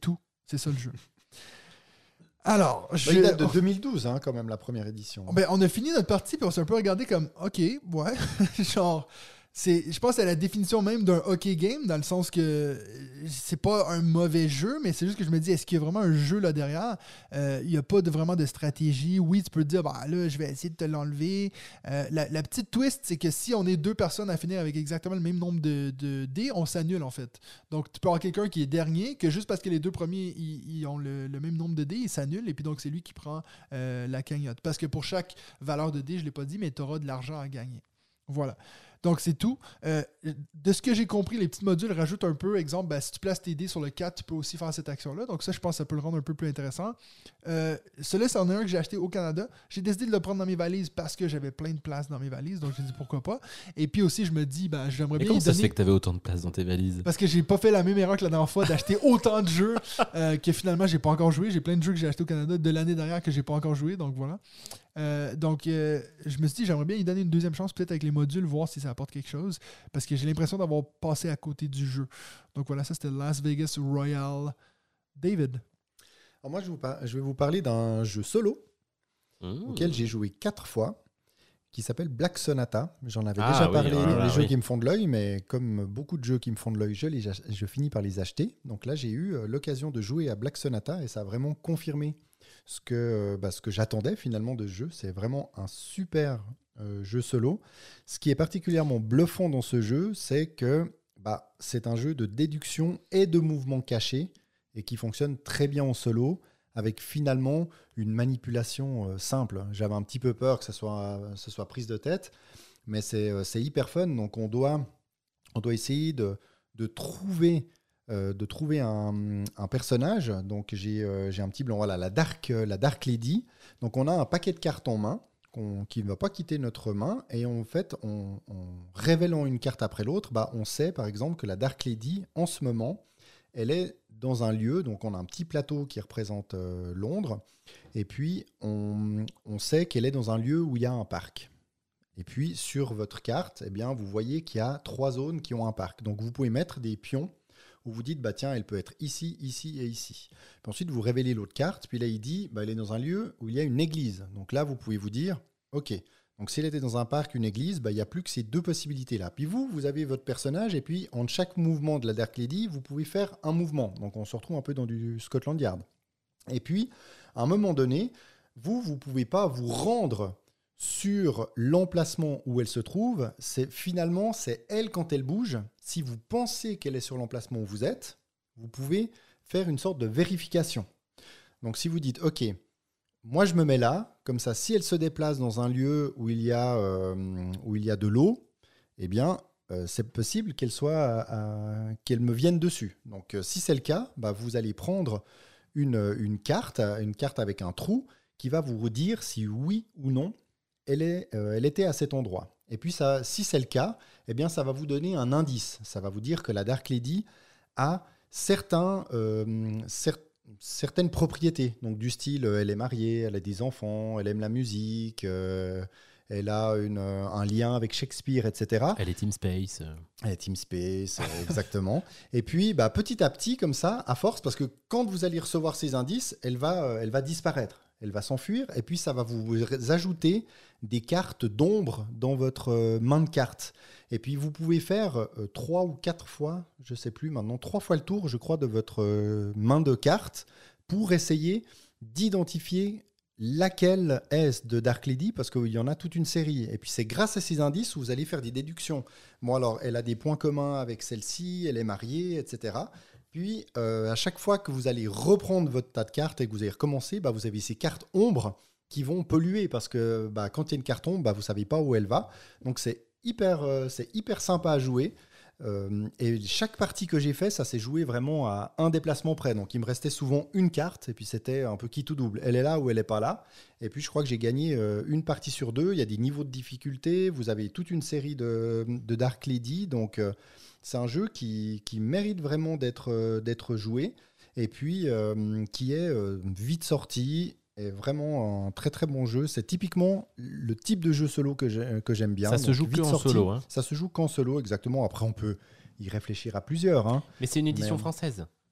C'est ça le jeu. Alors, Il date de 2012, hein, quand même, la première édition. Ben, on a fini notre partie, puis on s'est un peu regardé comme, OK, ouais, genre... Je pense que c'est la définition même d'un hockey game, dans le sens que c'est pas un mauvais jeu, mais c'est juste que je me dis, est-ce qu'il y a vraiment un jeu là derrière? Il n'y a pas vraiment de stratégie. Oui, tu peux te dire, bah, là, je vais essayer de te l'enlever. La petite twist, c'est que si on est 2 personnes à finir avec exactement le même nombre de dés, on s'annule en fait. Donc, tu peux avoir quelqu'un qui est dernier, que juste parce que les 2 premiers ils ont le même nombre de dés, ils s'annulent, et puis donc c'est lui qui prend la cagnotte. Parce que pour chaque valeur de dés, je ne l'ai pas dit, mais tu auras de l'argent à gagner. Voilà. Donc, c'est tout. De ce que j'ai compris, les petits modules rajoutent un peu. Exemple, ben, si tu places tes dés sur le 4, tu peux aussi faire cette action-là. Donc, ça, je pense que ça peut le rendre un peu plus intéressant. Celui-là, c'en est un que j'ai acheté au Canada. J'ai décidé de le prendre dans mes valises parce que j'avais plein de place dans mes valises. Donc, j'ai dit pourquoi pas. Et puis aussi, je me dis, ben, j'aimerais bien. Comment y ça se donner... fait que tu avais autant de place dans tes valises? Parce que j'ai pas fait la même erreur que la dernière fois d'acheter autant de jeux que finalement, j'ai pas encore joué. J'ai plein de jeux que j'ai achetés au Canada de l'année dernière que j'ai pas encore joué. Donc, voilà. Je me suis dit, j'aimerais bien y donner une deuxième chance, peut-être avec les modules, voir si ça apporte quelque chose, parce que j'ai l'impression d'avoir passé à côté du jeu. Donc voilà, ça c'était Las Vegas Royale. David? Alors moi, je vais vous parler d'un jeu solo auquel j'ai joué 4 fois, qui s'appelle Black Sonata. J'en avais déjà parlé dans les jeux qui me font de l'œil, mais comme beaucoup de jeux qui me font de l'œil, je finis par les acheter. Donc là, j'ai eu l'occasion de jouer à Black Sonata et ça a vraiment confirmé ce que j'attendais finalement de ce jeu. C'est vraiment un super jeu solo. Ce qui est particulièrement bluffant dans ce jeu, c'est que c'est un jeu de déduction et de mouvement caché et qui fonctionne très bien en solo, avec finalement une manipulation simple. J'avais un petit peu peur que ce soit prise de tête, mais c'est hyper fun. Donc on doit essayer de trouver un personnage. Donc j'ai un petit blanc, voilà, la Dark Lady. Donc on a un paquet de cartes en main qui ne va pas quitter notre main, et en fait en révélant une carte après l'autre, on sait par exemple que la Dark Lady en ce moment elle est dans un lieu. Donc on a un petit plateau qui représente Londres, et puis on sait qu'elle est dans un lieu où il y a un parc. Et puis sur votre carte, vous voyez qu'il y a 3 zones qui ont un parc. Donc vous pouvez mettre des pions où vous dites, tiens, elle peut être ici, ici et ici. Puis ensuite, vous révélez l'autre carte, puis là, il dit, elle est dans un lieu où il y a une église. Donc là, vous pouvez vous dire, OK, donc si elle était dans un parc, une église, il n'y a plus que ces 2 possibilités-là. Puis vous avez votre personnage, et puis en chaque mouvement de la Dark Lady, vous pouvez faire un mouvement. Donc on se retrouve un peu dans du Scotland Yard. Et puis, à un moment donné, vous ne pouvez pas vous rendre sur l'emplacement où elle se trouve. C'est elle quand elle bouge. Si vous pensez qu'elle est sur l'emplacement où vous êtes, vous pouvez faire une sorte de vérification. Donc si vous dites, OK, moi je me mets là, comme ça, si elle se déplace dans un lieu où il y a de l'eau, c'est possible qu'elle me vienne dessus. Donc si c'est le cas, vous allez prendre une carte avec un trou qui va vous dire si oui ou non elle était à cet endroit. Et puis, si c'est le cas, ça va vous donner un indice. Ça va vous dire que la Dark Lady a certaines propriétés. Donc, du style, elle est mariée, elle a des enfants, elle aime la musique, elle a un lien avec Shakespeare, etc. Elle est Team Space. Elle est Team Space, exactement. Et puis, petit à petit, comme ça, à force, parce que quand vous allez recevoir ces indices, elle va disparaître. Elle va s'enfuir, et puis ça va vous ajouter des cartes d'ombre dans votre main de cartes. Et puis vous pouvez faire 3 ou 4 fois, je ne sais plus maintenant, 3 fois le tour, je crois, de votre main de cartes pour essayer d'identifier laquelle est de Dark Lady, parce qu'il y en a toute une série. Et puis c'est grâce à ces indices où vous allez faire des déductions. Bon, alors, elle a des points communs avec celle-ci, elle est mariée, etc. Puis, à chaque fois que vous allez reprendre votre tas de cartes et que vous allez recommencer, vous avez ces cartes ombres qui vont polluer, parce que quand il y a une carte ombre, vous ne savez pas où elle va. Donc, c'est hyper sympa à jouer. Et chaque partie que j'ai fait, ça s'est joué vraiment à un déplacement près. Donc, il me restait souvent une carte, et puis c'était un peu qui tout double. Elle est là ou elle n'est pas là. Et puis, je crois que j'ai gagné une partie sur 2. Il y a des niveaux de difficulté. Vous avez toute une série de Dark Lady. Donc, c'est un jeu qui mérite vraiment d'être joué, et puis qui est vite sorti, est vraiment un très très bon jeu. C'est typiquement le type de jeu solo que j'aime bien. Ça se joue qu'en solo. Hein. Ça se joue qu'en solo, exactement. Après, on peut y réfléchir à plusieurs. Hein. Mais c'est une édition française.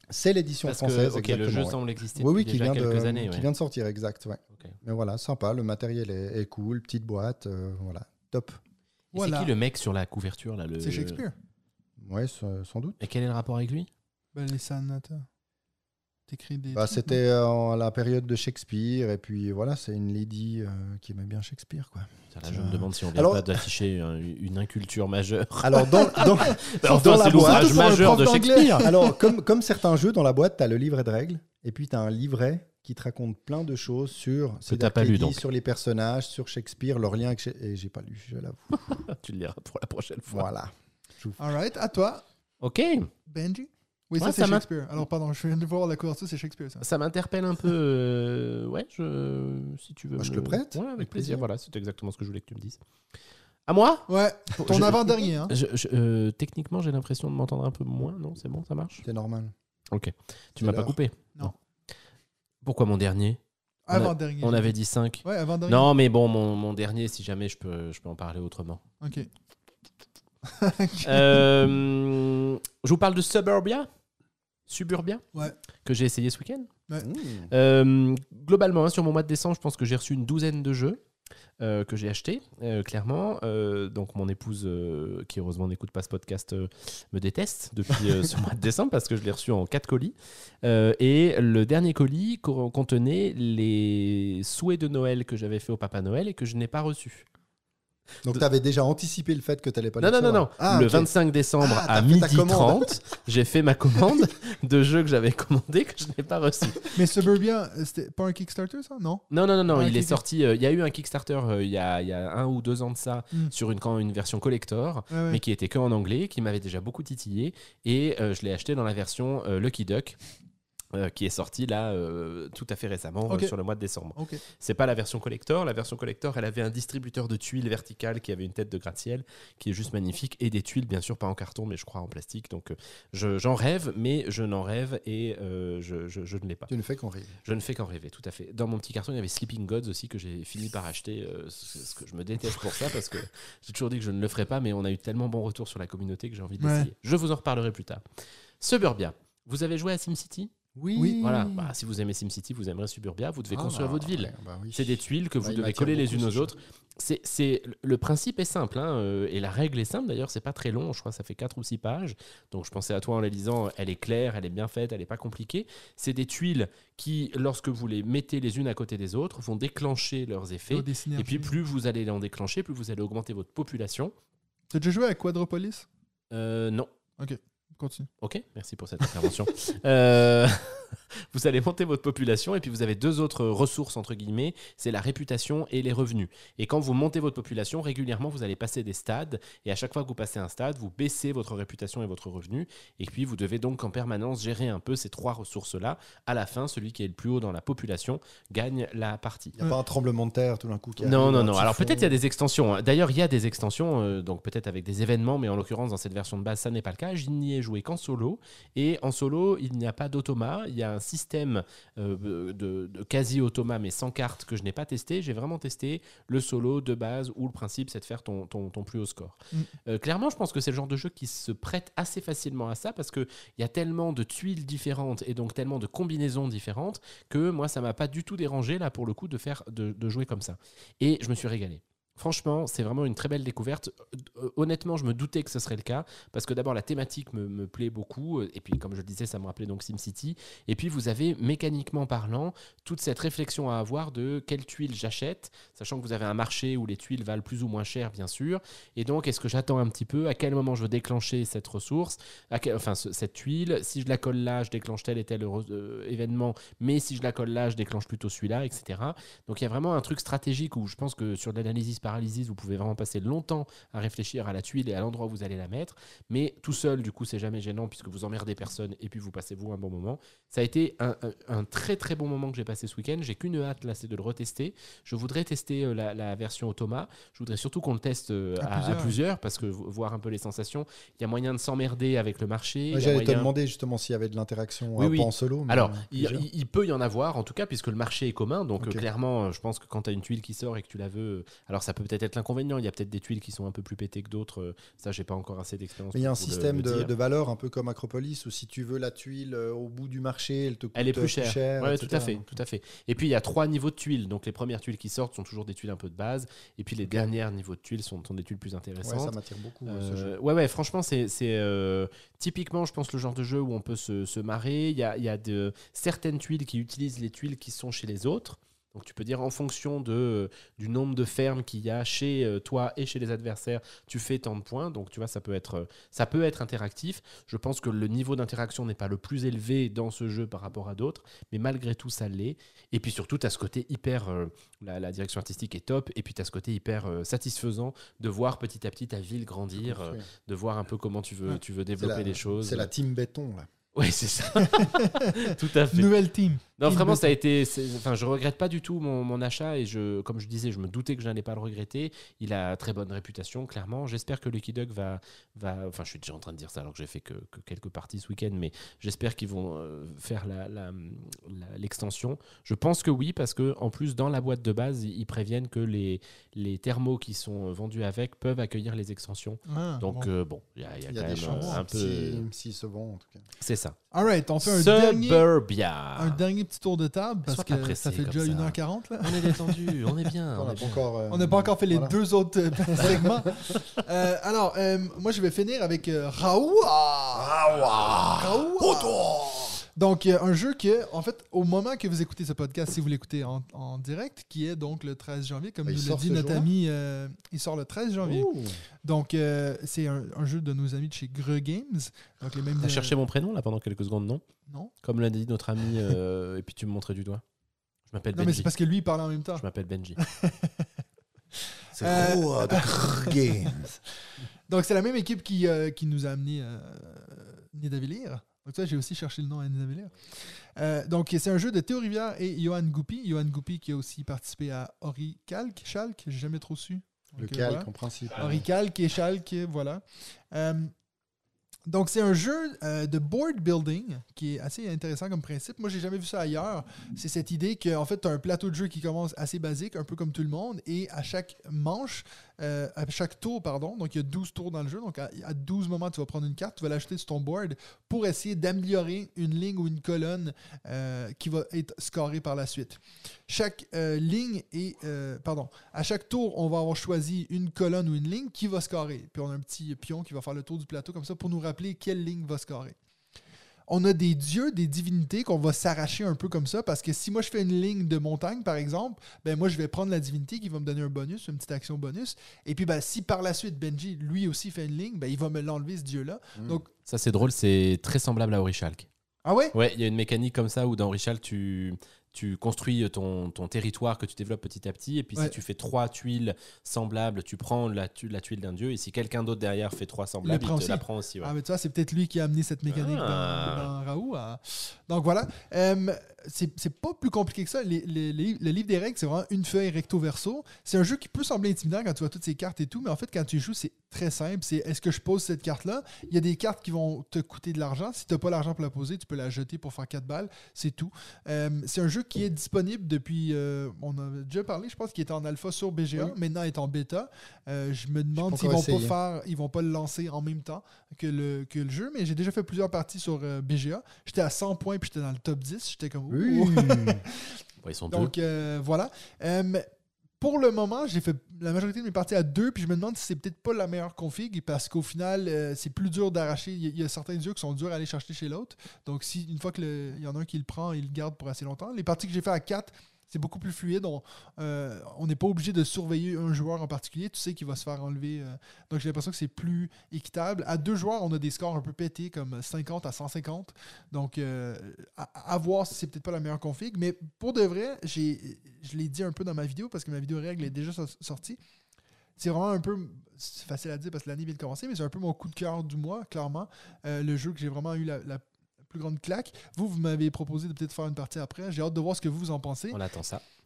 C'est l'édition Parce française. que le exactement, jeu ouais. semble exister Oui, depuis qui déjà vient, quelques années. qui Ouais. vient de sortir, exact. Ouais. Ok. Mais voilà, sympa. Le matériel est cool, petite boîte, voilà, top. Et Voilà. c'est qui le mec sur la couverture là, C'est Shakespeare. Ouais, sans doute. Et quel est le rapport avec lui? Ben, les sonata. T'écris des. Bah, trucs, c'était à la période de Shakespeare, et puis voilà, c'est une lady qui aimait bien Shakespeare, quoi. Là, je me demande si on vient Alors- pas d'afficher une inculture majeure. Alors, dans Enfin, dans la c'est boîte- l'ouvrage Surtout pour un majeur prof de d'anglais. Shakespeare. Alors, comme certains jeux, dans la boîte, tu as le livret de règles, et puis tu as un livret qui te raconte plein de choses sur t'as pas lu, Lady, donc. sur les personnages, sur Shakespeare, leur lien avec et j'ai pas lu, je l'avoue. Tu le liras pour la prochaine fois. Voilà. Alright, à toi, Ok. Benji. Oui, Ouais, ça c'est ça m'a- Shakespeare. Alors, pardon, je viens de voir la couverture, c'est Shakespeare, ça. Ça m'interpelle un peu. Ouais, si tu veux. Bah, je me- te prête, Ouais, avec avec plaisir. plaisir. Voilà, c'est exactement ce que je voulais que tu me dises. À moi? Ouais, ton Je- avant-dernier, hein. Techniquement, j'ai l'impression de m'entendre un peu moins. Non, c'est bon, ça marche? C'est normal. Ok. Tu C'est m'as pas l'heure. coupé? Non. Pourquoi mon dernier? Avant-dernier. On avait dit 5. Ouais, avant-dernier. Non, mais bon, mon dernier, si jamais je peux en parler autrement. Ok. Je vous parle de Suburbia, Ouais. que j'ai essayé ce week-end. Mmh. Globalement, hein, sur mon mois de décembre, je pense que j'ai reçu une douzaine de jeux que j'ai achetés, clairement. Donc mon épouse, qui heureusement n'écoute pas ce podcast, me déteste depuis ce mois de décembre parce que je l'ai reçu en 4 colis. Et le dernier colis contenait les souhaits de Noël que j'avais fait au Papa Noël et que je n'ai pas reçus. Donc tu avais déjà anticipé le fait que tu n'allais pas Non, le non, non, non. recevoir. Ah, Le ok. 25 décembre Ah, à t'as fait ta commande. 12h30, j'ai fait ma commande de jeux que j'avais commandés que je n'ai pas reçus. Mais Suburbia, c'était pas un Kickstarter, ça? Non? Non, non, non, non. Ah, Il ok, est ok. sorti. Il y a eu un Kickstarter il y a 1 ou 2 ans de ça Mm. sur une version collector, Ouais, ouais. mais qui était que en anglais, qui m'avait déjà beaucoup titillé. Et je l'ai acheté dans la version Lucky Duck. Qui est sortie là tout à fait récemment Ok. sur le mois de décembre. Ok. C'est pas la version collector. La version collector, elle avait un distributeur de tuiles verticales qui avait une tête de gratte-ciel qui est juste magnifique et des tuiles, bien sûr, pas en carton, mais je crois en plastique. Donc j'en rêve, mais je n'en rêve et je ne l'ai pas. Tu ne fais qu'en rire. Je ne fais qu'en rêver, tout à fait. Dans mon petit carton, il y avait Sleeping Gods aussi que j'ai fini par acheter. Ce que je me déteste pour ça parce que j'ai toujours dit que je ne le ferais pas, mais on a eu tellement bon retour sur la communauté que j'ai envie de l'essayer. Ouais. Je vous en reparlerai plus tard. Suburbia. Vous avez joué à SimCity? Oui. Voilà. Bah, si vous aimez SimCity, vous aimerez Suburbia. Vous devez construire votre ville. Oui. C'est des tuiles que vous Ouais, il devez m'attire coller les beaucoup, unes ce aux jeu. autres. Le principe est simple hein, et la règle est simple. D'ailleurs, c'est pas très long. Je crois que ça fait 4 ou 6 pages. Donc, je pensais à toi en la lisant. Elle est claire, elle est bien faite, elle n'est pas compliquée. C'est des tuiles qui, lorsque vous les mettez les unes à côté des autres, vont déclencher leurs effets. Des synergies. Et puis, plus vous allez en déclencher, plus vous allez augmenter votre population. T'as déjà joué à Quadropolis? Non. Continue. Ok, merci pour cette intervention. Vous allez monter votre population et puis vous avez 2 autres ressources, entre guillemets, c'est la réputation et les revenus. Et quand vous montez votre population, régulièrement, vous allez passer des stades et à chaque fois que vous passez un stade, vous baissez votre réputation et votre revenu et puis vous devez donc en permanence gérer un peu ces 3 ressources-là. À la fin, celui qui est le plus haut dans la population gagne la partie. Il n'y a pas un tremblement de terre tout d'un coup qui Non, arrive, non, un non. Alors typhon. peut-être il y a des extensions. hein. D'ailleurs, il y a des extensions, donc peut-être avec des événements, mais en l'occurrence, dans cette version de base, ça n'est pas le cas. Je n'y ai joué qu'en solo. Et en solo, il n'y a pas d'automat. Il y a un système de quasi-automat, mais sans carte, que je n'ai pas testé. J'ai vraiment testé le solo de base, où le principe, c'est de faire ton plus haut score. Clairement, je pense que c'est le genre de jeu qui se prête assez facilement à ça, parce qu'il y a tellement de tuiles différentes, et donc tellement de combinaisons différentes, que moi, ça ne m'a pas du tout dérangé, là, pour le coup, de jouer comme ça. Et je me suis régalé. Franchement, c'est vraiment une très belle découverte. Honnêtement, je me doutais que ce serait le cas, parce que d'abord, la thématique me plaît beaucoup, et puis, comme je le disais, ça me rappelait donc SimCity. Et puis, vous avez, mécaniquement parlant, toute cette réflexion à avoir de quelles tuiles j'achète, sachant que vous avez un marché où les tuiles valent plus ou moins cher, bien sûr. Et donc, est-ce que j'attends un petit peu? À quel moment je veux déclencher cette ressource? Cette tuile? Si je la colle là, je déclenche tel et tel événement, mais si je la colle là, je déclenche plutôt celui-là, etc. Donc, il y a vraiment un truc stratégique où je pense que sur de l'analyse paralysis, vous pouvez vraiment passer longtemps à réfléchir à la tuile et à l'endroit où vous allez la mettre, mais tout seul, du coup, c'est jamais gênant puisque vous emmerdez personne et puis vous passez vous un bon moment. Ça a été un très très bon moment que j'ai passé ce week-end. J'ai qu'une hâte là, c'est de le retester. Je voudrais tester la version automa. Je voudrais surtout qu'on le teste à plusieurs parce que voir un peu les sensations, il y a moyen de s'emmerder avec le marché. Ouais, j'allais te demander justement s'il y avait de l'interaction Oui, pas en solo. Mais alors, il peut y en avoir en tout cas puisque le marché est commun. Donc Ok. clairement, je pense que quand tu as une tuile qui sort et que tu la veux, alors ça peut peut peut-être être l'inconvénient. Il y a peut-être des tuiles qui sont un peu plus pétées que d'autres. Ça, j'ai pas encore assez d'expérience. Mais il y a un pour système le dire. de valeur un peu comme Acropolis où si tu veux la tuile au bout du marché, elle te coûte Elle est plus chère. Ouais, etc. tout à fait. Et puis il y a 3 niveaux de tuiles. Donc les premières tuiles qui sortent sont toujours des tuiles un peu de base. Et puis les derniers niveaux de tuiles sont des tuiles plus intéressantes. Ouais, ça m'attire beaucoup ce jeu. Ouais, franchement, c'est typiquement, je pense, le genre de jeu où on peut se marrer. Il y a certaines tuiles qui utilisent les tuiles qui sont chez les autres. Donc tu peux dire en fonction du nombre de fermes qu'il y a chez toi et chez les adversaires, tu fais tant de points. Donc tu vois, ça peut être interactif. Je pense que le niveau d'interaction n'est pas le plus élevé dans ce jeu par rapport à d'autres, mais malgré tout, ça l'est. Et puis surtout, tu as ce côté hyper... la direction artistique est top, et puis tu as ce côté hyper satisfaisant de voir petit à petit ta ville grandir, de voir un peu comment tu veux développer les choses. C'est la team béton, là. Oui, c'est ça. Tout à fait. Nouvelle team. Non, Team vraiment, béton. ça a été. Enfin, je regrette pas du tout mon achat et comme je disais, je me doutais que je n'allais pas le regretter. Il a très bonne réputation, clairement. J'espère que Lucky Duck va. Enfin, je suis déjà en train de dire ça alors que j'ai fait que quelques parties ce week-end, mais j'espère qu'ils vont faire l'extension. Je pense que oui, parce que en plus, dans la boîte de base, ils préviennent que les thermos qui sont vendus avec peuvent accueillir les extensions. Donc, bon, il y a Il y quand a des même chances un peu. s'ils se vendent, en tout cas. C'est ça. All right, on fait un Suburbia. dernier petit tour de table parce Sois pas que pressé ça fait comme déjà ça. 1h40. Là. On est détendu, on est bien. On n'a pas encore, On n'a pas encore fait les voilà. 2 autres segments. Alors, moi, je vais finir avec Raoua. Donc, un jeu que, en fait, au moment que vous écoutez ce podcast, si vous l'écoutez en direct, qui est donc le 13 janvier, comme Il nous l'a sort dit ce notre jour-là? ami, il sort le 13 janvier. Ouh. Donc, c'est un jeu de nos amis de chez Greux Games. Donc, les mêmes. T'as cherché mon prénom là pendant quelques secondes, non? Non. Comme l'a dit notre ami, et puis tu me montrais du doigt. Je m'appelle Non, mais Benji. c'est parce que lui, il parlait en même temps. Je m'appelle Benji. C'est gros de Grrr Games. Donc, c'est la même équipe qui nous a amené Nidavellir. Donc, ça, j'ai aussi cherché le nom à Nidavellir. Donc, c'est un jeu de Théo Rivière et Johan Goupy. Johan Goupy qui a aussi participé à Oricalc, Schalke, j'ai jamais trop su. Le Donc, calque, voilà. en principe. Oricalc et Schalke, voilà. Donc, c'est un jeu de board building qui est assez intéressant comme principe. Moi, j'ai jamais vu ça ailleurs. C'est cette idée qu'en fait, tu as un plateau de jeu qui commence assez basique, un peu comme tout le monde, et à chaque à chaque tour, pardon, donc il y a 12 tours dans le jeu, donc à 12 moments, tu vas prendre une carte, tu vas l'acheter sur ton board pour essayer d'améliorer une ligne ou une colonne qui va être scorée par la suite. Chaque ligne à chaque tour, on va avoir choisi une colonne ou une ligne qui va scorer. Puis on a un petit pion qui va faire le tour du plateau comme ça pour nous rappeler quelle ligne va scorer. On a des dieux, des divinités qu'on va s'arracher un peu comme ça parce que si moi je fais une ligne de montagne par exemple, ben moi je vais prendre la divinité qui va me donner un bonus, une petite action bonus. Et puis ben, si par la suite Benji lui aussi fait une ligne, ben, il va me l'enlever ce dieu-là. Donc, Ça, c'est drôle, c'est très semblable à Orichalk. ah ouais? Ouais, il y a une mécanique comme ça où dans Orichalk, tu construis ton territoire que tu développes petit à petit. Et puis, Ouais. si tu fais 3 tuiles semblables, tu prends la tuile d'un dieu. Et si quelqu'un d'autre derrière fait 3 semblables, prend il te aussi. la prend aussi. Ouais. Ah, mais tu vois, c'est peut-être lui qui a amené cette mécanique dans Raoult. Donc voilà. C'est pas plus compliqué que ça. Le livre des règles, c'est vraiment une feuille recto-verso. C'est un jeu qui peut sembler intimidant quand tu vois toutes ces cartes et tout, mais en fait, quand tu joues, c'est très simple. C'est est-ce que je pose cette carte-là? Il y a des cartes qui vont te coûter de l'argent. Si tu n'as pas l'argent pour la poser, tu peux la jeter pour faire 4 balles. C'est tout. C'est un jeu qui est disponible depuis... on a déjà parlé, je pense qu'il était en alpha sur BGA. Oui. Maintenant, il est en bêta. Je me demande J'ai pas s'ils encore ils vont pas le lancer en même temps que le jeu, mais j'ai déjà fait plusieurs parties sur BGA. J'étais à 100 points puis j'étais dans le top 10. J'étais comme... Oui. ouh. Ouais, ils sont Donc, voilà. Pour le moment, j'ai fait la majorité de mes parties à 2, puis je me demande si c'est peut-être pas la meilleure config, parce qu'au final, c'est plus dur d'arracher. Il y a certains dieux qui sont durs à aller chercher chez l'autre. Donc, si une fois qu'il y en a un qui le prend, il le garde pour assez longtemps. Les parties que j'ai fait à 4, c'est beaucoup plus fluide. On n'est pas obligé de surveiller un joueur en particulier. Tu sais qu'il va se faire enlever. Donc, j'ai l'impression que c'est plus équitable. À 2 joueurs, on a des scores un peu pétés, comme 50 à 150. Donc, à voir si c'est peut-être pas la meilleure config. Mais pour de vrai, je l'ai dit un peu dans ma vidéo, parce que ma vidéo règle est déjà sortie. C'est vraiment un peu... C'est facile à dire parce que l'année vient de commencer, mais c'est un peu mon coup de cœur du mois, clairement. Le jeu que j'ai vraiment eu la plus grande claque. Vous m'avez proposé de peut-être faire une partie après. J'ai hâte de voir ce que vous en pensez. On attend ça.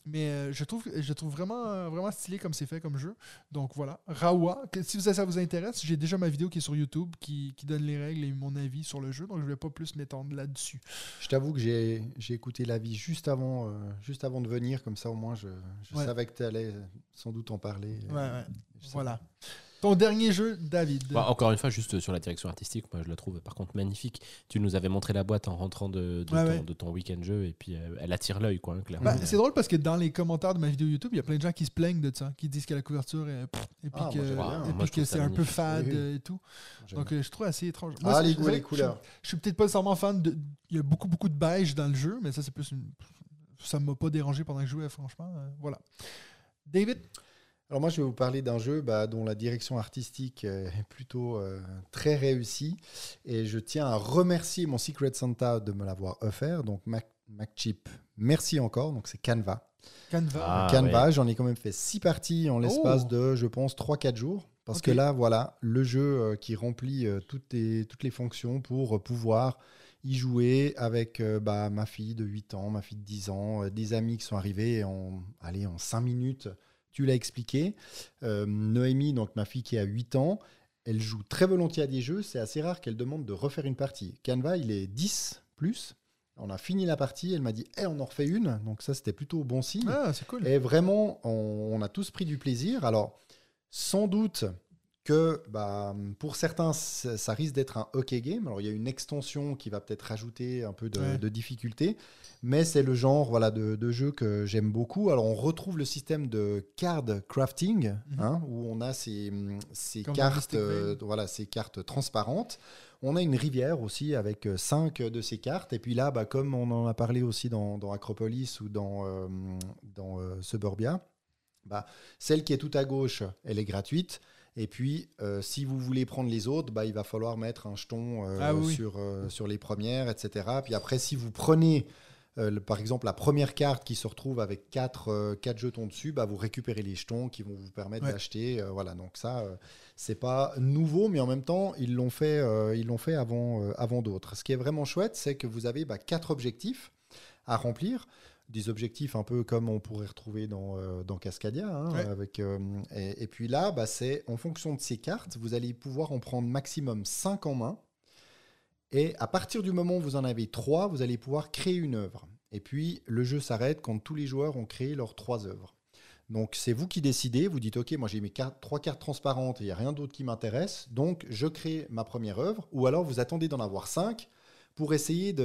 Mais je trouve vraiment, vraiment stylé comme c'est fait comme jeu. Donc voilà. Rawa, si ça vous intéresse, j'ai déjà ma vidéo qui est sur YouTube qui donne les règles et mon avis sur le jeu. Donc je ne vais pas plus m'étendre là-dessus. Je t'avoue que j'ai écouté l'avis juste avant de venir. Comme ça, au moins, je savais que tu allais sans doute en parler. Ouais. Voilà. Ton dernier jeu, David. Encore une fois, juste sur la direction artistique, moi je la trouve par contre magnifique. Tu nous avais montré la boîte en rentrant de ton week-end jeu et puis elle attire l'œil, quoi, clairement. C'est drôle parce que dans les commentaires de ma vidéo YouTube, il y a plein de gens qui se plaignent de ça, qui disent que la couverture est et puis que c'est un peu fade et tout. Donc je trouve assez étrange. Moi, les goûts et les couleurs. Je suis peut-être pas nécessairement fan de. Il y a beaucoup de beige dans le jeu, mais ça c'est plus ça m'a pas dérangé pendant que je jouais, franchement. Voilà. David? Alors moi, je vais vous parler d'un jeu dont la direction artistique est plutôt très réussie. Et je tiens à remercier mon Secret Santa de me l'avoir offert. Donc MacChip, merci encore. Donc c'est Canva. Canva, j'en ai quand même fait 6 parties en l'espace de, je pense, 3-4 jours. Parce que là, voilà, le jeu qui remplit toutes les fonctions pour pouvoir y jouer avec ma fille de 8 ans, ma fille de 10 ans, des amis qui sont arrivés en 5 minutes. Tu l'as expliqué. Noémie, donc ma fille qui a 8 ans, elle joue très volontiers à des jeux. C'est assez rare qu'elle demande de refaire une partie. Canva, il est 10+. On a fini la partie. Elle m'a dit on en refait une. Donc ça, c'était plutôt bon signe. Ah, c'est cool. Et vraiment, on a tous pris du plaisir. Alors, sans doute que pour certains, ça risque d'être un hockey game. Alors, il y a une extension qui va peut-être rajouter un peu de difficulté. Mais c'est le genre de jeu que j'aime beaucoup. Alors, on retrouve le système de card crafting, où on a ces cartes, ces cartes transparentes. On a une rivière aussi avec 5 de ces cartes. Et puis là, comme on en a parlé aussi dans Acropolis ou dans Suburbia, celle qui est tout à gauche, elle est gratuite. Et puis, si vous voulez prendre les autres, il va falloir mettre un jeton sur les premières, etc. Puis après, si vous prenez, par exemple, la première carte qui se retrouve avec 4 jetons dessus, vous récupérez les jetons qui vont vous permettre d'acheter. Donc ça, c'est pas nouveau, mais en même temps, ils l'ont fait avant d'autres. Ce qui est vraiment chouette, c'est que vous avez 4 objectifs à remplir. Des objectifs un peu comme on pourrait retrouver dans Cascadia. Et puis là, c'est en fonction de ces cartes, vous allez pouvoir en prendre maximum 5 en main. Et à partir du moment où vous en avez 3, vous allez pouvoir créer une œuvre. Et puis, le jeu s'arrête quand tous les joueurs ont créé leurs 3 œuvres. Donc, c'est vous qui décidez. Vous dites, OK, moi, j'ai mes 3 cartes transparentes et il n'y a rien d'autre qui m'intéresse. Donc, je crée ma première œuvre. Ou alors, vous attendez d'en avoir 5 pour essayer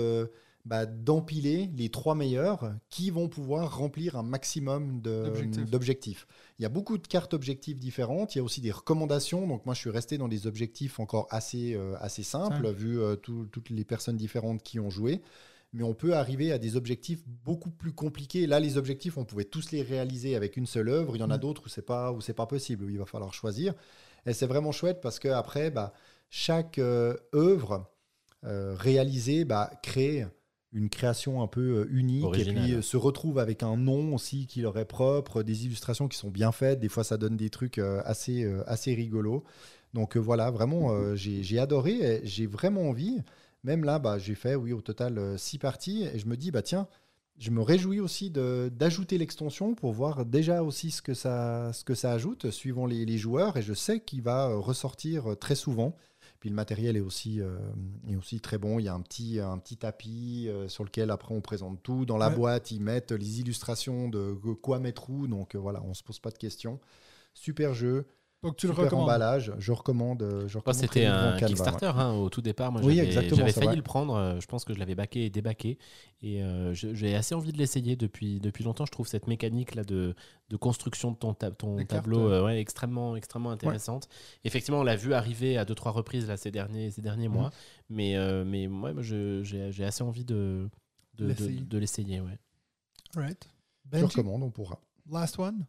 d'empiler les 3 meilleurs qui vont pouvoir remplir un maximum d'objectifs. Il y a beaucoup de cartes objectifs différentes. Il y a aussi des recommandations. Donc, moi, je suis resté dans des objectifs encore assez simples, vu toutes les personnes différentes qui ont joué. Mais on peut arriver à des objectifs beaucoup plus compliqués. Là, les objectifs, on pouvait tous les réaliser avec une seule œuvre. Il y en a d'autres où c'est pas possible, où il va falloir choisir. Et c'est vraiment chouette parce qu'après, chaque œuvre réalisée crée une création un peu unique. Original. Et puis se retrouve avec un nom aussi qui leur est propre, des illustrations qui sont bien faites. Des fois, ça donne des trucs assez rigolos. Donc voilà, vraiment, j'ai adoré. Et j'ai vraiment envie. Même là, j'ai fait, au total 6 parties. Et je me dis, tiens, je me réjouis aussi d'ajouter l'extension pour voir déjà aussi ce que ça ajoute, suivant les joueurs. Et je sais qu'il va ressortir très souvent. Puis le matériel est aussi très bon. Il y a un petit tapis sur lequel après on présente tout. Dans la boîte, ils mettent les illustrations de quoi mettre où. Donc voilà, on ne se pose pas de questions. Super jeu. Donc tu le super recommandes. emballage. Je recommande. C'était un Kickstarter au tout départ. Moi, j'avais failli le prendre. Je pense que je l'avais backé et débacké. Et j'ai assez envie de l'essayer depuis longtemps. Je trouve cette mécanique là de construction de ton tableau extrêmement intéressante. Effectivement, on l'a vu arriver à 2-3 reprises là, ces derniers mois. Mais moi, j'ai assez envie de l'essayer. Ouais. Right. Je recommande, on pourra. Last one.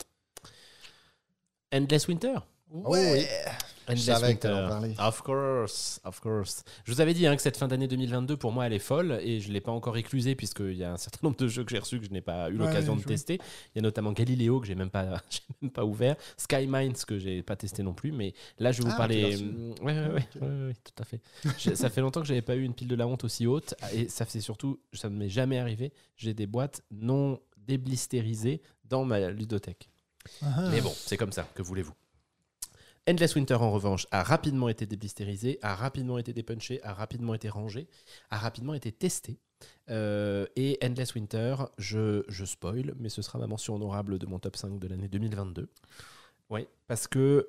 Endless Winter. Ouais. Endless Winter. Of course. Je vous avais dit que cette fin d'année 2022, pour moi, elle est folle et je ne l'ai pas encore éclusée puisqu'il y a un certain nombre de jeux que j'ai reçus que je n'ai pas eu l'occasion de tester. Il y a notamment Galileo que je n'ai même pas ouvert. Sky Mines que je n'ai pas testé non plus. Mais là, je vais vous parler... Oui, tout à fait. Ça fait longtemps que je n'avais pas eu une pile de la honte aussi haute et ça ne m'est jamais arrivé. J'ai des boîtes non déblisterisé dans ma ludothèque. Ah. Mais bon, c'est comme ça, que voulez-vous. Endless Winter, en revanche, a rapidement été déblistérisé, a rapidement été dépunché, a rapidement été rangé, a rapidement été testé. Et Endless Winter, je spoil, mais ce sera ma mention honorable de mon top 5 de l'année 2022. Oui, parce que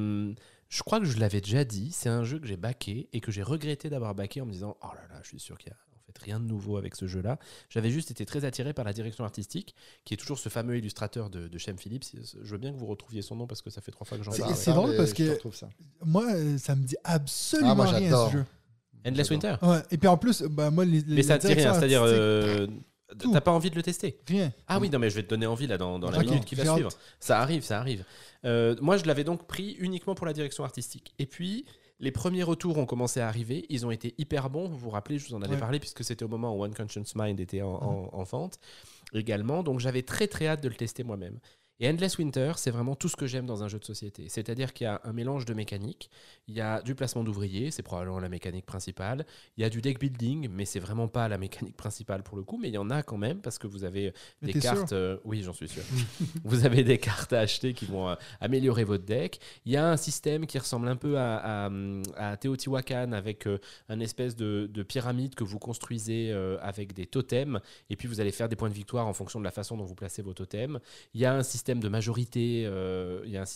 je crois que je l'avais déjà dit, c'est un jeu que j'ai backé et que j'ai regretté d'avoir backé en me disant « Oh là là, je suis sûr qu'il y a en fait rien de nouveau avec ce jeu-là ». J'avais juste été très attiré par la direction artistique, qui est toujours ce fameux illustrateur de Shem Phillips. Je veux bien que vous retrouviez son nom parce que ça fait 3 fois que j'en parle. C'est drôle parce que moi, ça me dit absolument moi, rien j'adore. ce jeu. Endless Winter. Ouais. Et puis en plus, moi, Mais ça te dit rien, c'est-à-dire... tout. T'as pas envie de le tester? Rien. Ah oui, non, mais je vais te donner envie là dans la Ok, minute qui va j'ai hâte. suivre. Ça arrive. Moi, je l'avais donc pris uniquement pour la direction artistique. Et puis, les premiers retours ont commencé à arriver. Ils ont été hyper bons. Vous vous rappelez, je vous en avais parlé puisque c'était au moment où One Conscious Mind était en vente également. Donc, j'avais très très hâte de le tester moi-même. Et Endless Winter, c'est vraiment tout ce que j'aime dans un jeu de société. C'est-à-dire qu'il y a un mélange de mécaniques. Il y a du placement d'ouvriers, c'est probablement la mécanique principale. Il y a du deck building, mais c'est vraiment pas la mécanique principale pour le coup. Mais il y en a quand même parce que vous avez Mais des t'es cartes. Oui, j'en suis sûr. Vous avez des cartes à acheter qui vont améliorer votre deck. Il y a un système qui ressemble un peu à Teotihuacan avec un espèce de pyramide que vous construisez avec des totems. Et puis vous allez faire des points de victoire en fonction de la façon dont vous placez vos totems. Il y a un système de majorité, il y a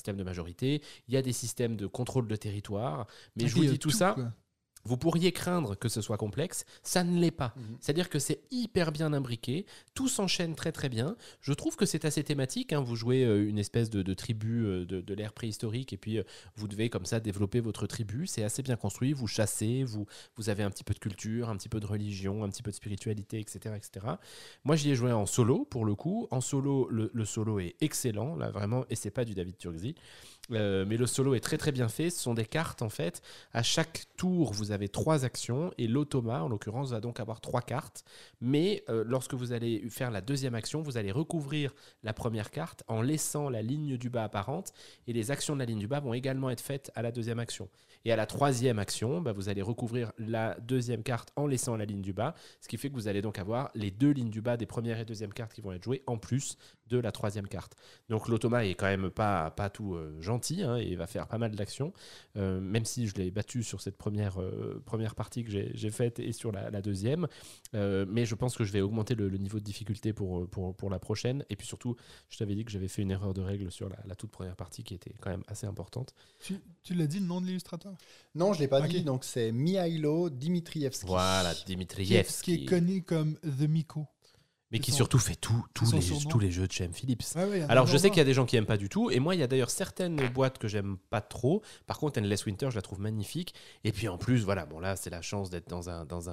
des systèmes de contrôle de territoire, mais je vous dis tout ça, quoi. vous pourriez craindre que ce soit complexe, ça ne l'est pas. C'est-à-dire que c'est hyper bien imbriqué, tout s'enchaîne très très bien. Je trouve que c'est assez thématique, hein. Vous jouez une espèce de tribu de l'ère préhistorique et puis vous devez comme ça développer votre tribu. C'est assez bien construit, vous chassez, vous avez un petit peu de culture, un petit peu de religion, un petit peu de spiritualité, etc. etc. Moi j'y ai joué en solo pour le coup. En solo, le solo est excellent, là vraiment, et c'est pas du David Turkzy. Mais le solo est très très bien fait. Ce sont des cartes en fait. À chaque tour, vous avez 3 actions et l'automa, en l'occurrence, va donc avoir 3 cartes. Mais lorsque vous allez faire la deuxième action, vous allez recouvrir la première carte en laissant la ligne du bas apparente et les actions de la ligne du bas vont également être faites à la deuxième action. Et à la troisième action, vous allez recouvrir la deuxième carte en laissant la ligne du bas, ce qui fait que vous allez donc avoir les 2 lignes du bas des première et deuxième cartes qui vont être jouées en plus de la troisième carte. Donc l'automa est quand même pas tout gentil, hein, et il va faire pas mal d'actions, même si je l'ai battu sur cette première partie que j'ai faite et sur la deuxième. Mais je pense que je vais augmenter le niveau de difficulté pour la prochaine. Et puis surtout, je t'avais dit que j'avais fait une erreur de règle sur la toute première partie qui était quand même assez importante. Tu l'as dit, le nom de l'illustrateur? Non, je ne l'ai pas Ok. dit, donc c'est Mihailo Dimitrievski. Voilà, Dimitrievski. Qui est connu comme The Miko. Mais qui son- surtout fait tous son surnom. les jeux de Shem Phillips. Ouais, ouais, il y en a Alors je sais énormément. qu'il y a des gens qui aiment pas du tout, et moi il y a d'ailleurs certaines boîtes que j'aime pas trop. Par contre Endless Winter je la trouve magnifique. Et puis en plus voilà, bon là c'est la chance d'être dans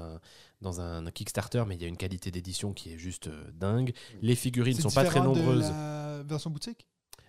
un Kickstarter, mais il y a une qualité d'édition qui est juste dingue. Les figurines C'est sont pas très différent de nombreuses. la version boutique?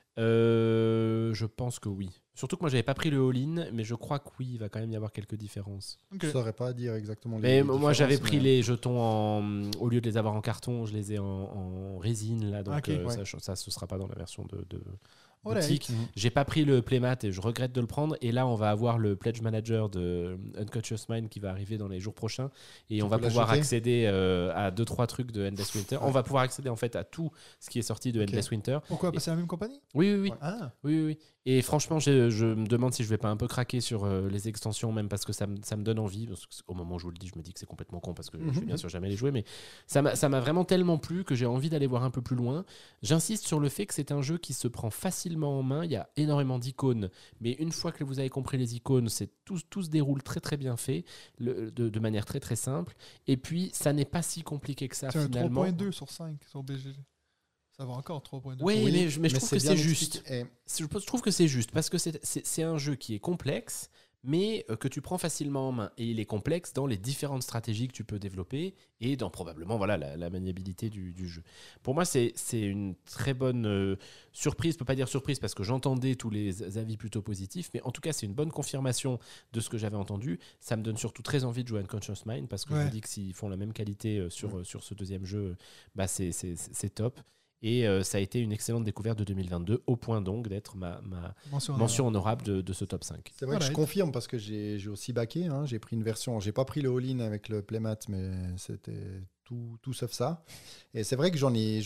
Je pense que oui. Surtout que moi j'avais pas pris le all-in, mais je crois que oui, il va quand même y avoir quelques différences. Ok. Je ne saurais pas dire exactement les Mais moi différences, j'avais pris mais- les jetons au lieu de les avoir en carton, je les ai en résine là, donc Ok, ouais. ça ce sera pas dans la version de Alright. boutique. J'ai pas pris le playmat et je regrette de le prendre. Et là, on va avoir le Pledge Manager de Unconscious Mind qui va arriver dans les jours prochains. Et on va peux pouvoir l'acheter accéder à 2-3 trucs de Endless Winter. On va pouvoir accéder en fait à tout ce qui est sorti de Ok. Endless Winter. Pourquoi? Parce que c'est la même compagnie? Oui, oui, oui. Ouais. Ah, Oui. Et franchement, je me demande si je vais pas un peu craquer sur les extensions, même parce que ça me donne envie. Parce que au moment où je vous le dis, je me dis que c'est complètement con parce que je vais bien sûr jamais les jouer. Mais ça m'a vraiment tellement plu que j'ai envie d'aller voir un peu plus loin. J'insiste sur le fait que c'est un jeu qui se prend facilement en main. Il y a énormément d'icônes. Mais une fois que vous avez compris les icônes, tout se déroule très très bien fait, de manière très très simple. Et puis, ça n'est pas si compliqué que ça c'est un finalement. 3.2 sur 5 sur BGG. Ça va encore, 3.2. Oui, mais je trouve que c'est bien juste. expliqué. Je trouve que c'est juste parce que c'est un jeu qui est complexe, mais que tu prends facilement en main. Et il est complexe dans les différentes stratégies que tu peux développer et dans probablement voilà, la maniabilité du jeu. Pour moi, c'est une très bonne surprise. Je ne peux pas dire surprise parce que j'entendais tous les avis plutôt positifs, mais en tout cas, c'est une bonne confirmation de ce que j'avais entendu. Ça me donne surtout très envie de jouer à Unconscious Mind parce que je me dis que s'ils font la même qualité sur ce deuxième jeu, bah c'est top. Et ça a été une excellente découverte de 2022, au point donc d'être ma mention honorable de ce top 5. C'est vrai que je Alright. confirme parce que j'ai aussi backé. Hein, j'ai pris une version. J'ai pas pris le all-in avec le playmat, mais c'était tout sauf ça. Et c'est vrai que j'en ai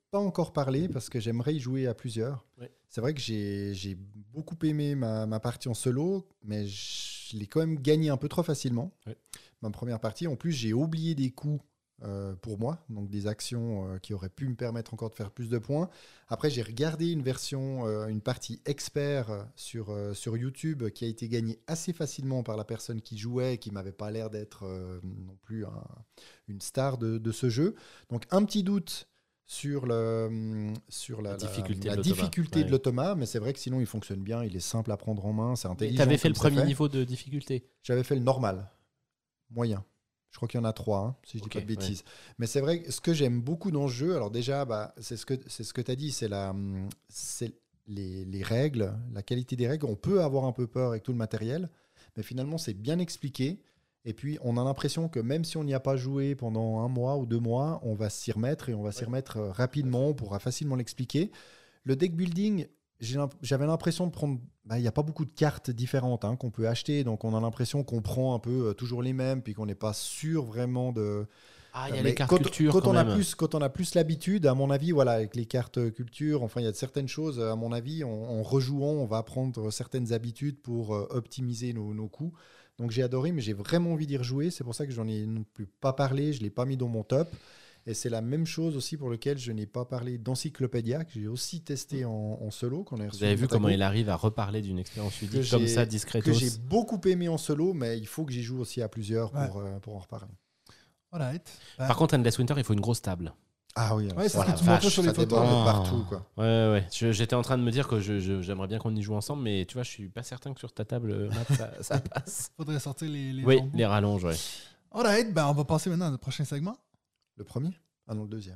pas encore parlé parce que j'aimerais y jouer à plusieurs. Ouais. C'est vrai que j'ai beaucoup aimé ma partie en solo, mais je l'ai quand même gagné un peu trop facilement. Ouais. Ma première partie. En plus, j'ai oublié des coups pour moi, donc des actions qui auraient pu me permettre encore de faire plus de points. Après, j'ai regardé une version, une partie expert sur YouTube qui a été gagnée assez facilement par la personne qui jouait et qui m'avait pas l'air d'être non plus une star de ce jeu. Donc, un petit doute sur la difficulté de l'automa, mais c'est vrai que sinon il fonctionne bien, il est simple à prendre en main, c'est intelligent. Tu avais fait le comme c'est premier niveau de difficulté. J'avais fait le normal, moyen. Je crois qu'il y en a 3, hein, si je dis Ok, pas de bêtises. Mais c'est vrai que ce que j'aime beaucoup dans ce jeu, alors déjà, c'est ce que tu as dit, c'est les règles, la qualité des règles. On peut avoir un peu peur avec tout le matériel, mais finalement c'est bien expliqué. Et puis, on a l'impression que même si on n'y a pas joué pendant 1 mois ou 2 mois, on va s'y remettre et on va s'y remettre rapidement. On pourra facilement l'expliquer. Le deck building, j'avais l'impression de prendre... Il n'y a pas beaucoup de cartes différentes qu'on peut acheter. Donc, on a l'impression qu'on prend un peu toujours les mêmes puis qu'on n'est pas sûr vraiment de... Ah, il y a les cartes culture quand même. on a plus l'habitude, à mon avis, voilà, avec les cartes culture, enfin, il y a certaines choses, à mon avis, en rejouant, on va apprendre certaines habitudes pour optimiser nos coups. Donc j'ai adoré, mais j'ai vraiment envie d'y rejouer. C'est pour ça que j'en ai non plus pas parlé, je ne l'ai pas mis dans mon top. Et c'est la même chose aussi pour lequel je n'ai pas parlé d'Encyclopédia, que j'ai aussi testé en solo. Vous avez vu comment il arrive à reparler d'une expérience ludique comme ça, discretos. Que j'ai beaucoup aimé en solo, mais il faut que j'y joue aussi à plusieurs pour en reparler. Alright. Par contre, Endless Winter, il faut une grosse table. Ah oui, c'est ce que tu montrais sur les photos. Partout, quoi. Ouais. J'étais en train de me dire que j'aimerais bien qu'on y joue ensemble, mais tu vois, je suis pas certain que sur ta table, Matt, ça passe. Faudrait sortir les oui, jambons. les rallonges, ouais. Alright, on va passer maintenant au prochain segment. Le premier ? Ah non, le deuxième.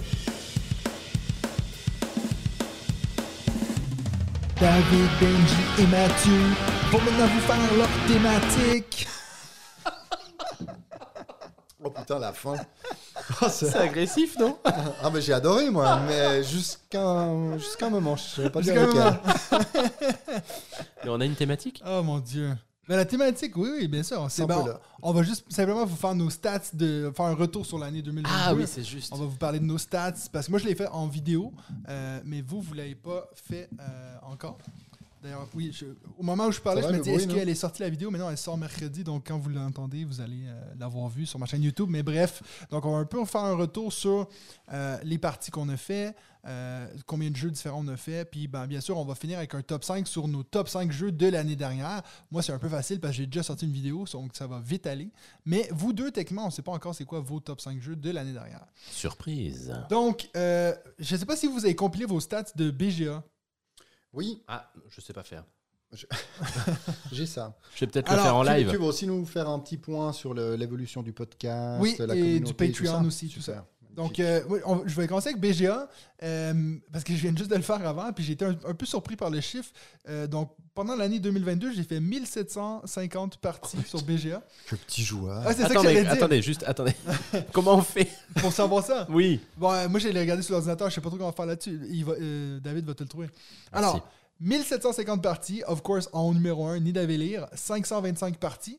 David, Benji et Mathieu vont maintenant vous faire leur thématique. Oh putain, la fin. C'est agressif, non? Ah mais j'ai adoré moi, mais jusqu'à un moment, je ne savais pas dire lequel. Mais on a une thématique? Oh mon Dieu. Mais la thématique, oui, bien sûr. On va juste simplement vous faire nos stats, faire un retour sur l'année 2022. Ah oui, c'est juste. On va vous parler de nos stats, parce que moi je l'ai fait en vidéo, mais vous ne l'avez pas fait encore. D'ailleurs, oui, au moment où je parlais, je me dis, est-ce qu'elle est sortie la vidéo? Mais non, elle sort mercredi, donc quand vous l'entendez, vous allez l'avoir vue sur ma chaîne YouTube. Mais bref, donc on va un peu faire un retour sur les parties qu'on a fait, combien de jeux différents on a fait, puis bien sûr, on va finir avec un top 5 sur nos top 5 jeux de l'année dernière. Moi, c'est un peu facile parce que j'ai déjà sorti une vidéo, donc ça va vite aller. Mais vous deux, techniquement, on ne sait pas encore c'est quoi vos top 5 jeux de l'année dernière. Surprise. Donc, je ne sais pas si vous avez compilé vos stats de BGA. Oui. Ah, je sais pas faire. J'ai ça. Je vais peut-être le faire en live. Tu vas aussi nous faire un petit point sur l'évolution du podcast, oui, la et communauté, du Patreon tout aussi, tout ça. Donc, je vais commencer avec BGA, parce que je viens juste de le faire avant, puis j'ai été un peu surpris par le chiffre. Donc, pendant l'année 2022, j'ai fait 1750 parties sur BGA. Que petit joueur. Ah, c'est ça que j'allais dire. Attendez. Comment on fait? Pour savoir ça? Oui. Bon, moi, j'ai regardé sur l'ordinateur, je sais pas trop comment faire là-dessus. David va te le trouver. Merci. Alors, 1750 parties, of course, en numéro 1, Nidavellir, 525 parties.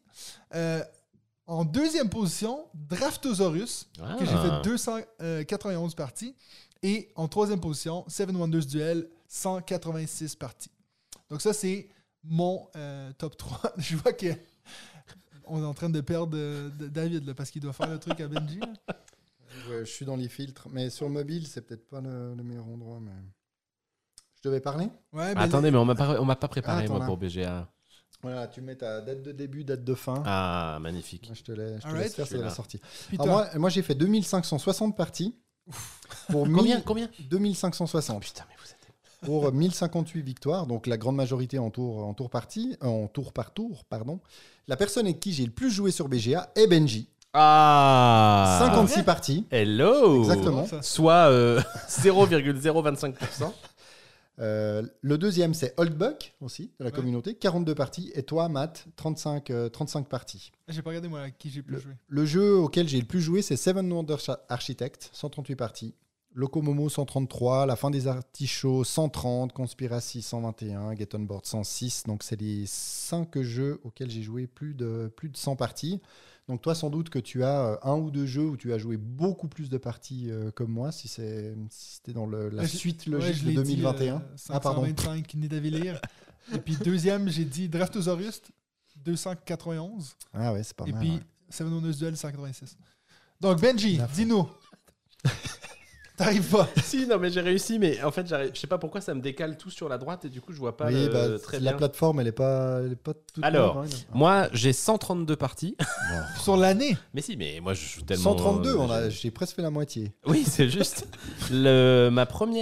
En deuxième position, Draftosaurus, que j'ai fait 291 parties. Et en troisième position, Seven Wonders Duel, 186 parties. Donc ça, c'est mon top 3. Je vois qu'on est en train de perdre David là, parce qu'il doit faire le truc à Benji. Je suis dans les filtres, mais sur mobile, c'est peut-être pas le meilleur endroit. Mais... Je devais parler ? Ouais, attendez, mais on m'a pas préparé moi pour BGA. Voilà, tu mets ta date de début, date de fin. Ah, magnifique. Moi, je te laisse faire, c'est la sortie. Alors moi, j'ai fait 2560 parties. Pour Combien 2560. Putain, mais vous êtes... Pour 1058 victoires, donc la grande majorité en tour par tour, pardon. La personne avec qui j'ai le plus joué sur BGA est Benji. Ah 56 parties. Hello. Exactement. Soit 0,025%. Le deuxième, c'est Oldbuck aussi, de la communauté, 42 parties. Et toi, Matt, 35 parties. J'ai pas regardé moi à qui j'ai plus joué. Le jeu auquel j'ai le plus joué, c'est Seven Wonders Architect, 138 parties. Locomomo 133, La fin des artichauts 130, Conspiracy 121, Get on Board 106. Donc, c'est les 5 jeux auxquels j'ai joué plus de 100 parties. Donc, toi, sans doute que tu as un ou deux jeux où tu as joué beaucoup plus de parties comme moi, si c'était dans la suite logique de 2021. Ah, pardon. 525 Nidavellir. Et puis, deuxième, j'ai dit Draftosaurus 291. Ah ouais, c'est pas mal. Et puis, Seven Wonders Duel 186. Donc, Benji, dis-nous. T'arrives pas. Si, non, mais j'ai réussi, mais en fait, je sais pas pourquoi ça me décale tout sur la droite et du coup, je vois pas très bien. La plateforme, elle est pas toute Alors, neuve, hein. moi, j'ai 132 parties. Sur l'année. Mais si, mais moi, je joue tellement. 132, j'ai presque fait la moitié. Oui, c'est juste. Mon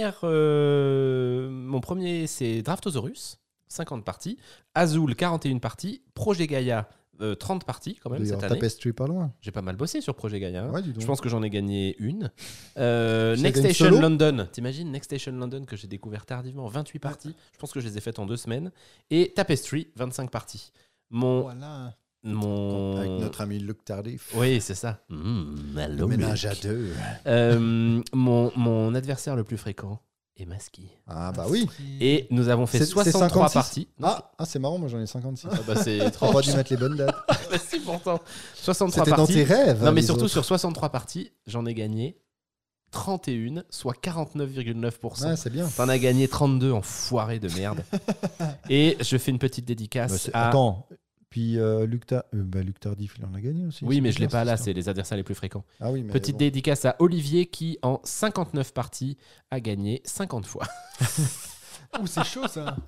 premier, c'est Draftosaurus, 50 parties. Azul, 41 parties. Projet Gaia, 30 parties quand même cette année. Tapestry pas loin. J'ai pas mal bossé sur Projet Gaia. Hein. Ouais, dis donc. Je pense que j'en ai gagné une. Next Next Station London. T'imagines Next Station London que j'ai découvert tardivement, 28 parties. Je pense que je les ai faites en 2 semaines. Et Tapestry, 25 parties. Voilà. Avec notre ami Luc Tardif. Oui, c'est ça. Le ménage à deux. Mon adversaire le plus fréquent est Masky. Ah bah oui. Et nous avons fait 63 parties. Ah, c'est marrant, moi j'en ai 56. Ah bah c'est On étrange. va dû mettre les bonnes dates. Bah si, pourtant. 63 C'était parties. dans tes rêves. Non, mais les surtout autres. sur 63 parties, j'en ai gagné 31, soit 49,9%. Ouais, c'est bien. T'en as gagné 32, enfoiré de merde. Et je fais une petite dédicace à... Attends, puis Luc Tardif, il en a gagné aussi. Oui, mais je l'ai pas là, c'est c'est les adversaires les plus fréquents. Ah oui, mais Petite bon. dédicace à Olivier qui, en 59 parties, a gagné 50 fois. Ouh, c'est chaud ça.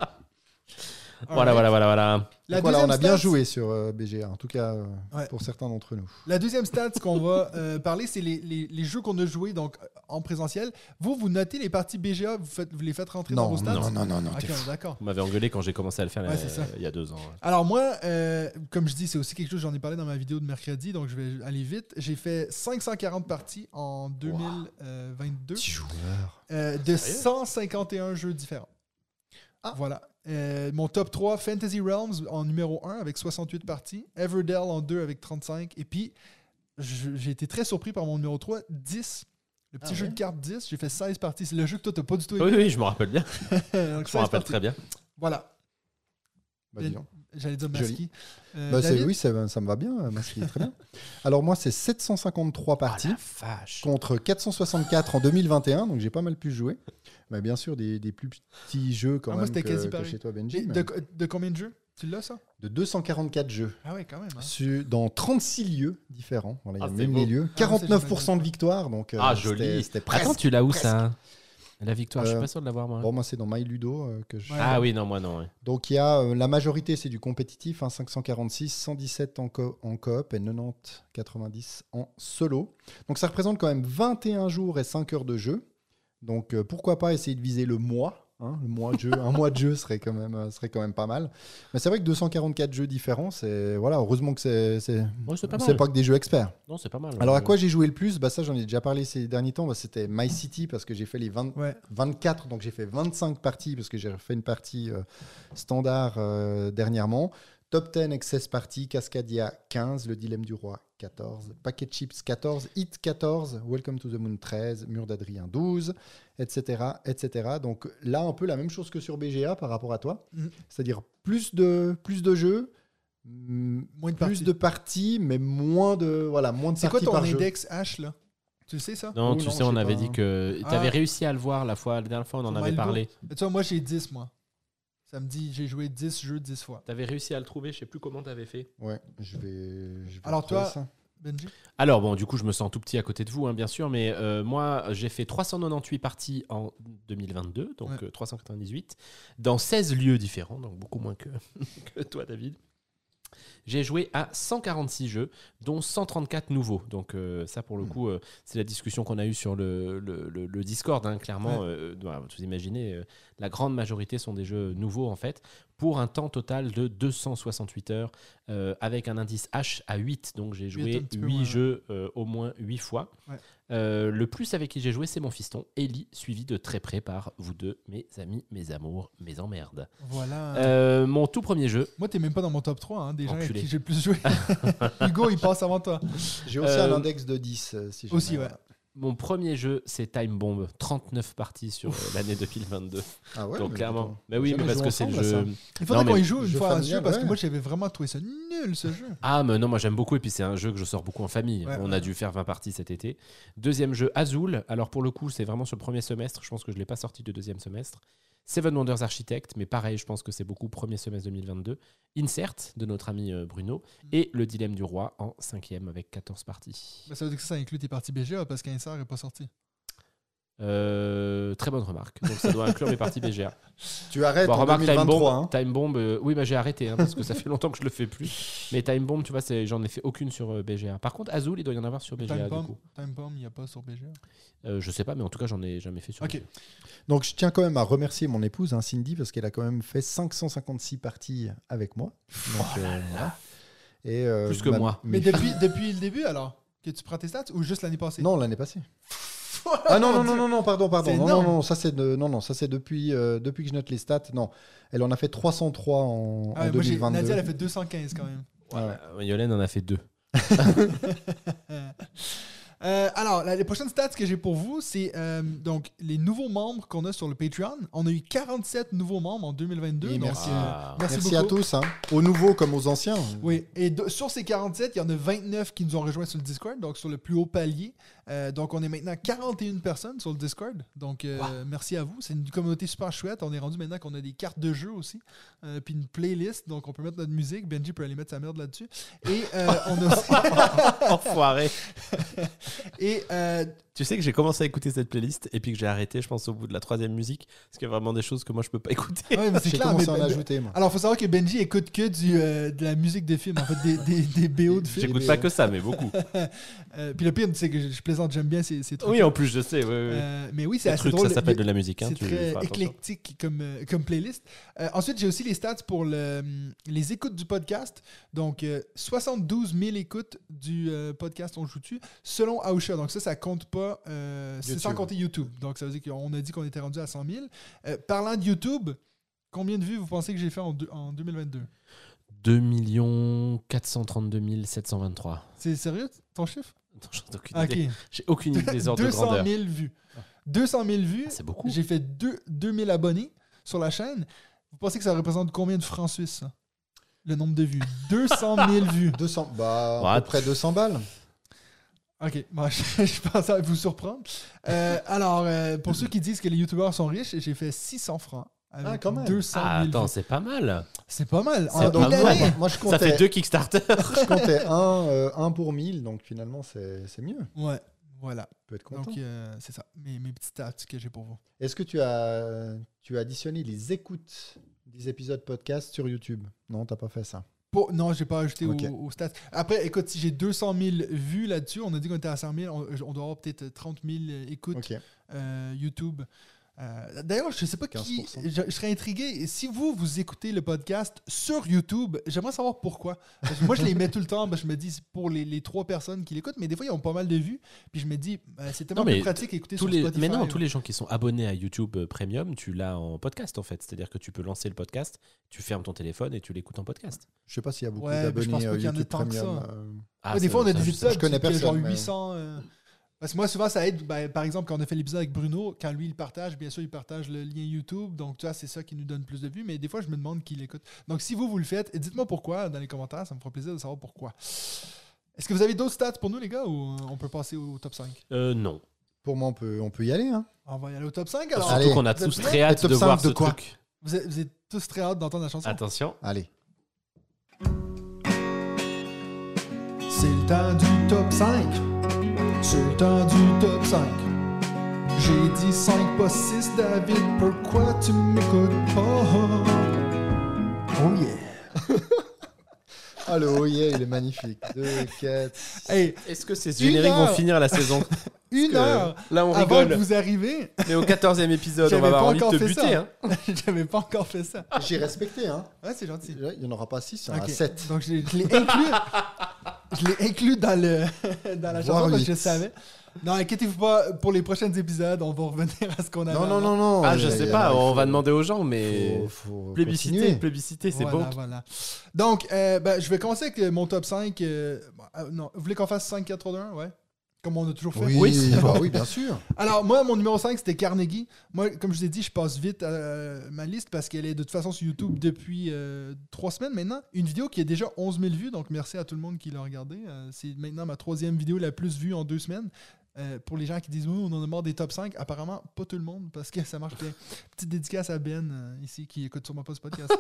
Voilà. La Donc voilà, on deuxième a bien stats- joué sur BGA, en tout cas Ouais. pour certains d'entre nous. La deuxième stat qu'on va parler, c'est les jeux qu'on a joués donc, en présentiel. Vous notez les parties BGA, vous les faites rentrer dans vos stats? non, Ok, t'es fou. d'accord. Vous m'avez engueulé quand j'ai commencé à le faire Ouais, c'est ça. il y a 2 ans. Ouais. Alors moi, comme je dis, c'est aussi quelque chose, j'en ai parlé dans ma vidéo de mercredi, donc je vais aller vite. J'ai fait 540 parties en 2022 Petit joueur. de 151 jeux différents. Ah. Voilà. Mon top 3, Fantasy Realms en numéro 1 avec 68 parties, Everdell en 2 avec 35, et puis j'ai été très surpris par mon numéro 3, 10. Le petit jeu de cartes 10, j'ai fait 16 parties. C'est le jeu que toi, t'as pas du tout aimé. Oui, je me rappelle bien. Donc, Je me 16 rappelle parties. très bien. Voilà. Bah, dis donc. J'allais dire Masky. Oui, ça me va bien, Masky, très bien. Alors moi, c'est 753 parties Oh la vache. contre 464 en 2021, donc j'ai pas mal pu jouer. Mais bien sûr, des plus petits jeux quand Moi, même c'était quasi que pareil. chez toi, Benji. mais De combien de jeux? Tu l'as, ça? de 244 jeux. Ah ouais, quand même. Hein. Dans 36 lieux différents. Voilà, il y a Ah, c'est même beau. les lieux. Ah, ça, 49% de victoire. Donc, Joli. C'était presque. Attends, tu l'as où presque. ça? La victoire, je suis Euh, pas sûr de l'avoir moi. Bon, moi, c'est dans My Ludo que je. Ouais. Ah oui, non, moi non. Ouais. Donc, il y a la majorité, c'est du compétitif, 546, 117 en coop et 90 en solo. Donc, ça représente quand même 21 jours et 5 heures de jeu. Donc, pourquoi pas essayer de viser le mois. Le mois de jeu, un mois de jeu serait quand même pas mal. Mais c'est vrai que 244 jeux différents, c'est heureusement que c'est Ouais, c'est pas mal. c'est pas que des jeux experts. Non, c'est pas mal. Alors à quoi j'ai joué le plus, ça j'en ai déjà parlé ces derniers temps, c'était My City parce que j'ai fait les 24, donc j'ai fait 25 parties parce que j'ai fait une partie standard dernièrement. Top 10 Excess Party, Cascadia 15, Le Dilemme du Roi 14, Packet Chips 14, Hit 14, Welcome to the Moon 13, Mur d'Adrien 12, etc., etc. Donc là, un peu la même chose que sur BGA par rapport à toi. C'est-à-dire plus de jeux, Moins de plus parties. de parties, mais moins de C'est quoi parties ton par jeu. index H, là? Tu le sais, ça? Non, Oh, tu non, sais, je on sais avait pas. dit que. T'avais Ah. réussi à le voir la dernière fois, on en Sur avait Maldo. parlé. Mais tu vois, moi, j'ai 10, moi. Ça me dit, j'ai joué 10 jeux 10 fois. T'avais réussi à le trouver, je sais plus comment t'avais fait. Ouais, je vais Alors retrouver toi- ça. Benji? Alors bon, du coup, je me sens tout petit à côté de vous, hein, bien sûr, mais moi, j'ai fait 398 parties en 2022, donc 398, dans 16 lieux différents, donc beaucoup moins que, que toi, David. J'ai joué à 146 jeux, dont 134 nouveaux. Donc ça, pour le coup, c'est la discussion qu'on a eue sur le Discord. Hein, clairement, voilà, vous imaginez, la grande majorité sont des jeux nouveaux, en fait, pour un temps total de 268 heures, avec un indice H à 8. Donc j'ai joué un petit peu 8 moins, jeux au moins 8 fois. Ouais. Le plus avec qui j'ai joué, c'est mon fiston, Ellie, suivi de très près par vous deux, mes amis, mes amours, mes emmerdes. Voilà. Mon tout premier jeu, Moi, t'es même pas dans mon top 3, hein, des gens avec Enculé. qui j'ai le plus joué. Hugo, il passe avant toi. J'ai aussi un index de 10. Si jamais, Aussi, ouais. voilà. Mon premier jeu, c'est Time Bomb. 39 parties sur l'année 2022. Ah ouais. Donc mais clairement. attends. Mais oui, Jamais mais parce joué que c'est le ensemble à jeu. ça. Il faudrait Non, qu'on mais y joue une jeu fois à ce familial, jeu parce que ouais. moi j'avais vraiment trouvé ça nul ce jeu. Ah, mais non, moi j'aime beaucoup. Et puis c'est un jeu que je sors beaucoup en famille. Ouais, On ouais. a dû faire 20 parties cet été. Deuxième jeu, Azul. Alors pour le coup, c'est vraiment sur le premier semestre. Je pense que je ne l'ai pas sorti du deuxième semestre. Seven Wonders Architect, mais pareil, je pense que c'est beaucoup premier semestre 2022. Insert de notre ami Bruno. Et Le Dilemme du Roi en 5e avec 14 parties. Mais ça veut dire que ça inclut tes parties BGA parce qu'Insert n'est pas sorti. Très bonne remarque. Donc ça doit inclure mes parties BGA. Tu arrêtes Bon, en remarque, Time 2023. Bomb, hein. Time Bomb oui, bah, j'ai arrêté parce que ça fait longtemps que je le fais plus. Mais Time Bomb, tu vois, j'en ai fait aucune sur BGA. Par contre, Azul, il doit y en avoir sur BGA du coup. Time Bomb, il n'y a pas sur BGA. Je sais pas, mais en tout cas, j'en ai jamais fait sur Ok. BGA. Donc je tiens quand même à remercier mon épouse, hein, Cindy, parce qu'elle a quand même fait 556 parties avec moi. Donc, voilà. Et, Plus que moi. Mais depuis le début alors que tu prends tes stats ou juste l'année passée? Non, l'année passée. Ah non, pardon. C'est Non, énorme. non, ça c'est depuis que je note les stats. Non, elle en a fait 303 en Ah ouais, moi, 2022. Nadia, elle a fait 215 quand même. Yolène en a fait 2. Alors, les prochaines stats que j'ai pour vous, c'est donc les nouveaux membres qu'on a sur le Patreon. On a eu 47 nouveaux membres en 2022. Et donc, merci. merci à beaucoup. tous, hein, aux nouveaux comme aux anciens. Oui, et sur ces 47, il y en a 29 qui nous ont rejoints sur le Discord, donc sur le plus haut palier. Donc, on est maintenant 41 personnes sur le Discord. Donc, merci à vous. C'est une communauté super chouette. On est rendu maintenant qu'on a des cartes de jeu aussi, puis une playlist. Donc, on peut mettre notre musique. Benji peut aller mettre sa merde là-dessus. Et on a aussi... Enfoiré. Et Tu sais que j'ai commencé à écouter cette playlist et puis que j'ai arrêté, je pense, au bout de la 3e musique. Parce qu'il y a vraiment des choses que moi, je peux pas écouter. ouais, mais c'est J'ai clair. commencé mais- à en ajouter, moi. Alors, il faut savoir que Benji écoute que de la musique de film, en fait, des BO de films. J'écoute pas que ça, mais beaucoup. Puis le pire, c'est que je plaisante, j'aime bien ces trucs. Oui, en plus, je sais. Oui, oui. Mais oui, c'est Ce assez truc, drôle. ça s'appelle de la musique. Hein, C'est tu très feras attention. éclectique comme playlist. Ensuite, j'ai aussi les stats pour les écoutes du podcast. Donc, 72 000 écoutes du podcast On Joue Dessus, selon Aosha. Donc ça compte pas. C'est sans YouTube. compter YouTube. Donc, ça veut dire qu'on a dit qu'on était rendu à 100 000. Parlant de YouTube, combien de vues vous pensez que j'ai fait en 2022? 2 432 723. C'est sérieux, ton chiffre? Attends, j'en ai aucune Ok. idée. J'ai aucune idée des ordres de 200 grandeur. 000 vues. 200 000 vues. Ah, c'est beaucoup. J'ai fait 2000 abonnés sur la chaîne. Vous pensez que ça représente combien de francs suisses, ça? Le nombre de vues? 200 000 vues. 200, à What? peu près 200 balles. Ok, bon, je pense que ça va vous surprendre. Alors, pour ceux qui disent que les youtubeurs sont riches, j'ai fait 600 francs. Avec quand même. 200 000 Ah, attends, vues. c'est pas mal. C'est pas mal. C'est En pas une mal. année. Moi, je Ça comptais, fait 2 Kickstarter. je comptais un pour 1000, donc finalement, c'est mieux. Ouais, voilà. On peut être content. Donc, c'est ça, mes petites stats que j'ai pour vous. Est-ce que tu as additionné les écoutes des épisodes podcast sur YouTube? Non, t'as pas fait ça. Non, j'ai pas ajouté Ok. aux stats. Après, écoute, si j'ai 200 000 vues là-dessus, on a dit qu'on était à 100 000, on doit avoir peut-être 30 000 écoutes Ok. YouTube. D'ailleurs, je sais pas qui. 15%. Je serais intrigué. Si vous écoutez le podcast sur YouTube, j'aimerais savoir pourquoi. Parce que moi, je les mets tout le temps. Je me dis, c'est pour les 3 personnes qui l'écoutent, mais des fois, ils ont pas mal de vues. Puis je me dis, c'est tellement Non, mais plus pratique d'écouter sur Spotify. Mais non, tous les gens qui sont abonnés à YouTube Premium, tu l'as en podcast en fait. C'est-à-dire que tu peux lancer le podcast, tu fermes ton téléphone et tu l'écoutes en podcast. Je sais pas s'il y a beaucoup Ouais, mais je pense d'abonnés pas qu'il y en ait YouTube tant que ça. Premium. Ah, Ouais, des ça- fois, on a ça, des je sais épisodes je connais qui ont genre personne, mais- 800. Parce que moi, souvent, ça aide. Par exemple, quand on a fait l'épisode avec Bruno, quand lui, il partage, bien sûr, il partage le lien YouTube. Donc, tu vois, c'est ça qui nous donne plus de vues. Mais des fois, je me demande qui l'écoute. Donc, si vous le faites, et dites-moi pourquoi dans les commentaires. Ça me fera plaisir de savoir pourquoi. Est-ce que vous avez d'autres stats pour nous, les gars, ou on peut passer au top 5? Non. Pour moi, on peut y aller. Hein. On va y aller au top 5 alors. Allez. Surtout qu'on a Vous êtes tous prêts? très hâte Le top de voir 5 de ce quoi truc. Vous êtes tous très hâte d'entendre la chanson. Attention. Allez. C'est le temps du top 5. C'est le temps du top 5. J'ai dit 5, pas 6, David. Pourquoi tu m'écoutes pas? Oh yeah. Ah, le oh yeah, il est magnifique. 2, 4. Hey, Est-ce que ces Une génériques vont heure. finir la saison? une Parce que heure Là, on avant rigole. que vous arrivez, Mais au 14e épisode, on J'avais va avoir pas envie de encore te fait buter. ça. Hein. j'avais pas encore fait ça. J'ai respecté. Hein. Ouais, c'est gentil. Il n'y en aura pas 6, il y en aura Ok. 7. Donc je l'ai inclus. Je l'ai inclus dans la chanson parce que je 8. savais. Non, inquiétez-vous pas, pour les prochains épisodes, on va revenir à ce qu'on avait. Non, non, avant. non, non. Ah, il y je a- sais il y a- pas, il on faut- va demander aux gens, mais. faut Plébisciter, continuer. plébisciter, c'est Voilà, bon. voilà. Donc, je vais commencer avec mon top 5. Non, vous voulez qu'on fasse 5, 4, 3, 2, 1? Ouais. comme on a toujours fait. Oui, bien sûr. Alors, moi, mon numéro 5, c'était Carnegie. Moi, comme je vous ai dit, je passe vite à ma liste parce qu'elle est de toute façon sur YouTube depuis 3 semaines maintenant. Une vidéo qui a déjà 11 000 vues, donc merci à tout le monde qui l'a regardé. C'est maintenant ma 3e vidéo la plus vue en 2 semaines. Pour les gens qui disent « Oui, on en a marre des top 5 », apparemment, pas tout le monde, parce que ça marche bien. Petite dédicace à Ben, ici, qui écoute sûrement pas ce podcast.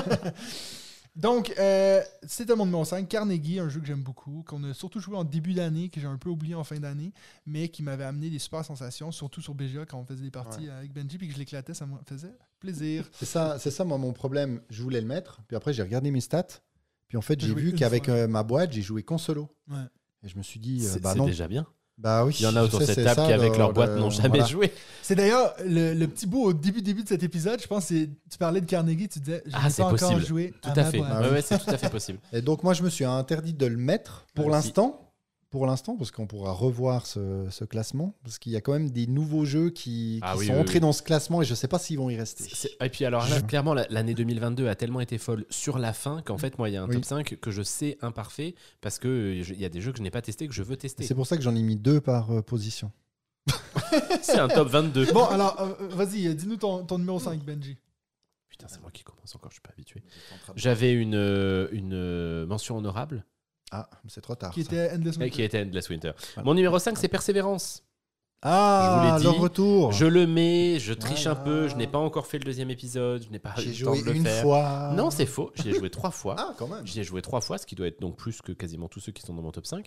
Donc, c'était mon numéro 5, Carnegie, un jeu que j'aime beaucoup, qu'on a surtout joué en début d'année, que j'ai un peu oublié en fin d'année, mais qui m'avait amené des super sensations, surtout sur BGA quand on faisait des parties avec Benji, puis que je l'éclatais, ça me faisait plaisir. C'est ça, moi, mon problème. Je voulais le mettre, puis après, j'ai regardé mes stats, puis en fait, j'ai vu une qu'avec fois. ma boîte, j'ai joué qu'en solo. Ouais. Et je me suis dit, C'est non. déjà bien. Bah oui. Il y en a autour de C'est cette table ça, qui, avec leur boîte, n'ont jamais voilà. joué. C'est d'ailleurs le petit bout au début de cet épisode, je pense que tu parlais de Carnegie, tu disais « Je n'ai c'est pas encore possible. joué Tout à à ma fait. boîte. Ouais, c'est tout à fait possible. Et donc, moi, je me suis interdit de le mettre pour Aussi. l'instant. Pour l'instant, parce qu'on pourra revoir ce classement. Parce qu'il y a quand même des nouveaux jeux qui sont entrés dans ce classement et je ne sais pas s'ils vont y rester. Et puis alors là, clairement, l'année 2022 a tellement été folle sur la fin qu'en fait, moi, il y a un top 5 que je sais imparfait parce qu'il y a des jeux que je n'ai pas testés que je veux tester. C'est pour ça que j'en ai mis 2 par position. C'est un top 22. Bon, alors, vas-y, dis-nous ton numéro 5, Benji. Putain, c'est moi qui commence encore, je suis pas habitué. J'avais une mention honorable. Ah, c'est trop tard. Qui ça. était Endless Winter. Qui était Endless Winter. Voilà. Mon numéro 5, c'est Persévérance. Ah, je vous l'ai le dit. retour. Je le mets, je triche un Voilà. peu, je n'ai pas encore fait le 2e épisode, je n'ai pas eu J'ai le temps joué de le une faire. fois. Non, c'est faux, j'y ai joué 3 fois. Ah, quand même. J'y ai joué 3 fois, ce qui doit être donc plus que quasiment tous ceux qui sont dans mon top 5.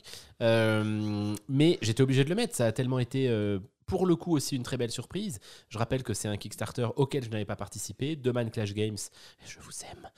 Mais j'étais obligé de le mettre, ça a tellement été pour le coup aussi une très belle surprise. Je rappelle que c'est un Kickstarter auquel je n'avais pas participé, de Man Clash Games, et je vous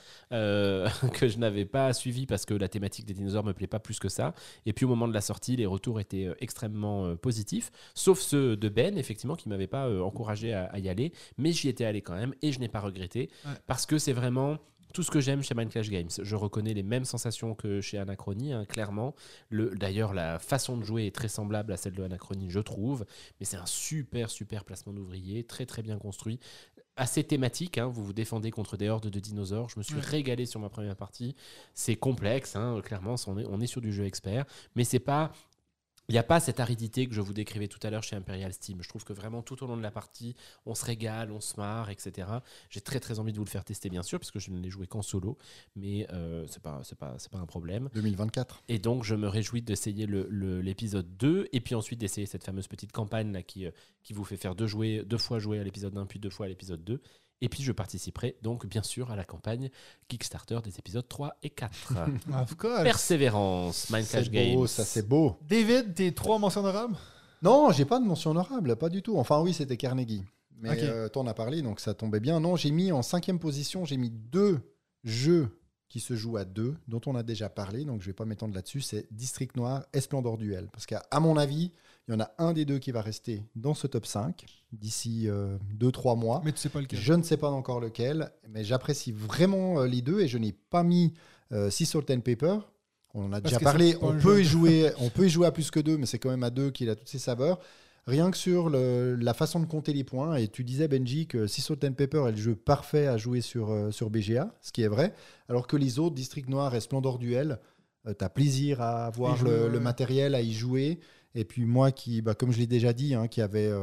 aime, que je n'avais pas suivi parce que la thématique des dinosaures me plaît pas plus que ça. Et puis au moment de la sortie, les retours étaient extrêmement positifs, sauf ceux de Ben, effectivement, qui m'avaient pas encouragé à y aller, mais j'y étais allé quand même et je n'ai pas regretté parce que c'est vraiment tout ce que j'aime chez Mind Clash Games. Je reconnais les mêmes sensations que chez Anachronie, clairement. D'ailleurs, la façon de jouer est très semblable à celle de Anachronie, je trouve. Mais c'est un super placement d'ouvriers, très très bien construit. Assez thématique, vous vous défendez contre des hordes de dinosaures. Je me suis régalé sur ma première partie. C'est complexe, clairement, on est sur du jeu expert. Mais c'est pas... Il n'y a pas cette aridité que je vous décrivais tout à l'heure chez Imperial Steam. Je trouve que vraiment tout au long de la partie, on se régale, on se marre, etc. J'ai très très envie de vous le faire tester, bien sûr, puisque je ne l'ai joué qu'en solo, mais c'est pas un problème. 2024. Et donc, je me réjouis d'essayer l'épisode 2, et puis ensuite d'essayer cette fameuse petite campagne là, qui vous fait faire 2 fois jouer à l'épisode 1, puis 2 fois à l'épisode 2. Et puis je participerai donc bien sûr à la campagne Kickstarter des épisodes 3 et 4. Of course. Persévérance, Mind Clash C'est Games. beau, ça c'est beau. David, tes 3 mentions honorables? Non, j'ai pas de mention honorable, pas du tout. Enfin oui, c'était Carnegie. Mais Ok. toi on a parlé, donc ça tombait bien. Non, j'ai mis en 5e position, j'ai mis 2 jeux qui se jouent à 2, dont on a déjà parlé, donc je vais pas m'étendre là-dessus. C'est District Noir et Splendor Duel. Parce qu'à mon avis, il y en a un des deux qui va rester dans ce top 5 d'ici 2-3 mois. Mais tu sais pas lequel. Je ne sais pas encore lequel, mais j'apprécie vraiment les deux et je n'ai pas mis Sea Salt and Pepper. On en a déjà que parlé. c'est pas On un peut jeu. y jouer, on peut y jouer à plus que 2, mais c'est quand même à 2 qu'il a toutes ses saveurs. Rien que sur la façon de compter les points. Et tu disais, Benji, que Sea Salt and Pepper est le jeu parfait à jouer sur BGA, ce qui est vrai. Alors que les autres, District Noir et Splendor Duel, tu as plaisir à avoir Y jouer, le matériel, à y jouer. Et puis moi, comme je l'ai déjà dit, qui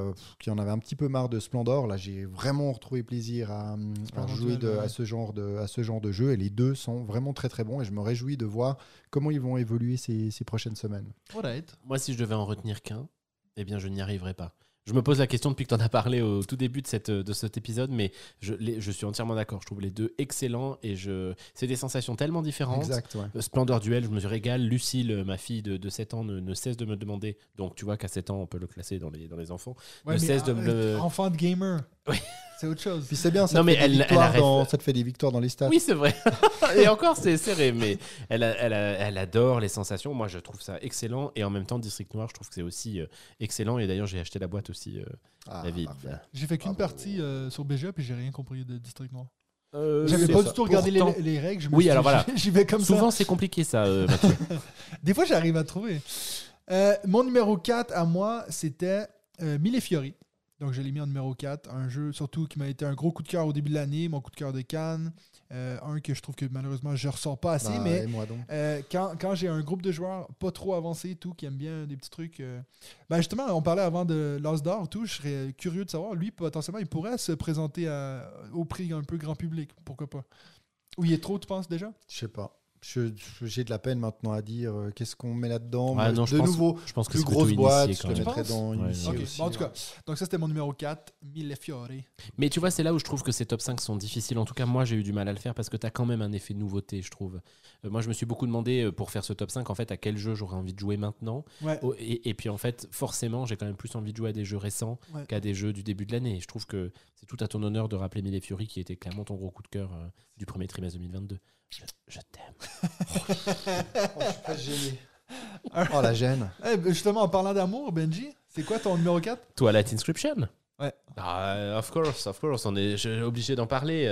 en avait un petit peu marre de Splendor, là j'ai vraiment retrouvé plaisir à jouer Duel, ouais. à ce genre de jeu. Et les deux sont vraiment très très bons. Et je me réjouis de voir comment ils vont évoluer ces prochaines semaines. Alright. Moi, si je devais en retenir qu'un, eh bien, je n'y arriverai pas. Je me pose la question depuis que tu en as parlé au tout début de cet épisode, mais je suis entièrement d'accord. Je trouve les deux excellents et c'est des sensations tellement différentes. Exact, ouais. Splendor Duel, je me régale. Lucille, ma fille de 7 ans, ne cesse de me demander. Donc, tu vois qu'à 7 ans, on peut le classer dans les enfants. Ouais, ne mais, cesse de me... enfant de gamer. Oui. C'est autre chose. Puis c'est bien, ça, Non, te mais fait des elle victoires arrête. ça te fait des victoires dans les stats. Oui, c'est vrai. Et encore, c'est serré, mais elle adore les sensations. Moi, je trouve ça excellent. Et en même temps, District Noir, je trouve que c'est aussi excellent. Et d'ailleurs, j'ai acheté la boîte aussi, David. parfait. J'ai fait qu'une Bravo. partie sur BGA puis j'ai rien compris de District Noir. Oui, J'avais c'est pas ça. du tout regardé Pourtant- les règles. Je me Oui, suis dit, alors voilà. J'y vais comme Souvent, ça. c'est compliqué, ça, Mathieu. Des fois, j'arrive à trouver. Mon numéro 4 à moi, c'était Mille et Fiori. Donc, je l'ai mis en numéro 4. Un jeu, surtout, qui m'a été un gros coup de cœur au début de l'année, mon coup de cœur de Cannes. Un que je trouve que malheureusement, je ressors pas assez, mais et moi donc. quand j'ai un groupe de joueurs pas trop avancé, tout, qui aiment bien des petits trucs... justement, on parlait avant de l'As d'or, tout, je serais curieux de savoir, lui, potentiellement, il pourrait se présenter au prix un peu grand public, pourquoi pas. Ou il est trop, tu penses, déjà? Je sais pas. J'ai de la peine maintenant à dire qu'est-ce qu'on met là-dedans. Ouais, non, de nouveau, je pense que plus c'est grosse plutôt boîte, initié, je quand le même. mettrais dans Ouais, initié ouais. Ok, aussi. bon, en tout cas, donc ça c'était mon numéro 4, Millefiore. Mais tu vois, c'est là où je trouve que ces top 5 sont difficiles. En tout cas, moi, j'ai eu du mal à le faire parce que tu as quand même un effet nouveauté, je trouve. Moi, je me suis beaucoup demandé pour faire ce top 5, en fait, à quel jeu j'aurais envie de jouer maintenant. Ouais. Et puis, en fait, forcément, j'ai quand même plus envie de jouer à des jeux récents Ouais. qu'à des jeux du début de l'année. Et je trouve que c'est tout à ton honneur de rappeler Millefiore qui était clairement ton gros coup de cœur du premier trimestre 2022. Je t'aime. Je suis pas gêné. Oh la gêne. Justement, en parlant d'amour, Benji, c'est quoi ton numéro 4? Twilight Inscription. Ouais. Of course. J'ai obligé d'en parler.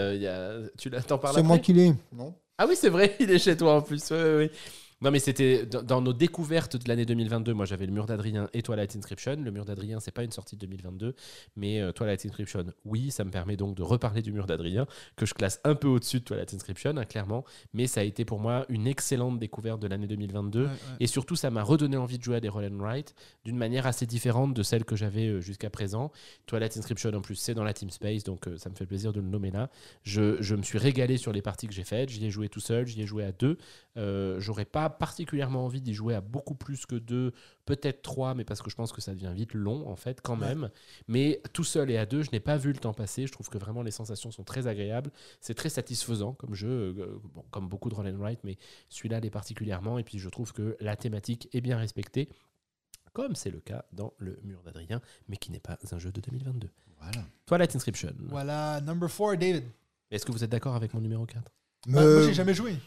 T'en parles C'est moi après qui l'ai. Non. Ah oui, c'est vrai, il est chez toi en plus. Oui. Non, mais c'était dans nos découvertes de l'année 2022. Moi, j'avais le Mur d'Adrien et Twilight Inscription. Le Mur d'Adrien, c'est pas une sortie de 2022, mais Twilight Inscription, oui, ça me permet donc de reparler du Mur d'Adrien, que je classe un peu au-dessus de Twilight Inscription, hein, clairement. Mais ça a été pour moi une excellente découverte de l'année 2022. Et surtout, ça m'a redonné envie de jouer à des roll and write d'une manière assez différente de celle que j'avais jusqu'à présent. Twilight Inscription, en plus, c'est dans la Team Space, donc ça me fait plaisir de le nommer là. Je me suis régalé sur les parties que j'ai faites. J'y ai joué tout seul, j'y ai joué à 2. J'aurais pas particulièrement envie d'y jouer à beaucoup plus que 2, peut-être 3, mais parce que je pense que ça devient vite long en fait quand même. Mais tout seul et à 2, je n'ai pas vu le temps passer. Je trouve que vraiment les sensations sont très agréables. C'est très satisfaisant comme jeu, comme beaucoup de roll and write, mais celui-là l'est particulièrement. Et puis je trouve que la thématique est bien respectée, comme c'est le cas dans le Mur d'Adrien, mais qui n'est pas un jeu de 2022. Voilà. Twilight Inscription. Voilà, number 4, David. Est-ce que vous êtes d'accord avec mon numéro 4 Moi, j'ai jamais joué.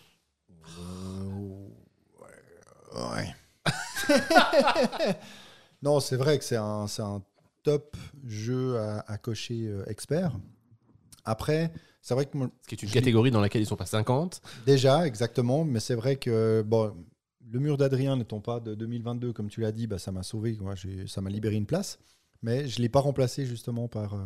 Ouais. Non, c'est vrai que c'est un top jeu à cocher expert. Après, c'est vrai que Ce qui est une catégorie dans laquelle ils sont pas 50. déjà, exactement, mais c'est vrai que bon, le Mur d'Adrien n'étant pas de 2022, comme tu l'as dit, bah, ça m'a sauvé, quoi. Ça m'a libéré une place, mais je ne l'ai pas remplacé justement par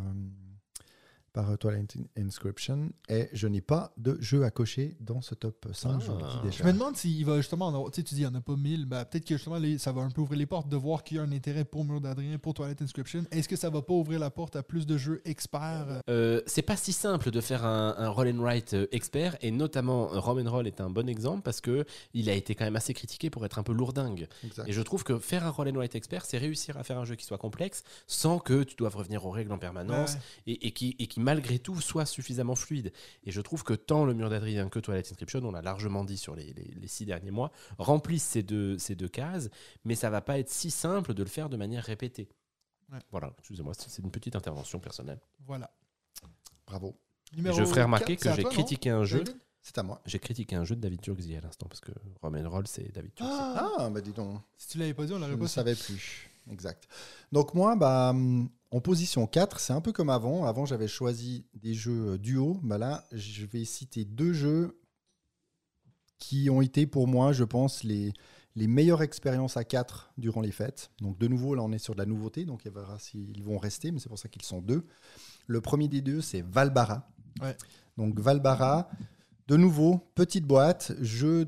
Twilight Inscription, et je n'ai pas de jeu à cocher dans ce top 5, je le dis déjà. Je me demande s'il va justement... Tu sais, tu dis, il n'y en a pas 1000. Peut-être que justement, ça va un peu ouvrir les portes de voir qu'il y a un intérêt pour Mur d'Adrien, pour Twilight Inscription. Est-ce que ça va pas ouvrir la porte à plus de jeux experts? C'est pas si simple de faire un roll and write expert, et notamment Rom and Roll est un bon exemple parce que il a été quand même assez critiqué pour être un peu lourdingue. Exact. Et je trouve que faire un roll and write expert, c'est réussir à faire un jeu qui soit complexe sans que tu doives revenir aux règles en permanence et qui malgré tout soit suffisamment fluide. Et je trouve que tant le Mur d'Adrien que Twilight Inscription, on l'a largement dit sur les 6 derniers mois, remplissent ces deux cases, mais ça va pas être si simple de le faire de manière répétée. Ouais. Voilà, excusez-moi, c'est une petite intervention personnelle. Voilà. Bravo. Numéro Je ferai remarquer 4, c'est que à j'ai toi, critiqué un jeu. David, c'est à moi. J'ai critiqué un jeu de David Turkzy à l'instant parce que Rom and Roll c'est David Turkzy. Ah, bah dis donc. Si tu l'avais pas dit, on Je l'aurait ne pas le su. savais plus. Exact. Donc moi, en position 4, c'est un peu comme avant. Avant, j'avais choisi des jeux duo. Bah là, je vais citer 2 jeux qui ont été pour moi, je pense, les meilleures expériences à 4 durant les fêtes. Donc de nouveau, là, on est sur de la nouveauté. Donc il verra s'ils vont rester, mais c'est pour ça qu'ils sont 2. Le premier des 2, c'est Valbara. Ouais. Donc Valbara... De nouveau, petite boîte, jeu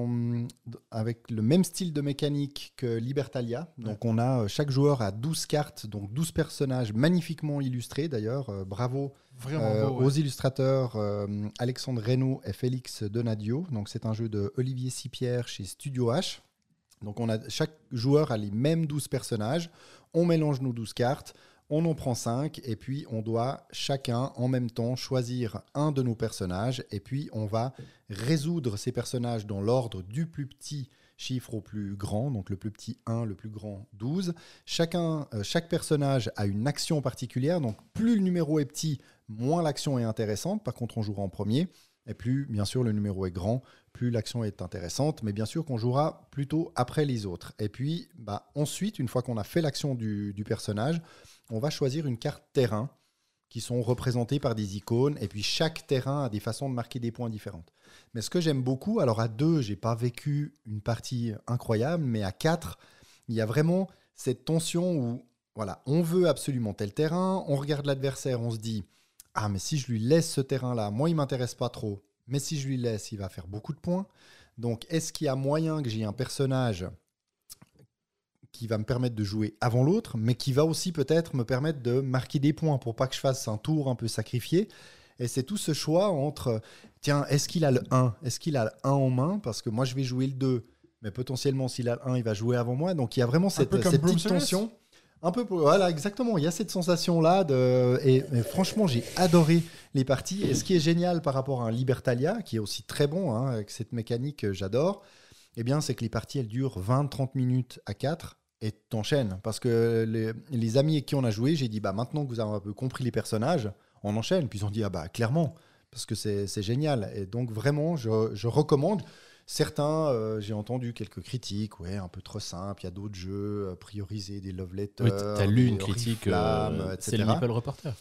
avec le même style de mécanique que Libertalia. Donc on a chaque joueur a 12 cartes, donc 12 personnages magnifiquement illustrés d'ailleurs. Bravo Vraiment beau, aux illustrateurs Alexandre Reynaud et Félix Donadio. Donc c'est un jeu de Olivier Sipierre chez Studio H. Donc chaque joueur a les mêmes 12 personnages. On mélange nos 12 cartes. On en prend 5 et puis on doit chacun en même temps choisir un de nos personnages et puis on va résoudre ces personnages dans l'ordre du plus petit chiffre au plus grand, donc le plus petit 1, le plus grand 12. Chaque personnage a une action particulière, donc plus le numéro est petit, moins l'action est intéressante. Par contre, on jouera en premier. Et plus, bien sûr, le numéro est grand, plus l'action est intéressante. Mais bien sûr qu'on jouera plutôt après les autres. Et puis, ensuite, une fois qu'on a fait l'action du personnage, on va choisir une carte terrain qui sont représentées par des icônes. Et puis, chaque terrain a des façons de marquer des points différentes. Mais ce que j'aime beaucoup, alors à 2, je n'ai pas vécu une partie incroyable, mais à 4, il y a vraiment cette tension où voilà, on veut absolument tel terrain, on regarde l'adversaire, on se dit « Ah, mais si je lui laisse ce terrain-là, moi, il ne m'intéresse pas trop, mais si je lui laisse, il va faire beaucoup de points. Donc, est-ce qu'il y a moyen que j'ai un personnage qui va me permettre de jouer avant l'autre, mais qui va aussi peut-être me permettre de marquer des points pour pas que je fasse un tour un peu sacrifié ?» Et c'est tout ce choix entre, tiens, est-ce qu'il a le 1 ? Est-ce qu'il a le 1 en main ? Parce que moi, je vais jouer le 2, mais potentiellement, s'il a le 1, il va jouer avant moi. Donc, il y a vraiment cette petite tension. Un peu, voilà, exactement. Il y a cette sensation-là. Et franchement, j'ai adoré les parties. Et ce qui est génial par rapport à un Libertalia, qui est aussi très bon, hein, avec cette mécanique que j'adore, eh bien, c'est que les parties, elles durent 20-30 minutes à 4 et t'enchaînes. Parce que les amis avec qui on a joué, j'ai dit, maintenant que vous avez un peu compris les personnages, on enchaîne. Puis ils ont dit, clairement, parce que c'est génial. Et donc, vraiment, je recommande. Certains, j'ai entendu quelques critiques, un peu trop simple. Il y a d'autres jeux priorisés, des love letters. Oui, t'as lu une critique, c'est le Meeple Reporter.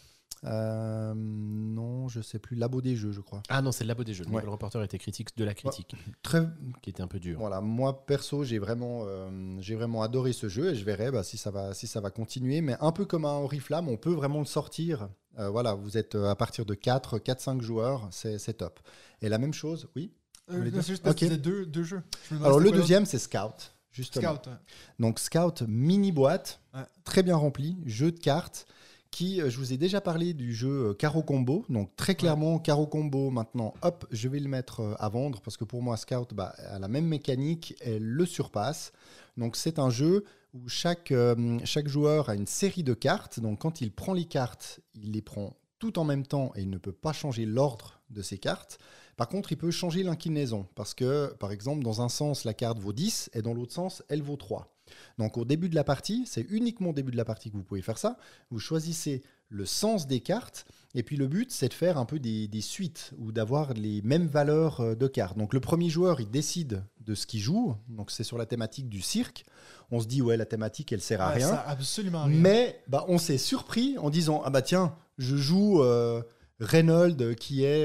Non, je sais plus. Labo des jeux, je crois. Ah non, c'est le Labo des jeux. Le Meeple Reporter était critique de la critique, qui était un peu dur. Voilà, moi perso, j'ai vraiment adoré ce jeu et je verrai si ça va continuer. Mais un peu comme un Oriflamme, on peut vraiment le sortir. Voilà, vous êtes à partir de 4-5 joueurs, c'est top. Et la même chose, oui. C'est juste parce que c'était deux jeux. Alors le deuxième, c'est Scout, justement. Scout, ouais. Donc Scout, mini boîte, très bien rempli, jeu de cartes, qui, je vous ai déjà parlé du jeu Caro Combo. Donc très clairement, Caro Combo, maintenant, hop, je vais le mettre à vendre, parce que pour moi, Scout a la même mécanique, elle le surpasse. Donc c'est un jeu où chaque joueur a une série de cartes. Donc quand il prend les cartes, il les prend tout en même temps et il ne peut pas changer l'ordre de ces cartes. Par contre, il peut changer l'inclinaison parce que, par exemple, dans un sens, la carte vaut 10 et dans l'autre sens, elle vaut 3. Donc, au début de la partie, c'est uniquement au début de la partie que vous pouvez faire ça. Vous choisissez le sens des cartes et puis le but, c'est de faire un peu des suites ou d'avoir les mêmes valeurs de cartes. Donc, le premier joueur, il décide de ce qu'il joue. Donc, c'est sur la thématique du cirque. On se dit, la thématique, elle sert à rien. Ça, absolument rien. Mais on s'est surpris en disant, tiens, je joue... Reynolds qui est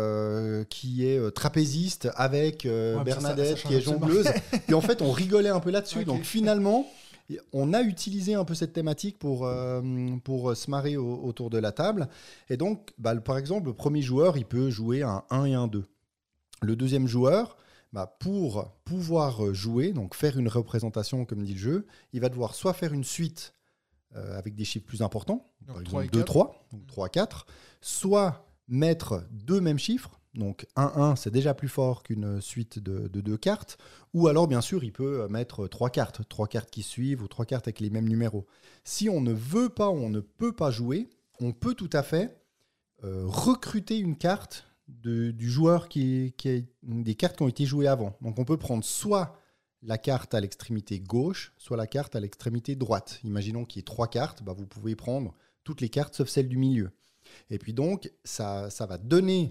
trapéziste avec Bernadette qui est jongleuse. Et en fait, on rigolait un peu là-dessus. Okay. Donc finalement, on a utilisé un peu cette thématique pour se marrer autour de la table. Et donc, par exemple, le premier joueur, il peut jouer un 1 et un 2. Le deuxième joueur, pour pouvoir jouer, donc faire une représentation comme dit le jeu, il va devoir soit faire une suite avec des chiffres plus importants, par exemple 2-3, donc 3-4, soit mettre deux mêmes chiffres, donc 1-1, c'est déjà plus fort qu'une suite de deux cartes, ou alors bien sûr il peut mettre 3 cartes qui suivent, ou 3 cartes avec les mêmes numéros. Si on ne veut pas, on ne peut pas jouer, on peut tout à fait recruter une carte du joueur qui a des cartes qui ont été jouées avant. Donc on peut prendre soit la carte à l'extrémité gauche, soit la carte à l'extrémité droite. Imaginons qu'il y ait 3 cartes, vous pouvez prendre toutes les cartes sauf celle du milieu. Et puis donc, ça va donner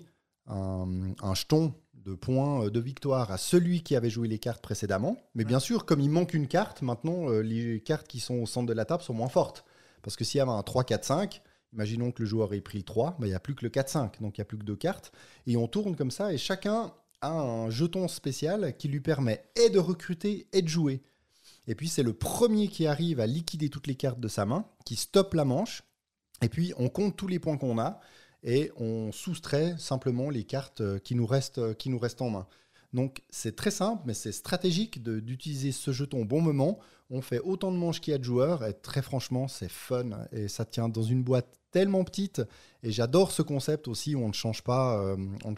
un jeton de points de victoire à celui qui avait joué les cartes précédemment. Mais bien sûr, comme il manque une carte, maintenant, les cartes qui sont au centre de la table sont moins fortes. Parce que s'il y avait un 3-4-5, imaginons que le joueur ait pris le 3, il n'y a plus que le 4-5, donc il n'y a plus que 2 cartes. Et on tourne comme ça, et chacun a un jeton spécial qui lui permet et de recruter et de jouer. Et puis c'est le premier qui arrive à liquider toutes les cartes de sa main, qui stoppe la manche, et puis on compte tous les points qu'on a, et on soustrait simplement les cartes qui nous restent en main. Donc c'est très simple, mais c'est stratégique d'utiliser ce jeton au bon moment. On fait autant de manches qu'il y a de joueurs, et très franchement, c'est fun, et ça tient dans une boîte tellement petite, et j'adore ce concept aussi où on ne change pas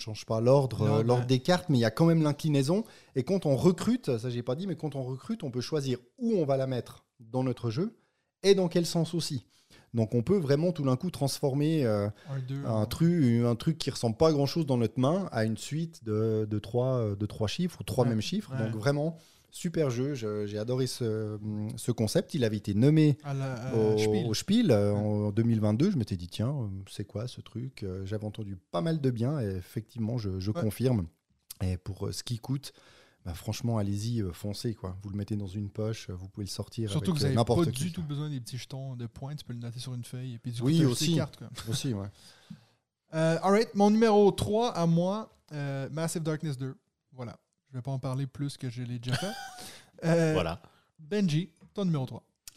l'ordre des cartes, mais il y a quand même l'inclinaison, et quand on recrute, ça j'ai pas dit, mais quand on recrute, on peut choisir où on va la mettre dans notre jeu, et dans quel sens aussi. Donc on peut vraiment tout d'un coup transformer un truc qui ressemble pas à grand chose dans notre main à une suite de 3 chiffres ou 3 mêmes chiffres. Ouais. Donc vraiment super jeu, j'ai adoré ce concept. Il avait été nommé au Spiel en 2022. Je m'étais dit tiens, c'est quoi ce truc? J'avais entendu pas mal de bien et effectivement je confirme. Et pour ce qui coûte, franchement, allez-y, foncez, quoi. Vous le mettez dans une poche, vous pouvez le sortir. Surtout avec que vous n'importe n'avez pas qui. du tout besoin des petits jetons de points, tu peux le noter sur une feuille et puis du coup, oui, tu aussi. des cartes. Quoi. Aussi, ouais. Alright, mon numéro 3 à moi, Massive Darkness 2. Voilà. Je ne vais pas en parler plus que je l'ai déjà fait. Voilà. Benji, ton numéro 3.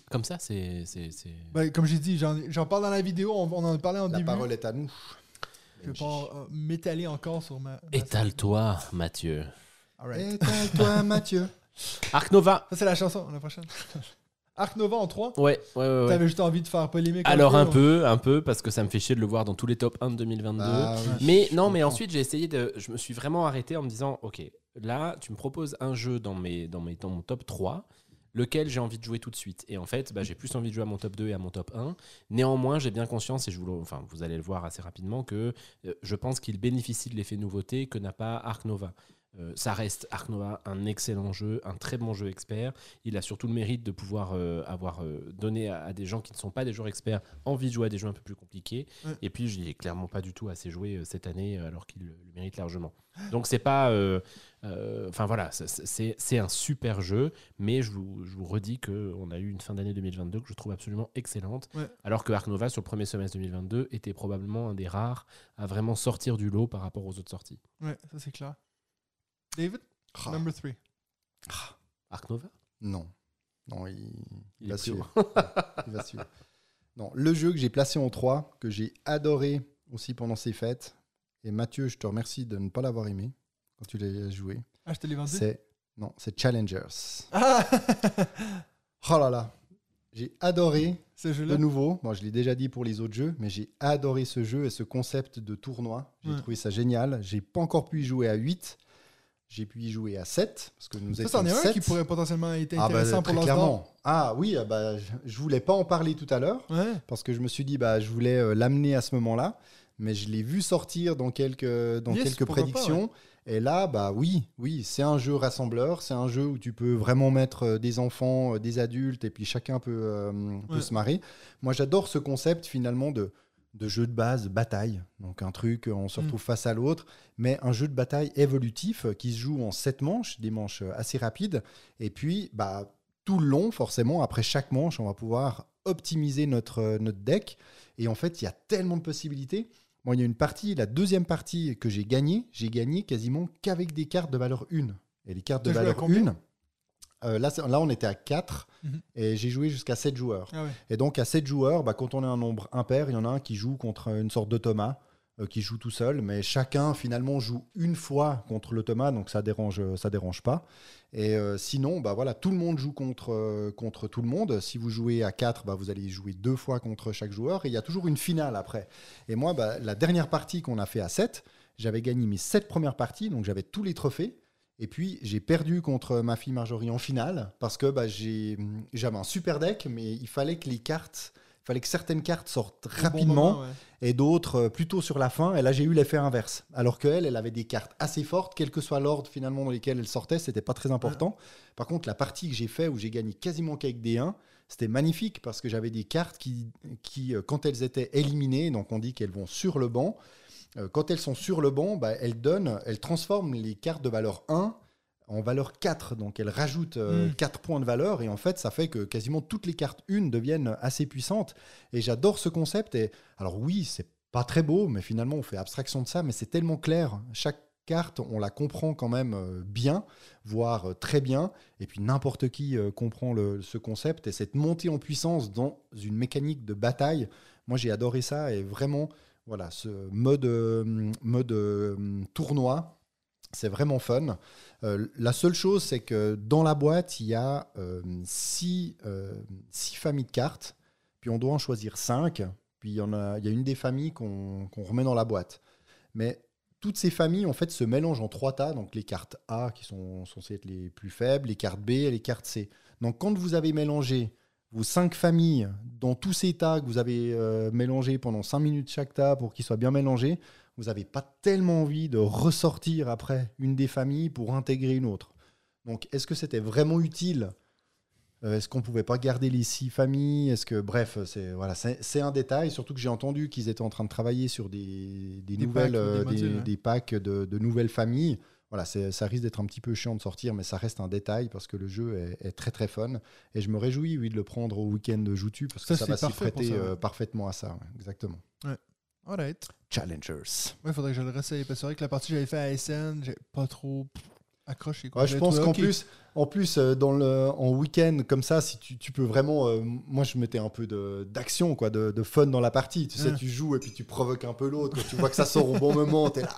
Comme ça, c'est... Ben, comme j'ai dit, j'en parle dans la vidéo, on en a parlé en La début. parole est à nous. Je vais pas m'étaler encore sur ma Étale-toi, Mathieu. Alright. Étale-toi, Mathieu. Arc Nova. Ça, c'est la chanson, la prochaine. Arc Nova en 3. Ouais. T'avais juste envie de faire polémique. Alors un peu, parce que ça me fait chier de le voir dans tous les top 1 de 2022. Bah, oui, Mais je non, mais comprends. ensuite j'ai essayé je me suis vraiment arrêté en me disant, ok, là tu me proposes un jeu dans mon top 3, lequel j'ai envie de jouer tout de suite. Et en fait, j'ai plus envie de jouer à mon top 2 et à mon top 1. Néanmoins, j'ai bien conscience, et vous allez le voir assez rapidement, que je pense qu'il bénéficie de l'effet nouveauté que n'a pas Arc Nova. Ça reste Arc Nova un excellent jeu, un très bon jeu expert. Il a surtout le mérite de pouvoir avoir donné à des gens qui ne sont pas des joueurs experts envie de jouer à des jeux un peu plus compliqués. Ouais. Et puis, je n'y ai clairement pas du tout assez joué cette année, alors qu'il le mérite largement. Donc, c'est pas... Enfin, voilà, c'est un super jeu, mais je vous redis qu'on a eu une fin d'année 2022 que je trouve absolument excellente. Ouais. Alors que Arc Nova, sur le premier semestre 2022, était probablement un des rares à vraiment sortir du lot par rapport aux autres sorties. Ouais, ça c'est clair. David, Ah. number 3. Arc Nova? Non. Non, il Il va est plus suivre. haut. Il va suivre. Non, le jeu que j'ai placé en 3, que j'ai adoré aussi pendant ces fêtes, et Mathieu, je te remercie de ne pas l'avoir aimé quand tu l'as joué, Ah, je te l'ai vendu. c'est Challengers. Ah Oh là là, j'ai adoré ce jeu-là. de nouveau. Bon, je l'ai déjà dit pour les autres jeux, mais j'ai adoré ce jeu et ce concept de tournoi. J'ai Ouais. trouvé ça génial. J'ai pas encore pu y jouer à 8. J'ai pu y jouer à 7. Parce que nous Ça, étions c'en est un 7. qui pourrait potentiellement être Ah bah, intéressant pour très l'Asdor. clairement. Ah oui, je voulais pas en parler tout à l'heure. Ouais. Parce que je me suis dit, je voulais l'amener à ce moment-là. Mais je l'ai vu sortir dans quelques Yes, pourquoi prédictions. Et là, oui, c'est un jeu rassembleur. C'est un jeu où tu peux vraiment mettre des enfants, des adultes, et puis chacun peut Ouais. se marrer. Moi, j'adore ce concept finalement de jeu de base, bataille. Donc un truc, on se retrouve face à l'autre, mais un jeu de bataille évolutif qui se joue en 7 manches, des manches assez rapides. Et puis, tout le long, forcément, après chaque manche, on va pouvoir optimiser notre deck. Et en fait, il y a tellement de possibilités. Moi, il y a une partie, la deuxième partie que j'ai gagné quasiment qu'avec des cartes de valeur 1. Et les cartes de T'as joué à valeur combien 1, là, on était à 4 Mhm. et j'ai joué jusqu'à 7 joueurs. Ah ouais. Et donc, à 7 joueurs, quand on est un nombre impair, il y en a un qui joue contre une sorte d'automat, qui joue tout seul, mais chacun, finalement, joue une fois contre l'automat, donc ça dérange pas. Et sinon, voilà, tout le monde joue contre tout le monde. Si vous jouez à 4, vous allez jouer 2 fois contre chaque joueur, et il y a toujours une finale après. Et moi, la dernière partie qu'on a fait à 7, j'avais gagné mes 7 premières parties, donc j'avais tous les trophées. Et puis, j'ai perdu contre ma fille Marjorie en finale parce que j'avais un super deck, mais il fallait que certaines cartes sortent Au bon rapidement moment, ouais. et d'autres plutôt sur la fin. Et là, j'ai eu l'effet inverse. Alors qu'elle avait des cartes assez fortes, quel que soit l'ordre finalement dans lequel elle sortait, c'était pas très important. Par contre, la partie que j'ai fait où j'ai gagné quasiment qu'avec des 1, c'était magnifique parce que j'avais des cartes qui, quand elles étaient éliminées, donc on dit qu'elles vont sur le banc, quand elles sont sur le banc, elles transforment les cartes de valeur 1 en valeur 4. Donc elles rajoutent 4 points de valeur. Et en fait, ça fait que quasiment toutes les cartes 1 deviennent assez puissantes. Et j'adore ce concept. Et alors oui, c'est pas très beau, mais finalement, on fait abstraction de ça. Mais c'est tellement clair. Chaque carte, on la comprend quand même bien, voire très bien. Et puis n'importe qui comprend ce concept. Et cette montée en puissance dans une mécanique de bataille, moi j'ai adoré ça. Et vraiment... Voilà, ce mode tournoi, c'est vraiment fun. La seule chose, c'est que dans la boîte, il y a 6 familles de cartes, puis on doit en choisir 5, puis il y a une des familles qu'on remet dans la boîte. Mais toutes ces familles, en fait, se mélangent en 3 tas, donc les cartes A qui sont censées être les plus faibles, les cartes B et les cartes C. Donc quand vous avez mélangé vos 5 familles dans tous ces tas que vous avez mélangés pendant 5 minutes chaque tas pour qu'ils soient bien mélangés, vous n'avez pas tellement envie de ressortir après une des familles pour intégrer une autre. Donc, est-ce que c'était vraiment utile ? Est-ce qu'on ne pouvait pas garder les 6 familles ? Bref, c'est un détail, surtout que j'ai entendu qu'ils étaient en train de travailler sur des nouvelles, packs, des modules, des packs de nouvelles familles. Voilà, ça risque d'être un petit peu chiant de sortir, mais ça reste un détail parce que le jeu est très très fun. Et je me réjouis de le prendre au week-end de Joutu parce que ça va c'est s'y parfait pour prêter ça, ouais. parfaitement à ça. Ouais, exactement. Alright. Challengers. Ouais, faudrait que je le réessaye. Parce que c'est vrai que la partie que j'avais fait à SN, j'ai pas trop accroché. Quoi. Ouais, je pense qu'en Ok. plus, en week-end, comme ça, si tu peux vraiment. Moi, je mettais un peu d'action, quoi, de fun dans la partie. Tu sais, Ouais. tu joues et puis tu provoques un peu l'autre. Quand tu vois que ça sort au bon moment, t'es là.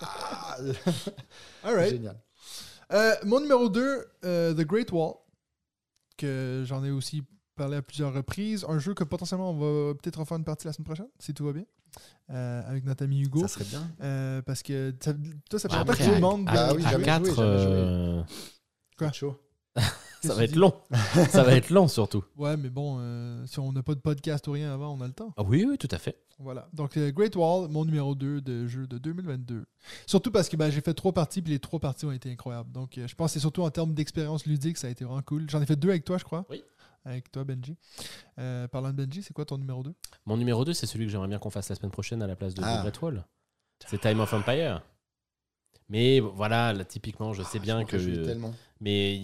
All right. Génial. Mon numéro 2, The Great Wall, que j'en ai aussi parlé à plusieurs reprises. Un jeu que potentiellement on va peut-être refaire une partie la semaine prochaine, si tout va bien, avec notre ami Hugo. Ça serait bien. Parce que toi, ça fait Après, pas que tout le monde. Ah oui, à jamais 4, joué, jamais Quoi? C'est chaud. ça va être long. Ça va être long surtout. Ouais, mais bon, si on n'a pas de podcast ou rien avant, on a le temps. Ah oui, oui, tout à fait. Voilà. Donc, Great Wall, mon numéro 2 de jeu de 2022. Surtout parce que j'ai fait 3 parties, puis les 3 parties ont été incroyables. Donc, je pense que c'est surtout en termes d'expérience ludique, ça a été vraiment cool. J'en ai fait 2 avec toi, je crois. Oui. Avec toi, Benji. Parlant de Benji, c'est quoi ton numéro 2? Mon numéro 2, c'est celui que j'aimerais bien qu'on fasse la semaine prochaine à la place de Ah. The Great Wall. C'est Time of Empire. Mais voilà, là, typiquement, je sais bien que. Je joue tellement. Mais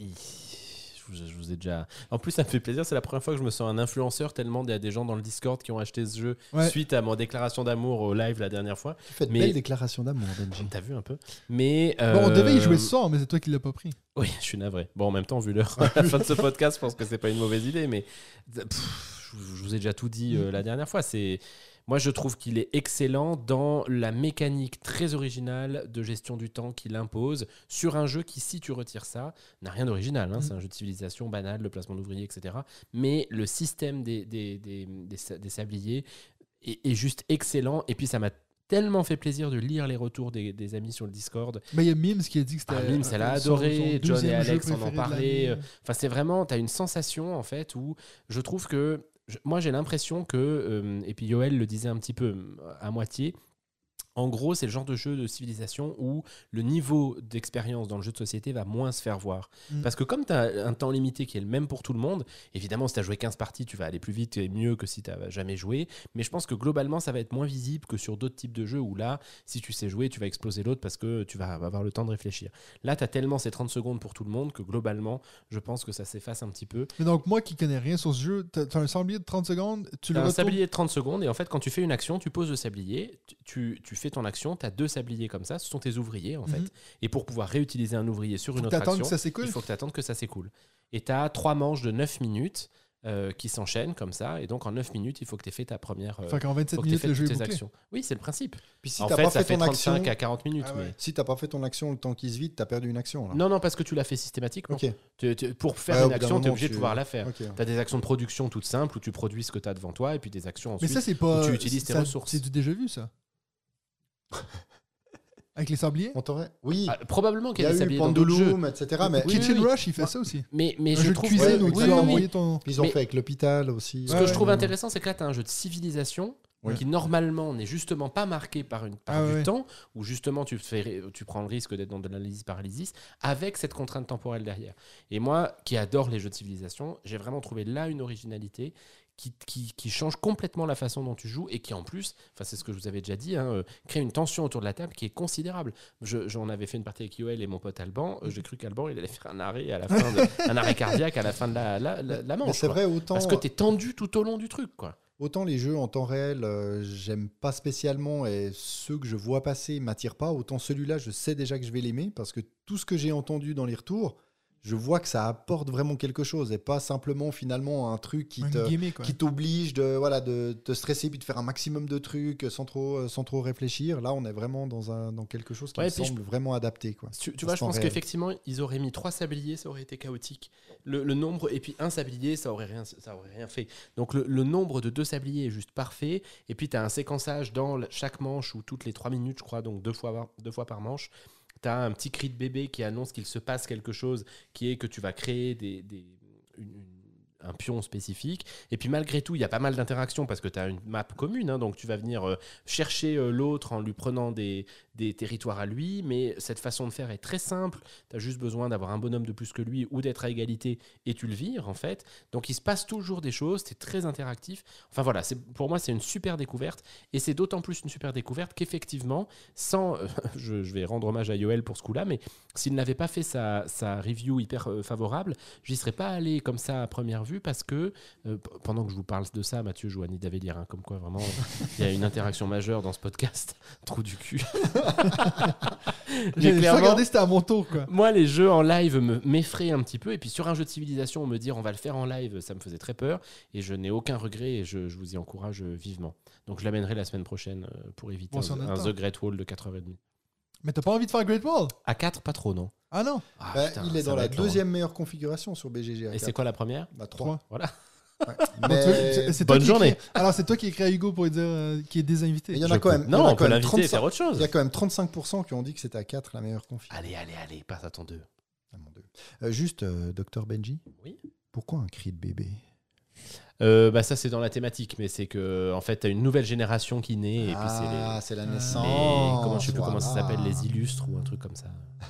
je vous ai déjà. En plus, ça me fait plaisir. C'est la première fois que je me sens un influenceur tellement il y a des gens dans le Discord qui ont acheté ce jeu Ouais. suite à mon déclaration d'amour au live la dernière fois. Tu fais de Mais- belles déclarations d'amour, Benji. T'as vu un peu. Mais Bon, on devait y jouer ce soir, mais c'est toi qui l'as pas pris. Oui, je suis navré. Bon, en même temps, vu l'heure à la fin de ce podcast, je pense que c'est pas une mauvaise idée. Mais je vous ai déjà tout dit la dernière fois. Moi, je trouve qu'il est excellent dans la mécanique très originale de gestion du temps qu'il impose sur un jeu qui, si tu retires ça, n'a rien d'original. C'est un jeu de civilisation banal, le placement d'ouvriers, etc. Mais le système des sabliers est juste excellent. Et puis, ça m'a tellement fait plaisir de lire les retours des amis sur le Discord. Mais il y a Mims qui a dit que c'était. Mims, elle a son adoré. John et deuxième jeu Alex en ont préféré de parlé. l'année. Enfin, c'est vraiment, tu as une sensation en fait où je trouve que moi j'ai l'impression que, et puis Yoel le disait un petit peu à moitié, en gros c'est le genre de jeu de civilisation où le niveau d'expérience dans le jeu de société va moins se faire voir. Parce que comme tu as un temps limité qui est le même pour tout le monde, évidemment si tu as joué 15 parties tu vas aller plus vite et mieux que si tu n'as jamais joué, mais je pense que globalement ça va être moins visible que sur d'autres types de jeux où là, si tu sais jouer, tu vas exploser l'autre parce que tu vas avoir le temps de réfléchir. Là, tu as tellement ces 30 secondes pour tout le monde que globalement, je pense que ça s'efface un petit peu. Mais donc, moi qui connais rien sur ce jeu, t'as un sablier de 30 secondes, tu Tu le as un retournes. sablier de 30 secondes et en fait, quand tu fais une action, tu poses le sablier, tu fais ton action, tu as 2 sabliers comme ça, ce sont tes ouvriers en fait. Et pour pouvoir réutiliser un ouvrier sur une autre T'attends action, que ça s'écoule. il faut que tu attendes que ça s'écoule. Et tu as 3 manches de 9 minutes qui s'enchaînent comme ça. Et donc en 9 minutes, il faut que tu aies fait ta première. Fait qu'en 27 faut que tu minutes, fait le jeu est toutes tes bouclé. actions. Oui, c'est le principe. Puis si en t'as fait, pas ça fait fait ton 35 action, à 40 minutes. Ah ouais. Mais... si t'as pas fait ton action le temps qui se vide, t'as perdu une action. Là. Non, parce que tu l'as fait systématiquement. Ok. Pour faire Ouais, au une bout d'un action, tu es moment, obligé de tu- pouvoir la faire. Ok. Tu as des actions de production toutes simples où tu produis ce que tu as devant toi et puis des actions Mais ensuite. ça, c'est pas. où tu utilises tes ça- ressources. C'est du déjà vu, ça. Avec les sabliers. On t'aurait. Oui. Ah, probablement Il qu'il y y a a des eu sabliers dans d'autres jeux. Pandulum, etc. Mais Oui, Kitchen oui. Rush, il fait ça aussi. Mais Un je jeu de trouve cuisine ouais, où oui, tu oui, dois oui. envoyer ton. ils ont Mais- fait avec l'hôpital aussi. Ce que je trouve intéressant, c'est que là, tu as un jeu de civilisation Oui. qui, normalement, n'est justement pas marqué par du ouais. temps, où justement, tu prends le risque d'être dans de l'analyse paralysis, avec cette contrainte temporelle derrière. Et moi, qui adore les jeux de civilisation, j'ai vraiment trouvé là une originalité qui change complètement la façon dont tu joues et qui, en plus, c'est ce que je vous avais déjà dit, crée une tension autour de la table qui est considérable. J'en avais fait une partie avec Yoel et mon pote Alban. J'ai cru qu'Alban, il allait faire un arrêt à la fin un arrêt cardiaque à la fin de la manche. Mais c'est quoi. vrai, autant. Parce que tu es tendu tout au long du truc, quoi. Autant les jeux en temps réel, j'aime pas spécialement et ceux que je vois passer m'attirent pas, autant celui-là, je sais déjà que je vais l'aimer parce que tout ce que j'ai entendu dans les retours, je vois que ça apporte vraiment quelque chose et pas simplement finalement un truc qui Un gimmick, quoi. t'oblige de te stresser puis de faire un maximum de trucs sans trop réfléchir. Là, on est vraiment dans quelque chose qui Ouais, me puis semble vraiment adapté. Quoi. Tu À vois, ce je temps pense réel. qu'effectivement, ils auraient mis 3 sabliers, ça aurait été chaotique. Le nombre, et puis un sablier, ça aurait rien fait. Donc le nombre de 2 sabliers est juste parfait. Et puis tu as un séquençage dans chaque manche ou toutes les 3 minutes, je crois, donc 2 fois par manche. Tu as un petit cri de bébé qui annonce qu'il se passe quelque chose, qui est que tu vas créer un pion spécifique. Et puis malgré tout, il y a pas mal d'interactions parce que tu as une map commune, donc tu vas venir chercher l'autre en lui prenant des territoires à lui, mais cette façon de faire est très simple. Tu as juste besoin d'avoir un bonhomme de plus que lui ou d'être à égalité et tu le vires en fait. Donc il se passe toujours des choses, c'est très interactif. Enfin voilà, pour moi c'est une super découverte et c'est d'autant plus une super découverte qu'effectivement, sans, je vais rendre hommage à Yoel pour ce coup-là, mais s'il n'avait pas fait sa review hyper favorable, j'y serais pas allé comme ça à première vue vu parce que pendant que je vous parle de ça, Mathieu joue à Nidavellir, hein, comme quoi vraiment il y a une interaction majeure dans ce podcast. Trou du cul. J'ai regardé, c'était à mon tour, quoi. Moi, les jeux en live m'effraient un petit peu. Et puis sur un jeu de civilisation, me dire on va le faire en live, ça me faisait très peur. Et je n'ai aucun regret et je vous y encourage vivement. Donc je l'amènerai la semaine prochaine pour éviter un The Great Wall de 4h30. Mais t'as pas envie de faire Great Wall? À 4, pas trop, non? Ah non? Putain, il est ça dans va la être long. deuxième meilleure configuration sur BGG. Et c'est quoi la première? 3. Voilà. Ouais. Bon, Mais c'est toi bonne qui journée. écris- Alors, c'est toi qui écris à Hugo pour lui dire qu'il est désinvité. il y en a quand même. il y en Non, a on quand peut même l'inviter et 35 faire autre chose. Il y a quand même 35% qui ont dit que c'était à 4 la meilleure config. Allez, passe à ton 2. Ah, mon Dieu. Juste, Dr Benji, Oui. pourquoi un cri de bébé? Ça c'est dans la thématique, mais c'est que en fait t'as une nouvelle génération qui naît et puis C'est la les- naissance. je sais plus comment ça Voilà. s'appelle, les illustres ou un truc comme ça.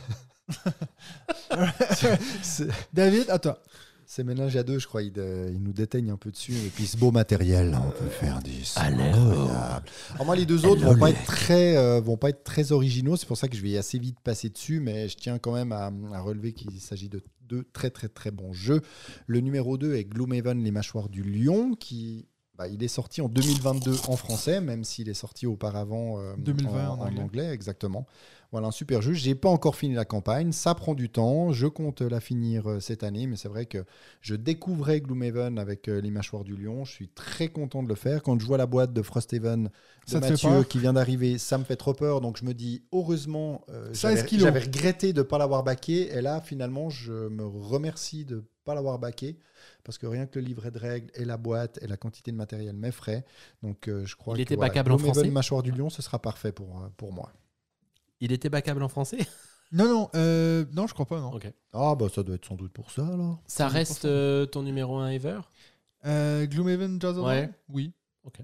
David, à toi. C'est ménage à deux, je crois. Il nous déteigne un peu dessus. Et puis ce beau matériel, on peut faire du son incroyable. Alors moi, les deux autres vont pas être très originaux. C'est pour ça que je vais assez vite passer dessus. Mais je tiens quand même à relever qu'il s'agit de deux très très très bons jeux. Le numéro 2 est Gloomhaven, les mâchoires du lion, qui... il est sorti en 2022 en français, même s'il est sorti auparavant 2020 en en anglais. Exactement. Voilà, un super jeu. J'ai pas encore fini la campagne, ça prend du temps. Je compte la finir cette année, mais c'est vrai que je découvrais Gloomhaven avec les mâchoires du lion. Je suis très content de le faire. Quand je vois la boîte de Frosthaven de Ça te fait Mathieu peur? qui vient d'arriver, ça me fait trop peur. Donc je me dis, heureusement, 16 kilos. j'avais regretté de ne pas l'avoir backé. Et là, finalement, je me remercie de ne pas l'avoir backé. Parce que rien que le livret de règles et la boîte et la quantité de matériel m'effraient. Donc je crois Il que était backable en Gloomhaven, français mâchoire du lion, ce sera parfait pour moi. Il était backable en français? Non, je crois pas, non. Ok. Ah, ça doit être sans doute pour ça, alors. Ça reste ton numéro 1 ever? Gloomhaven, Jaws of Ouais. War? Oui. Ok.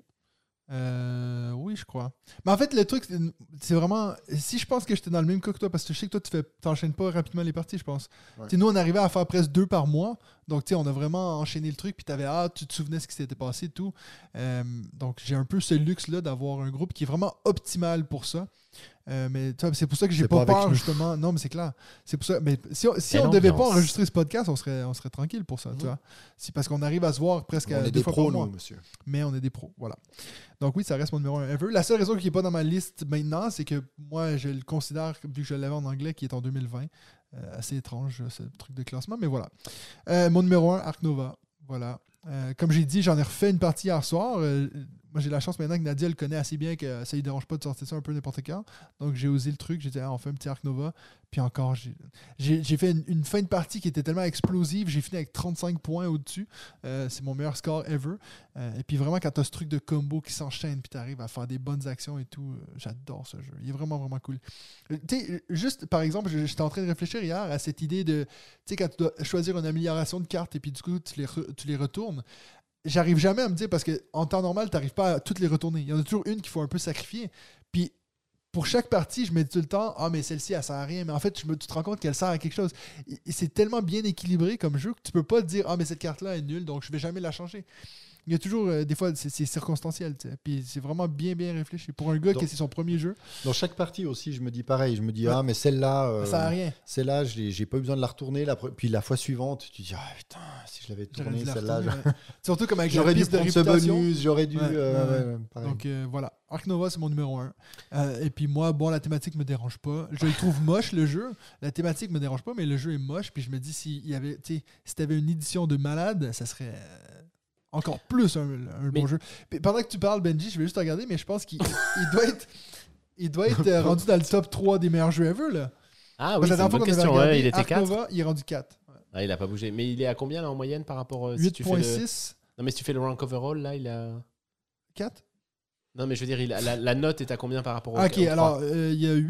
Oui, je crois. Mais en fait, le truc, c'est vraiment... Si je pense que j'étais dans le même cas que toi, parce que je sais que toi, t'enchaînes pas rapidement les parties, je pense. Ouais. Tu sais, nous, on arrivait à faire presque 2 par mois. Donc, tu sais, on a vraiment enchaîné le truc, puis t'avais hâte, tu te souvenais ce qui s'était passé et tout. Donc, j'ai un peu ce luxe-là d'avoir un groupe qui est vraiment optimal pour ça. Mais tu vois, c'est pour ça que j'ai C'est pas pas avec peur, nous. justement. Non, mais c'est clair. C'est pour ça. Mais si Quelle on devait pas ambiance. enregistrer ce podcast, on serait tranquille pour ça, tu vois. C'est parce qu'on arrive à se voir presque On est 2 des fois pros, par mois. nous, monsieur. Mais on est des pros, voilà. Donc oui, ça reste mon numéro 1 ever. La seule raison qui n'est pas dans ma liste maintenant, c'est que moi, je le considère, vu que je l'avais en anglais, qui est en 2020. Assez étrange, ce truc de classement, mais voilà. Mon numéro 1, Ark Nova. Voilà. Comme j'ai dit, j'en ai refait une partie hier soir. Moi, j'ai la chance maintenant que Nadia le connaît assez bien, que ça lui dérange pas de sortir ça un peu n'importe quand. Donc, j'ai osé le truc. J'ai dit, on fait un petit Ark Nova. Puis encore, j'ai fait une fin de partie qui était tellement explosive. J'ai fini avec 35 points au-dessus. C'est mon meilleur score ever. Et puis vraiment, quand tu as ce truc de combo qui s'enchaîne, puis tu arrives à faire des bonnes actions et tout, j'adore ce jeu. Il est vraiment, vraiment cool. Tu sais, juste, par exemple, j'étais en train de réfléchir hier à cette idée de, tu sais, quand tu dois choisir une amélioration de carte et puis du coup, tu les retournes. J'arrive jamais à me dire, parce qu'en temps normal, tu n'arrives pas à toutes les retourner. Il y en a toujours une qu'il faut un peu sacrifier. Puis, pour chaque partie, je me dis tout le temps, mais celle-ci, elle sert à rien. Mais en fait, tu te rends compte qu'elle sert à quelque chose. Et c'est tellement bien équilibré comme jeu que tu peux pas te dire, mais cette carte-là est nulle, donc je vais jamais la changer. Il y a toujours, des fois, c'est circonstanciel. Tu sais. Puis c'est vraiment bien, bien réfléchi. Pour un gars Donc, que c'est son premier jeu, Dans chaque partie aussi, je me dis pareil. Je me dis, Ouais. mais celle-là, ça sert à rien. celle-là, j'ai pas eu besoin de la retourner. Puis la fois suivante, tu dis, putain, si je l'avais J'aurais tournée, dû la celle-là, retourner, ouais. Surtout comme avec la j'aurais dû piste de prendre ce réputation. bonus, j'aurais dû. Ouais. pareil. Donc voilà, Ark Nova, c'est mon numéro 1. Et puis moi, la thématique me dérange pas. Je le trouve moche, le jeu. La thématique me dérange pas, mais le jeu est moche. Puis je me dis, si t'avais une édition de malade, ça serait encore plus un bon jeu. Puis pendant que tu parles, Benji, je vais juste regarder, mais je pense qu'il doit être rendu dans le top 3 des meilleurs jeux ever, là. Ah Parce oui, que c'est une bonne question. Ouais, il était Ark 4. Nova, il est rendu 4. Ah, il a pas bougé. Mais il est à combien là en moyenne par rapport si tu fais le... 8.6. Non, mais si tu fais le rank overall, là, il a. 4. Non, mais je veux dire, la note est à combien par rapport au. Ok, au 3? alors il y a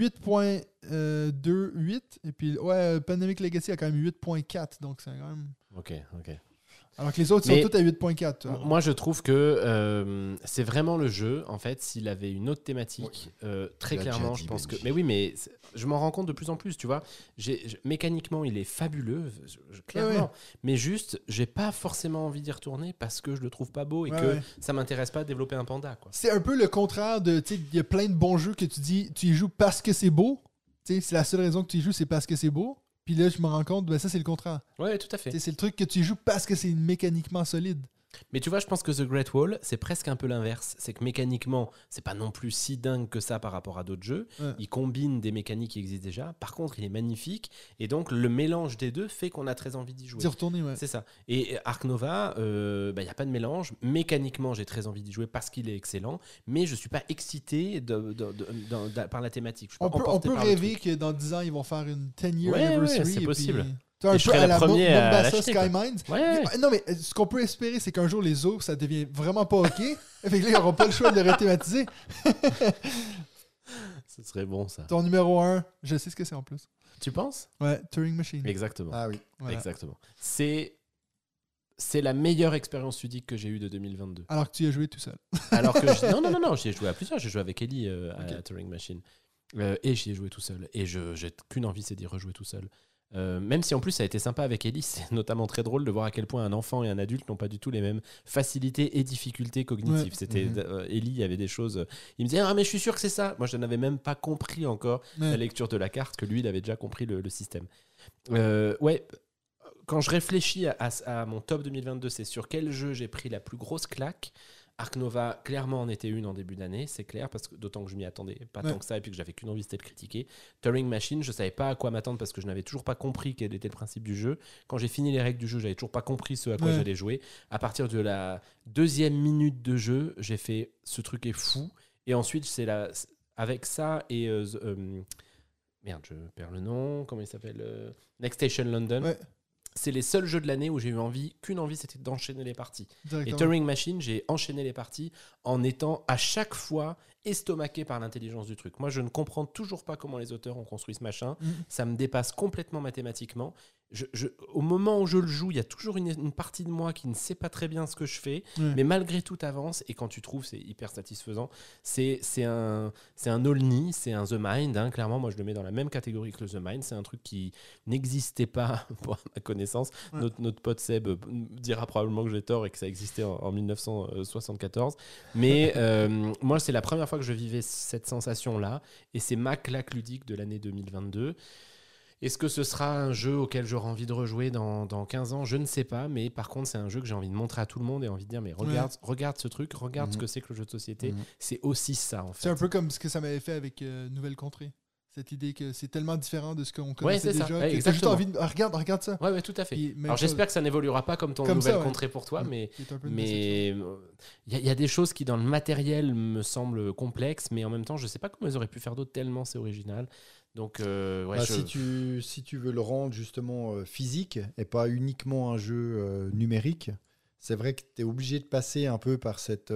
8.28 et puis Pandemic Legacy a quand même 8.4, donc c'est quand même. Ok. Alors que les autres Mais sont tous à 8.4. tu vois. Moi, je trouve que c'est vraiment le jeu. En fait, s'il avait une autre thématique, très Tu l'as clairement, déjà je dit, pense que. Benji. Mais oui, mais je m'en rends compte de plus en plus, tu vois. Mécaniquement, il est fabuleux, clairement. Ouais. Mais juste, j'ai pas forcément envie d'y retourner parce que je le trouve pas beau et que ça m'intéresse pas de développer un panda, quoi. C'est un peu le contraire de, tu sais, il y a plein de bons jeux que tu dis, tu y joues parce que c'est beau. Tu sais, c'est la seule raison que tu y joues, c'est parce que c'est beau. Puis là, je me rends compte, ça, c'est le contraire. Ouais, tout à fait. C'est le truc que tu joues parce que c'est mécaniquement solide. Mais tu vois, je pense que The Great Wall, c'est presque un peu l'inverse. C'est que mécaniquement, c'est pas non plus si dingue que ça par rapport à d'autres jeux. Ouais. Il combine des mécaniques qui existent déjà. Par contre, il est magnifique. Et donc, le mélange des deux fait qu'on a très envie d'y jouer. D'y retourner, ouais. C'est ça. Et Ark Nova, il n'y a pas de mélange. Mécaniquement, j'ai très envie d'y jouer parce qu'il est excellent. Mais je ne suis pas excité par la thématique. Je suis pas On emporté peut par le rêver truc. que dans 10 ans, ils vont faire une 10-year Ouais, anniversary. ouais, c'est et possible. puis, tu vois, un Et je peu serais à le la premier à Mombasa l'acheter, quoi. Skymines. Ouais. Non, mais ce qu'on peut espérer, c'est qu'un jour, les eaux, ça devient vraiment pas OK. Fait que là, ils n'auront pas le choix de le rethématiser. Ce serait bon, ça. Ton numéro 1, je sais ce que c'est en plus. Tu penses? Ouais, Turing Machine. Exactement. Ah oui. Voilà. Exactement. C'est la meilleure expérience ludique que j'ai eue de 2022. Alors que tu y as joué tout seul. Alors que non, j'y ai joué à plusieurs. J'ai joué avec Ellie à Turing Machine. Et j'y ai joué tout seul. Et j'ai qu'une envie, c'est d'y rejouer tout seul. Même si en plus ça a été sympa avec Ellie, c'est notamment très drôle de voir à quel point un enfant et un adulte n'ont pas du tout les mêmes facilités et difficultés cognitives. Ellie, il y avait des choses. Il me disait mais je suis sûr que c'est ça. Moi, je n'avais même pas compris encore la lecture de la carte, que lui, il avait déjà compris le système. Quand je réfléchis à mon top 2022, c'est sur quel jeu j'ai pris la plus grosse claque. Ark Nova, clairement, en était une en début d'année, c'est clair, parce que d'autant que je m'y attendais pas tant que ça, et puis que j'avais qu'une envie, c'était de critiquer. Turing Machine, je savais pas à quoi m'attendre parce que je n'avais toujours pas compris quel était le principe du jeu. Quand j'ai fini les règles du jeu, j'avais toujours pas compris ce à quoi j'allais jouer. À partir de la 2e minute de jeu, j'ai fait ce truc est fou. Et ensuite, avec ça et merde, je perds le nom. Comment il s'appelle Next Station London. Ouais. C'est les seuls jeux de l'année où j'ai eu qu'une envie, c'était d'enchaîner les parties. Directement. Et Turing Machine, j'ai enchaîné les parties en étant à chaque fois estomaqué par l'intelligence du truc. Moi, je ne comprends toujours pas comment les auteurs ont construit ce machin. Ça me dépasse complètement mathématiquement. Au moment où je le joue, il y a toujours une partie de moi qui ne sait pas très bien ce que je fais, mais malgré tout avance. Et quand tu trouves, c'est hyper satisfaisant. C'est un Olni, c'est un The Mind. Hein. Clairement, moi, je le mets dans la même catégorie que le The Mind. C'est un truc qui n'existait pas, pour ma connaissance. Notre pote Seb dira probablement que j'ai tort et que ça existait en 1974. Mais moi, c'est la première fois que je vivais cette sensation-là. Et c'est ma claque ludique de l'année 2022. Est-ce que ce sera un jeu auquel j'aurai envie de rejouer dans 15 ans? Je ne sais pas, mais par contre, c'est un jeu que j'ai envie de montrer à tout le monde et envie de dire, mais regarde ce truc, regarde ce que c'est que le jeu de société. C'est aussi ça, en fait. C'est un peu comme ce que ça m'avait fait avec Nouvelle Contrée. Cette idée que c'est tellement différent de ce qu'on connaissait déjà. Ouais, que t'as juste envie de... regarde ça. Ouais, tout à fait. Puis, alors j'espère que ça n'évoluera pas comme ton Nouvelle Contrée pour toi, mais il y a des choses qui dans le matériel me semblent complexes, mais en même temps, je sais pas comment ils auraient pu faire d'autres tellement c'est original. Donc, si tu veux le rendre justement physique et pas uniquement un jeu numérique, c'est vrai que tu es obligé de passer un peu par cette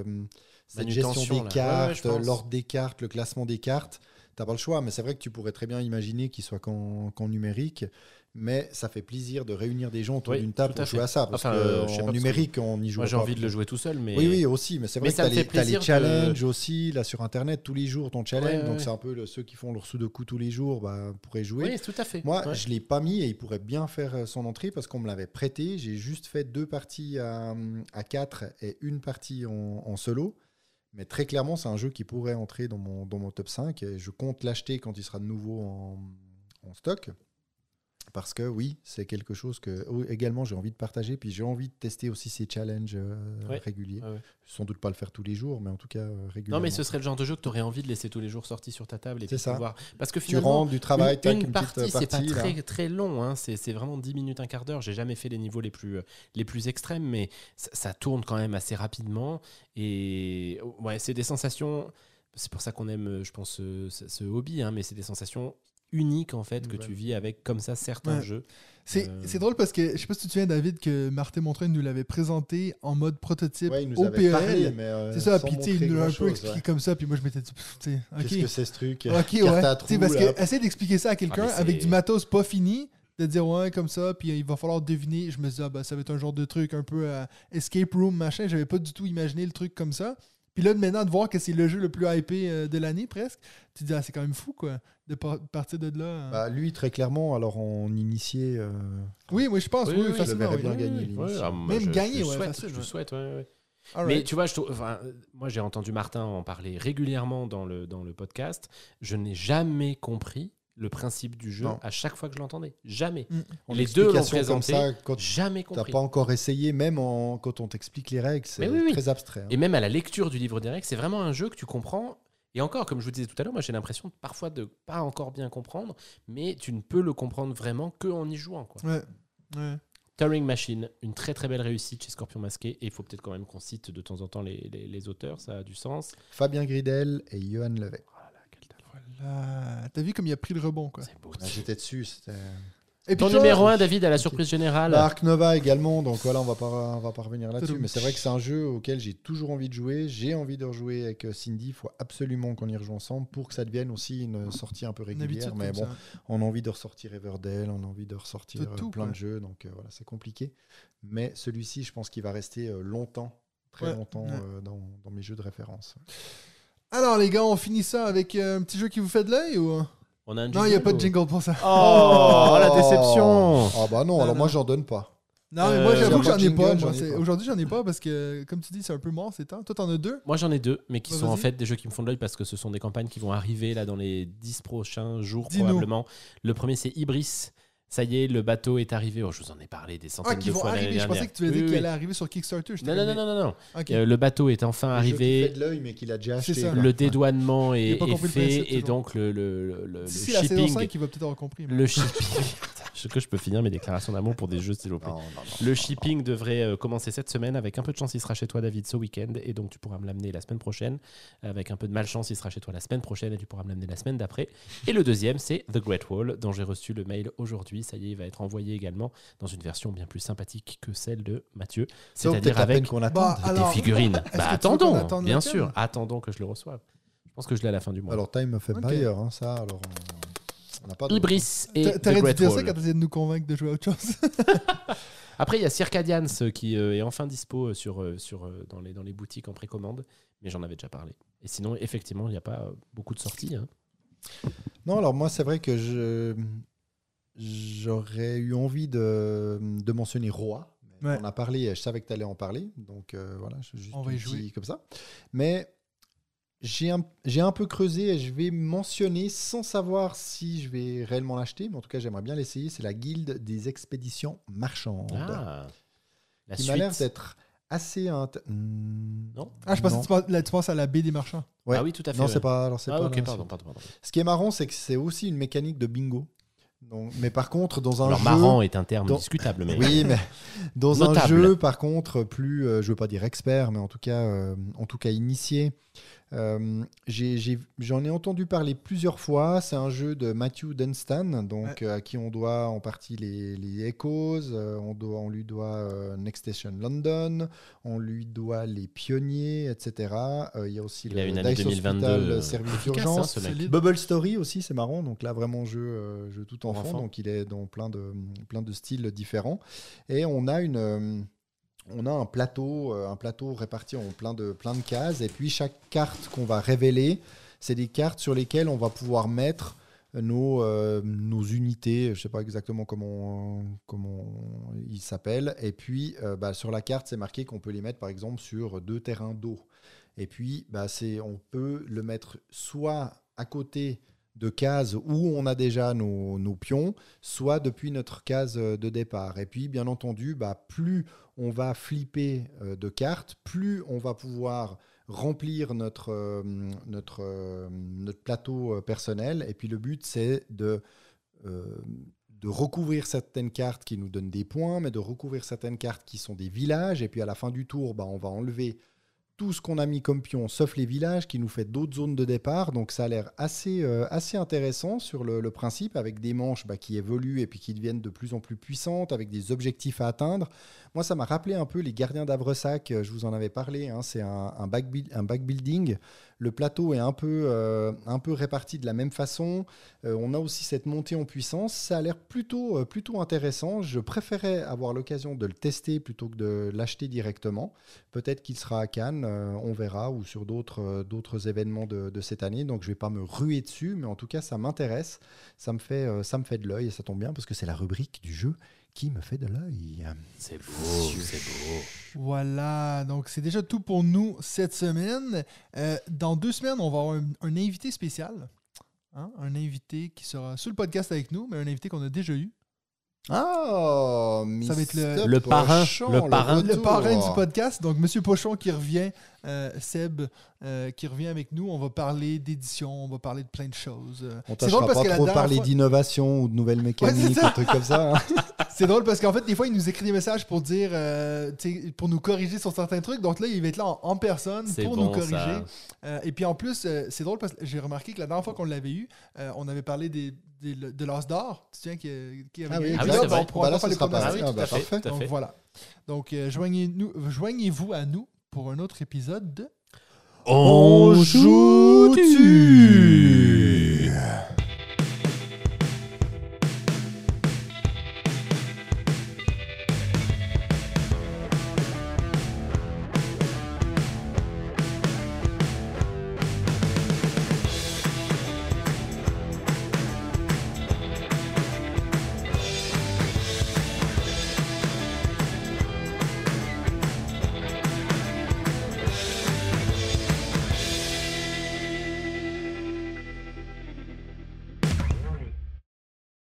gestion des cartes, l'ordre des cartes, le classement des cartes. Tu n'as pas le choix, mais c'est vrai que tu pourrais très bien imaginer qu'il soit qu'en numérique. Mais ça fait plaisir de réunir des gens autour d'une table pour jouer à ça. Parce qu'en numérique, on y joue. Moi, j'ai envie de le jouer tout seul. Mais... Oui, aussi. Mais c'est vrai que tu as les challenges aussi. Là, sur Internet, tous les jours, ton challenge. Donc, c'est un peu ceux qui font leur sudoku tous les jours pourraient jouer. Oui, tout à fait. Moi, je ne l'ai pas mis et il pourrait bien faire son entrée parce qu'on me l'avait prêté. J'ai juste fait 2 parties à 4 et une partie en solo. Mais très clairement, c'est un jeu qui pourrait entrer dans mon top 5. Et je compte l'acheter quand il sera de nouveau en stock. Parce que oui, c'est quelque chose que également j'ai envie de partager. Puis j'ai envie de tester aussi ces challenges réguliers. Sans doute pas le faire tous les jours, mais en tout cas régulièrement. Non, mais ce serait le genre de jeu que tu aurais envie de laisser tous les jours sorti sur ta table. Et c'est ça. Pouvoir... Parce que finalement, tu rentres du travail, une partie, c'est pas très long. Hein. C'est vraiment 10 minutes, un quart d'heure. J'ai jamais fait les niveaux les plus extrêmes, mais ça tourne quand même assez rapidement. Et c'est des sensations... C'est pour ça qu'on aime, je pense, ce hobby, hein, mais c'est des sensations unique en fait que tu vis avec comme ça certains jeux. C'est drôle parce que je sais pas si tu te souviens, David, que Martin Montrain nous l'avait présenté en mode prototype au PEL. C'est ça, puis il nous l'a un peu expliqué comme ça, puis moi je m'étais dit qu'est-ce que c'est ce truc? Parce que essayer d'expliquer ça à quelqu'un avec du matos pas fini, de dire comme ça, puis il va falloir deviner. Je me dis ça va être un genre de truc un peu escape room machin. J'avais pas du tout imaginé le truc comme ça. Puis là, maintenant, de voir que c'est le jeu le plus hypé de l'année, presque, tu te dis, c'est quand même fou, quoi, de partir de là. Lui, très clairement, alors en initié... Oui, moi, je pense, facilement. Je bien gagner même gagner, je le souhaite, Mais tu vois, moi, j'ai entendu Martin en parler régulièrement dans le podcast. Je n'ai jamais compris le principe du jeu Non. à chaque fois que je l'entendais. Jamais. En Les deux l'ont explication comme présenté, ça, quand jamais t'as compris. pas encore essayé, même quand on t'explique les règles, c'est Mais oui. très abstrait. hein. Et même à la lecture du livre des règles, c'est vraiment un jeu que tu comprends. Et encore, comme je vous disais tout à l'heure, moi j'ai l'impression parfois de pas encore bien comprendre, mais tu ne peux le comprendre vraiment qu'en y jouant, quoi. Ouais. Turing Machine, une très très belle réussite chez Scorpion Masqué. Et il faut peut-être quand même qu'on cite de temps en temps les auteurs, ça a du sens. Fabien Gridel et Johan Levet. Voilà, quel talent. Voilà. T'as vu comme il a pris le rebond, quoi. C'est beau. Ah, j'étais dessus. C'était... Et Ton toi, numéro 1, David, à la surprise générale. Bah, Ark Nova également, donc voilà, on va pas revenir là-dessus. Tadam. Mais c'est vrai que c'est un jeu auquel j'ai toujours envie de jouer. J'ai envie de rejouer avec Cindy. Il faut absolument qu'on y rejoue ensemble pour que ça devienne aussi une sortie un peu une régulière. habitude Mais comme bon, ça. on a envie de ressortir Everdell, on a envie de ressortir De tout, plein quoi. de jeux. Donc voilà, c'est compliqué. Mais celui-ci, je pense qu'il va rester longtemps, très Ouais, longtemps ouais. dans mes jeux de référence. Alors, les gars, on finit ça avec un petit jeu qui vous fait de l'œil ou... On a un Non, il n'y a pas de ou- jingle pour ça. Oh, la déception. Ah bah non, Non, alors moi non. j'en donne pas. Non, mais moi, j'avoue que j'ai j'en pas ai de pas. jingle, moi. j'en ai pas. Aujourd'hui, j'en ai pas parce que, comme tu dis, c'est un peu mort ces temps. Toi, t'en as 2. Moi j'en ai 2, mais qui Bah, sont en vas-y. fait des jeux qui me font de l'œil parce que ce sont des campagnes qui vont arriver là dans les 10 prochains jours Dis-nous. probablement. Le premier c'est Ibris. Ça y est, le bateau est arrivé. Oh, je vous en ai parlé des centaines Ah, qui de vont fois l'année arriver. Je pensais dernière. que tu allais dire Oui, qu'il oui. allait arriver sur Kickstarter. J'étais Non, comme, non. Ok. Le bateau est enfin Le jeu qui fait arrivé. de l'œil, mais qu'il a déjà C'est acheté. ça. quoi. Le dédouanement Il a est, pas est compris le fait principe, et toujours. donc le Si la saison 5, shipping. il va peut-être avoir compris. mais- Le shipping. Est-ce que je peux finir mes déclarations d'amour pour des jeux, s'il vous plaît? Non, Le shipping devrait commencer cette semaine. Avec un peu de chance, il sera chez toi, David, ce week-end. Et donc, tu pourras me l'amener la semaine prochaine. Avec un peu de malchance, il sera chez toi la semaine prochaine. Et tu pourras me l'amener la semaine d'après. Et le deuxième, c'est The Great Wall, dont j'ai reçu le mail aujourd'hui. Ça y est, il va être envoyé également dans une version bien plus sympathique que celle de Mathieu. C'est C'est-à-dire peut-être la peine avec qu'on Bah, attende. des alors, figurines. est-ce que tu veux Attendons, qu'on attende bien lequel sûr. Attendons que je le reçoive. Je pense que je l'ai à la fin du mois. Alors, Time me fait Ok. bailler, hein, ça. Alors, on n'a pas de. Ibris et The T'aurais dû Great dire ça Wall. quand t'essayais de nous convaincre de jouer à autre chose. Après, il y a Circadians qui est enfin dispo dans les boutiques en précommande, mais j'en avais déjà parlé. Et sinon, effectivement, il n'y a pas beaucoup de sorties. Hein. Non, alors moi, c'est vrai que j'aurais eu envie de mentionner Roi. Ouais. On a parlé, je savais que tu allais en parler, donc voilà, je juste On va y le jouer. dis comme ça. Mais j'ai un peu creusé et je vais mentionner sans savoir si je vais réellement l'acheter, mais en tout cas, j'aimerais bien l'essayer. C'est la Guilde des expéditions marchandes, La qui m'a l'air suite. d'être assez. Non Ah, je pensais Non. que tu penses à la baie des marchands. Ouais. Ah oui, tout à fait. Non, ouais. c'est pas. Alors, c'est Ah, pas ok, la pardon. suite. Ce qui est marrant, c'est que c'est aussi une mécanique de bingo. Donc, mais par contre, dans un Alors, jeu. marrant est un terme dans- discutable, mais Oui, mais dans un Notable. jeu, par contre, plus, je veux pas dire expert, mais en tout cas initié. J'en ai entendu parler plusieurs fois. C'est un jeu de Matthew Dunstan, donc à qui on doit en partie les Echoes, on lui doit Next Station London, on lui doit les Pionniers, etc. Il y a aussi il a le une année Dice 2022 Hospital Service efficace, d'urgence. ce mec. Solide. Bubble Story aussi, c'est marrant. Donc là, vraiment jeu tout Pour enfant. enfants. Donc il est dans plein de styles différents. Et on a un plateau réparti en plein de comment et puis chaque carte qu'on va révéler, c'est des cartes sur lesquelles on va pouvoir mettre nos unités, je ne sais pas exactement comment ils s'appellent, et puis sur la carte c'est marqué qu'on peut les mettre par exemple sur 2 terrains d'eau, et puis on peut le mettre soit à côté de cases où on a déjà nos pions, soit depuis notre case de départ. Et puis, bien entendu, plus on va flipper de cartes, plus on va pouvoir remplir notre plateau personnel. Et puis, le but, c'est de recouvrir certaines cartes qui nous donnent des points, mais de recouvrir certaines cartes qui sont des villages. Et puis, à la fin du tour, on va enlever tout ce qu'on a mis comme pion, sauf les villages, qui nous fait d'autres zones de départ. Donc ça a l'air assez intéressant sur le principe, avec des manches qui évoluent et puis qui deviennent de plus en plus puissantes, avec des objectifs à atteindre. Moi, ça m'a rappelé un peu les Gardiens d'Avresac, je vous en avais parlé, hein. C'est un backbuilding. Le plateau est un peu réparti de la même façon. On a aussi cette montée en puissance. Ça a l'air plutôt intéressant. Je préférais avoir l'occasion de le tester plutôt que de l'acheter directement. Peut-être qu'il sera à Cannes, on verra, ou sur d'autres événements de cette année. Donc, je ne vais pas me ruer dessus, mais en tout cas, ça m'intéresse. Ça me fait de l'œil et ça tombe bien parce que c'est la rubrique du jeu qui me fait de l'œil. c'est beau, c'est beau. Voilà, donc c'est déjà tout pour nous cette semaine. Dans 2 semaines, on va avoir un invité spécial. un invité qui sera sur le podcast avec nous, mais un invité qu'on a déjà eu. Ah, Ça va être le parrain, Pochon, le parrain. Le retour. parrain du podcast, donc Monsieur Pochon qui revient, Seb qui revient avec nous. On va parler d'édition, on va parler de plein de choses. On C'est drôle tâchera parce pas que la trop dernière parler fois- d'innovation ou de nouvelles mécaniques, c'est ça. ou trucs comme ça. hein. C'est drôle parce qu'en fait, des fois, il nous écrit des messages pour dire, pour nous corriger sur certains trucs. Donc là, il va être là en personne C'est pour bon, nous corriger. ça. Et puis en plus, c'est drôle parce que j'ai remarqué que la dernière fois qu'on l'avait eu, on avait parlé de l'as d'or. Tu te souviens qui avait Ah oui, gagné? ah Puis oui, là, c'est ben, vrai. on pourra Bah là, pas faire ce les sera pas pronostics. vrai. Ah bah, tout à fait, parfait. tout à Donc fait. voilà. Donc joignez-vous à nous pour un autre épisode de On joue-tu?